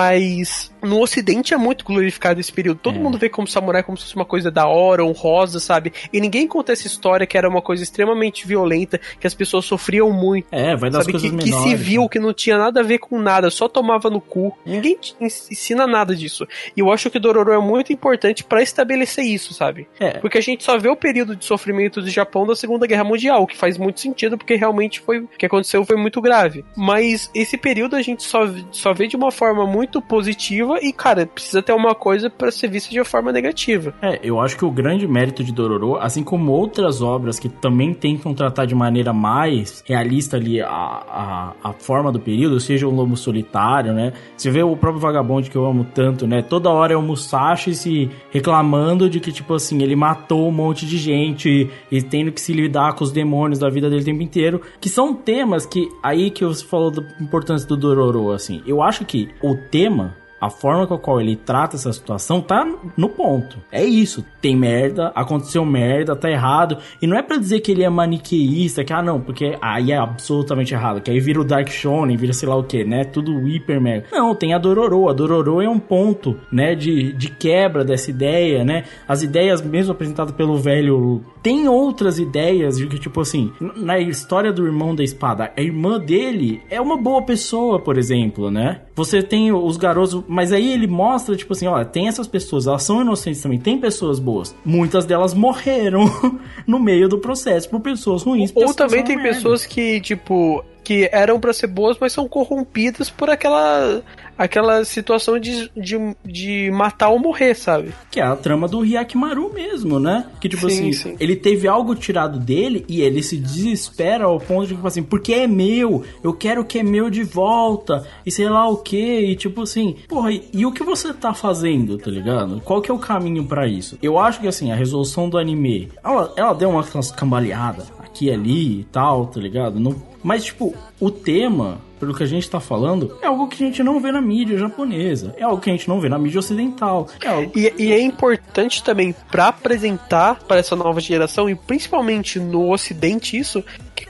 mas no Ocidente é muito glorificado esse período, todo mundo vê como samurai como se fosse uma coisa da hora, honrosa, sabe, e ninguém conta essa história que era uma coisa extremamente violenta, que as pessoas sofriam muito, vai das coisas menores, que civil, que não tinha nada a ver com nada, só tomava no cu, ninguém ensina nada disso, e eu acho que Dororo é muito importante pra estabelecer isso, sabe, porque a gente só vê o período de sofrimento do Japão da Segunda Guerra Mundial, que faz muito sentido, porque realmente o que aconteceu foi muito grave, mas esse período a gente só vê de uma forma muito positiva e, cara, precisa ter uma coisa pra ser vista de uma forma negativa. Eu acho que o grande mérito de Dororo, assim como outras obras que também tentam tratar de maneira mais realista ali a forma do período, seja o Lobo Solitário, né? Você vê o próprio Vagabond, que eu amo tanto, né? Toda hora é o Musashi se reclamando de que, tipo assim, ele matou um monte de gente e tendo que se lidar com os demônios da vida dele o tempo inteiro, que são temas que, aí que você falou da importância do Dororo, assim, eu acho que o tema, a forma com a qual ele trata essa situação tá no ponto. É isso. Tem merda, aconteceu merda, tá errado. E não é pra dizer que ele é maniqueísta, que não, porque aí é absolutamente errado. Que aí vira o Dark Shonen, vira sei lá o que, né? Tudo hiper mega. Não, tem a Dororo. A Dororo é um ponto, né? De quebra dessa ideia, né? As ideias mesmo apresentadas pelo velho. Tem outras ideias de que, tipo assim, na história do irmão da espada, a irmã dele é uma boa pessoa, por exemplo, né? Você tem os garotos, mas aí ele mostra, tipo assim, ó, tem essas pessoas, elas são inocentes também, tem pessoas boas. Muitas delas morreram no meio do processo por pessoas ruins. Ou também tem pessoas que, tipo, que eram pra ser boas, mas são corrompidas por aquela situação de matar ou morrer, sabe? Que é a trama do Hyakimaru mesmo, né? Que, tipo sim. Ele teve algo tirado dele e ele se desespera ao ponto de, tipo assim, porque é meu, eu quero o que é meu de volta, e sei lá o que, e tipo assim, porra, e o que você tá fazendo, tá ligado? Qual que é o caminho pra isso? Eu acho que, assim, a resolução do anime, ela deu uma cambaleada aqui e ali e tal, tá ligado? Mas, tipo, o tema, pelo que a gente tá falando, é algo que a gente não vê na mídia japonesa. É algo que a gente não vê na mídia ocidental. E é importante também pra apresentar para essa nova geração, e principalmente no ocidente isso, que,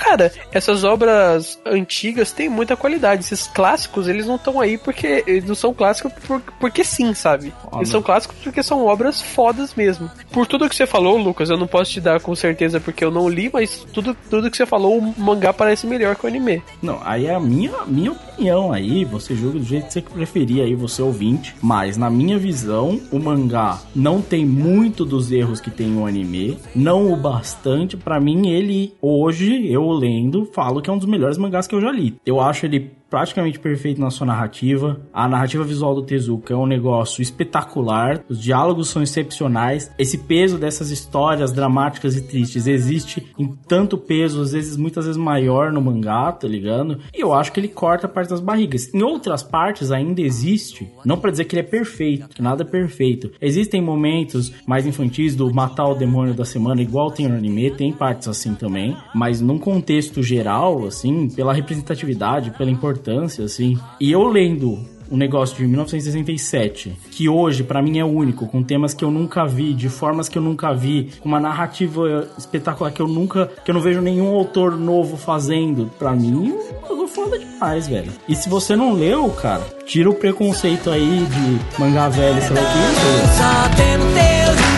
cara, essas obras antigas têm muita qualidade. Esses clássicos, eles não estão aí porque eles não são clássicos porque sim, sabe? Eles são clássicos porque são obras fodas mesmo. Por tudo que você falou, Lucas, eu não posso te dar com certeza porque eu não li, mas tudo que você falou, o mangá parece melhor que o anime. Não, aí é a minha opinião aí, você julga do jeito que você preferir aí, você ouvinte, mas na minha visão, o mangá não tem muito dos erros que tem o anime, não o bastante. Pra mim, ele, hoje, eu lendo, falo que é um dos melhores mangás que eu já li. Eu acho ele praticamente perfeito na sua narrativa. A narrativa visual do Tezuka é um negócio espetacular. Os diálogos são excepcionais. Esse peso dessas histórias dramáticas e tristes existe em tanto peso, às vezes, muitas vezes maior no mangá, tá ligado? E eu acho que ele corta a parte das barrigas. Em outras partes ainda existe, não pra dizer que ele é perfeito, que nada é perfeito. Existem momentos mais infantis do matar o demônio da semana, igual tem no anime, tem partes assim também, mas num contexto geral, assim, pela representatividade, pela importância, assim, e eu lendo um negócio de 1967, que hoje pra mim é único, com temas que eu nunca vi, de formas que eu nunca vi, com uma narrativa espetacular que eu não vejo nenhum autor novo fazendo, pra mim, eu tô foda demais, velho. E se você não leu, cara, tira o preconceito aí de mangá velho, sei lá o que.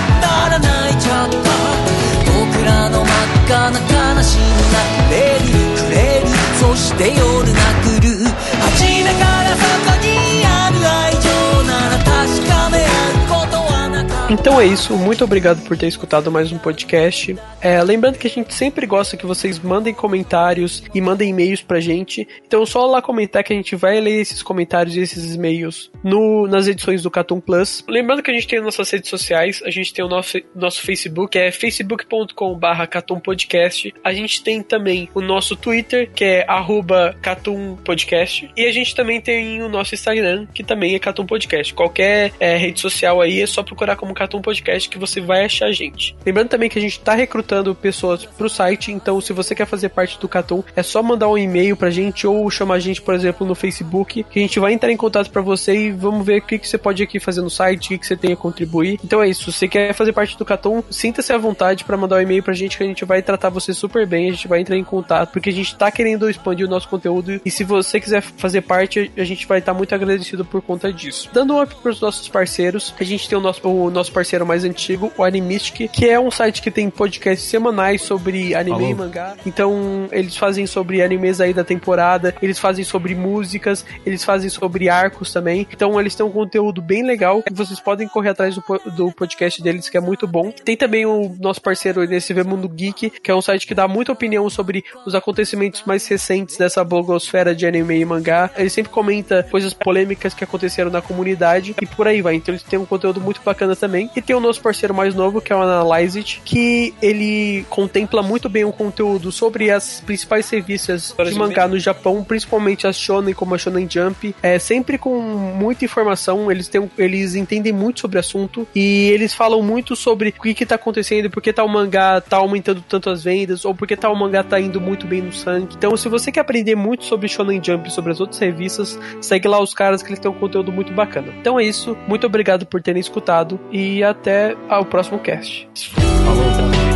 Então é isso, muito obrigado por ter escutado mais um podcast. Lembrando que a gente sempre gosta que vocês mandem comentários e mandem e-mails pra gente. Então só lá comentar que a gente vai ler esses comentários e esses e-mails nas edições do Cartoon Plus. Lembrando que a gente tem nossas redes sociais, a gente tem o nosso Facebook, é facebook.com/cartoonpodcast. A gente tem também o nosso Twitter, que é @cartoonpodcast. E a gente também tem o nosso Instagram, que também é Cartoon Podcast. Qualquer rede social aí é só procurar como Cartoon Podcast que você vai achar a gente. Lembrando também que a gente tá recrutando pessoas pro site, então se você quer fazer parte do Cartoon, é só mandar um e-mail pra gente ou chamar a gente, por exemplo, no Facebook, que a gente vai entrar em contato pra você e vamos ver o que você pode aqui fazer no site, o que você tem a contribuir. Então é isso, se você quer fazer parte do Cartoon, sinta-se à vontade pra mandar um e-mail pra gente que a gente vai tratar você super bem, a gente vai entrar em contato, porque a gente tá querendo expandir o nosso conteúdo e se você quiser fazer parte, a gente vai estar muito agradecido por conta disso. Dando um up pros nossos parceiros, a gente tem o nosso parceiro mais antigo, o Animistic, que é um site que tem podcasts semanais sobre anime e mangá. Então, eles fazem sobre animes aí da temporada, eles fazem sobre músicas, eles fazem sobre arcos também. Então, eles têm um conteúdo bem legal. Vocês podem correr atrás do podcast deles, que é muito bom. Tem também o nosso parceiro NSV Mundo Geek, que é um site que dá muita opinião sobre os acontecimentos mais recentes dessa blogosfera de anime e mangá. Ele sempre comenta coisas polêmicas que aconteceram na comunidade e por aí vai. Então, eles têm um conteúdo muito bacana também. E tem o nosso parceiro mais novo, que é o Analyze It, que ele contempla muito bem o conteúdo sobre as principais revistas de mangá no Japão, principalmente as Shonen, como a Shonen Jump, sempre com muita informação. Eles entendem muito sobre o assunto e eles falam muito sobre o que tá acontecendo, por que tal mangá tá aumentando tanto as vendas, ou por que tal mangá tá indo muito bem no sangue. Então, se você quer aprender muito sobre Shonen Jump e sobre as outras revistas, segue lá os caras que eles têm um conteúdo muito bacana. Então é isso, muito obrigado por terem escutado e até o próximo cast. Falou,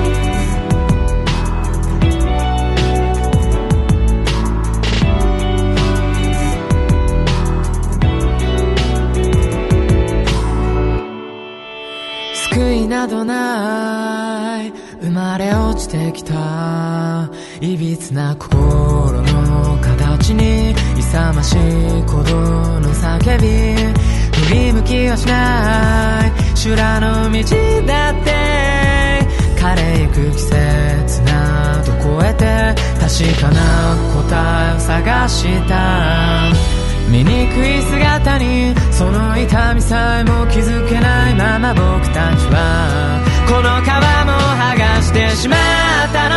救いなどない生まれ落ちてきたいびつな心の形に勇ましい鼓動の叫び振り向きはしない修羅の道だって枯れゆく季節など超えて確かな答えを探した醜い姿にその痛みさえも気づけないまま僕たちはこの皮も剥がしてしまったの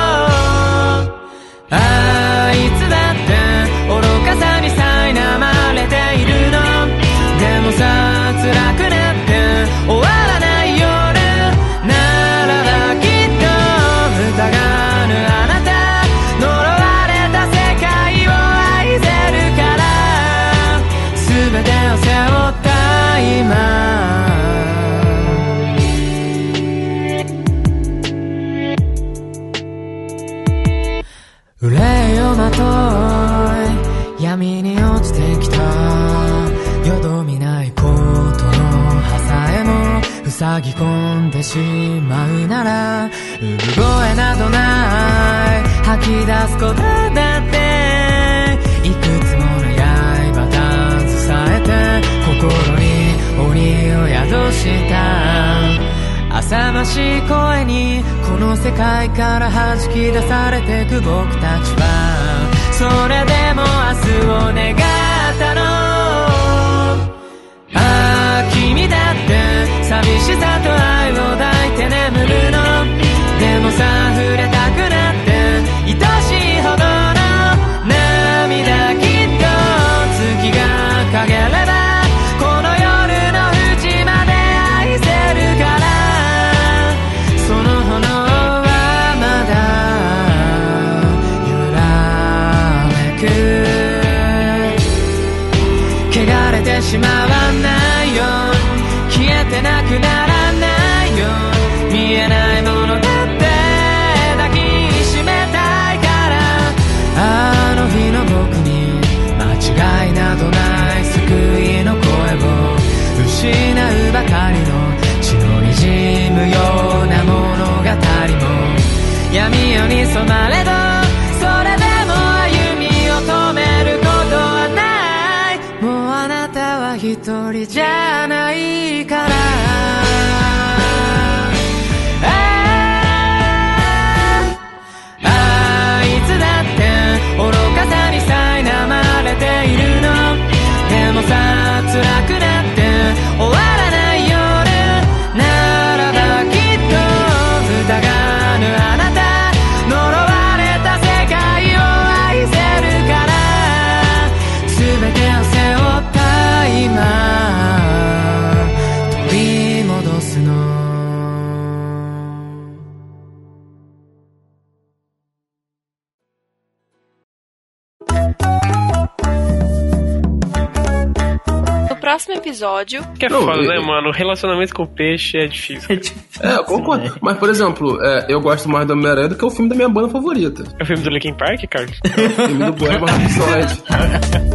あいつだって愚かさに苛まれているのでもさ辛くなって終わらない夜ならばきっと疑わぬあなた呪われた世界を愛せるから全てを背負った今まうなら産声などない吐き出すことだっていくつもの刃携えて心に鬼を宿した浅ましい声にこの世界から弾き出されてく僕たちはそれでも明日を願ったのああ君だって寂しさと愛を抱いて眠るのでもさ触れたくなって愛しいほどの涙きっと月が陰ればこの夜の淵まで愛せるからその炎はまだ揺らめく汚れてしまわないよ消えてなくならないよ見えないものだって抱きしめたいからあの日の僕に間違いなどない救いの声を失うばかりの血のにじむような物語も闇夜に染まれどそれでも歩みを止めることはないもうあなたは一人じゃないからいつだって愚かさに苛まれているのでもさ辛くなって終わらない夜ならばきっと疑わぬあなた呪われた世界を愛せるから全てを背負った今取り戻すの No próximo episódio... Que é foda, né, mano? O relacionamento com o peixe é difícil. Eu concordo. Mas, por exemplo, eu gosto mais do Homem-Aranha do que o filme da minha banda favorita. É o filme do Linkin Park, Carlos? É o filme do Bohemian Rhapsody.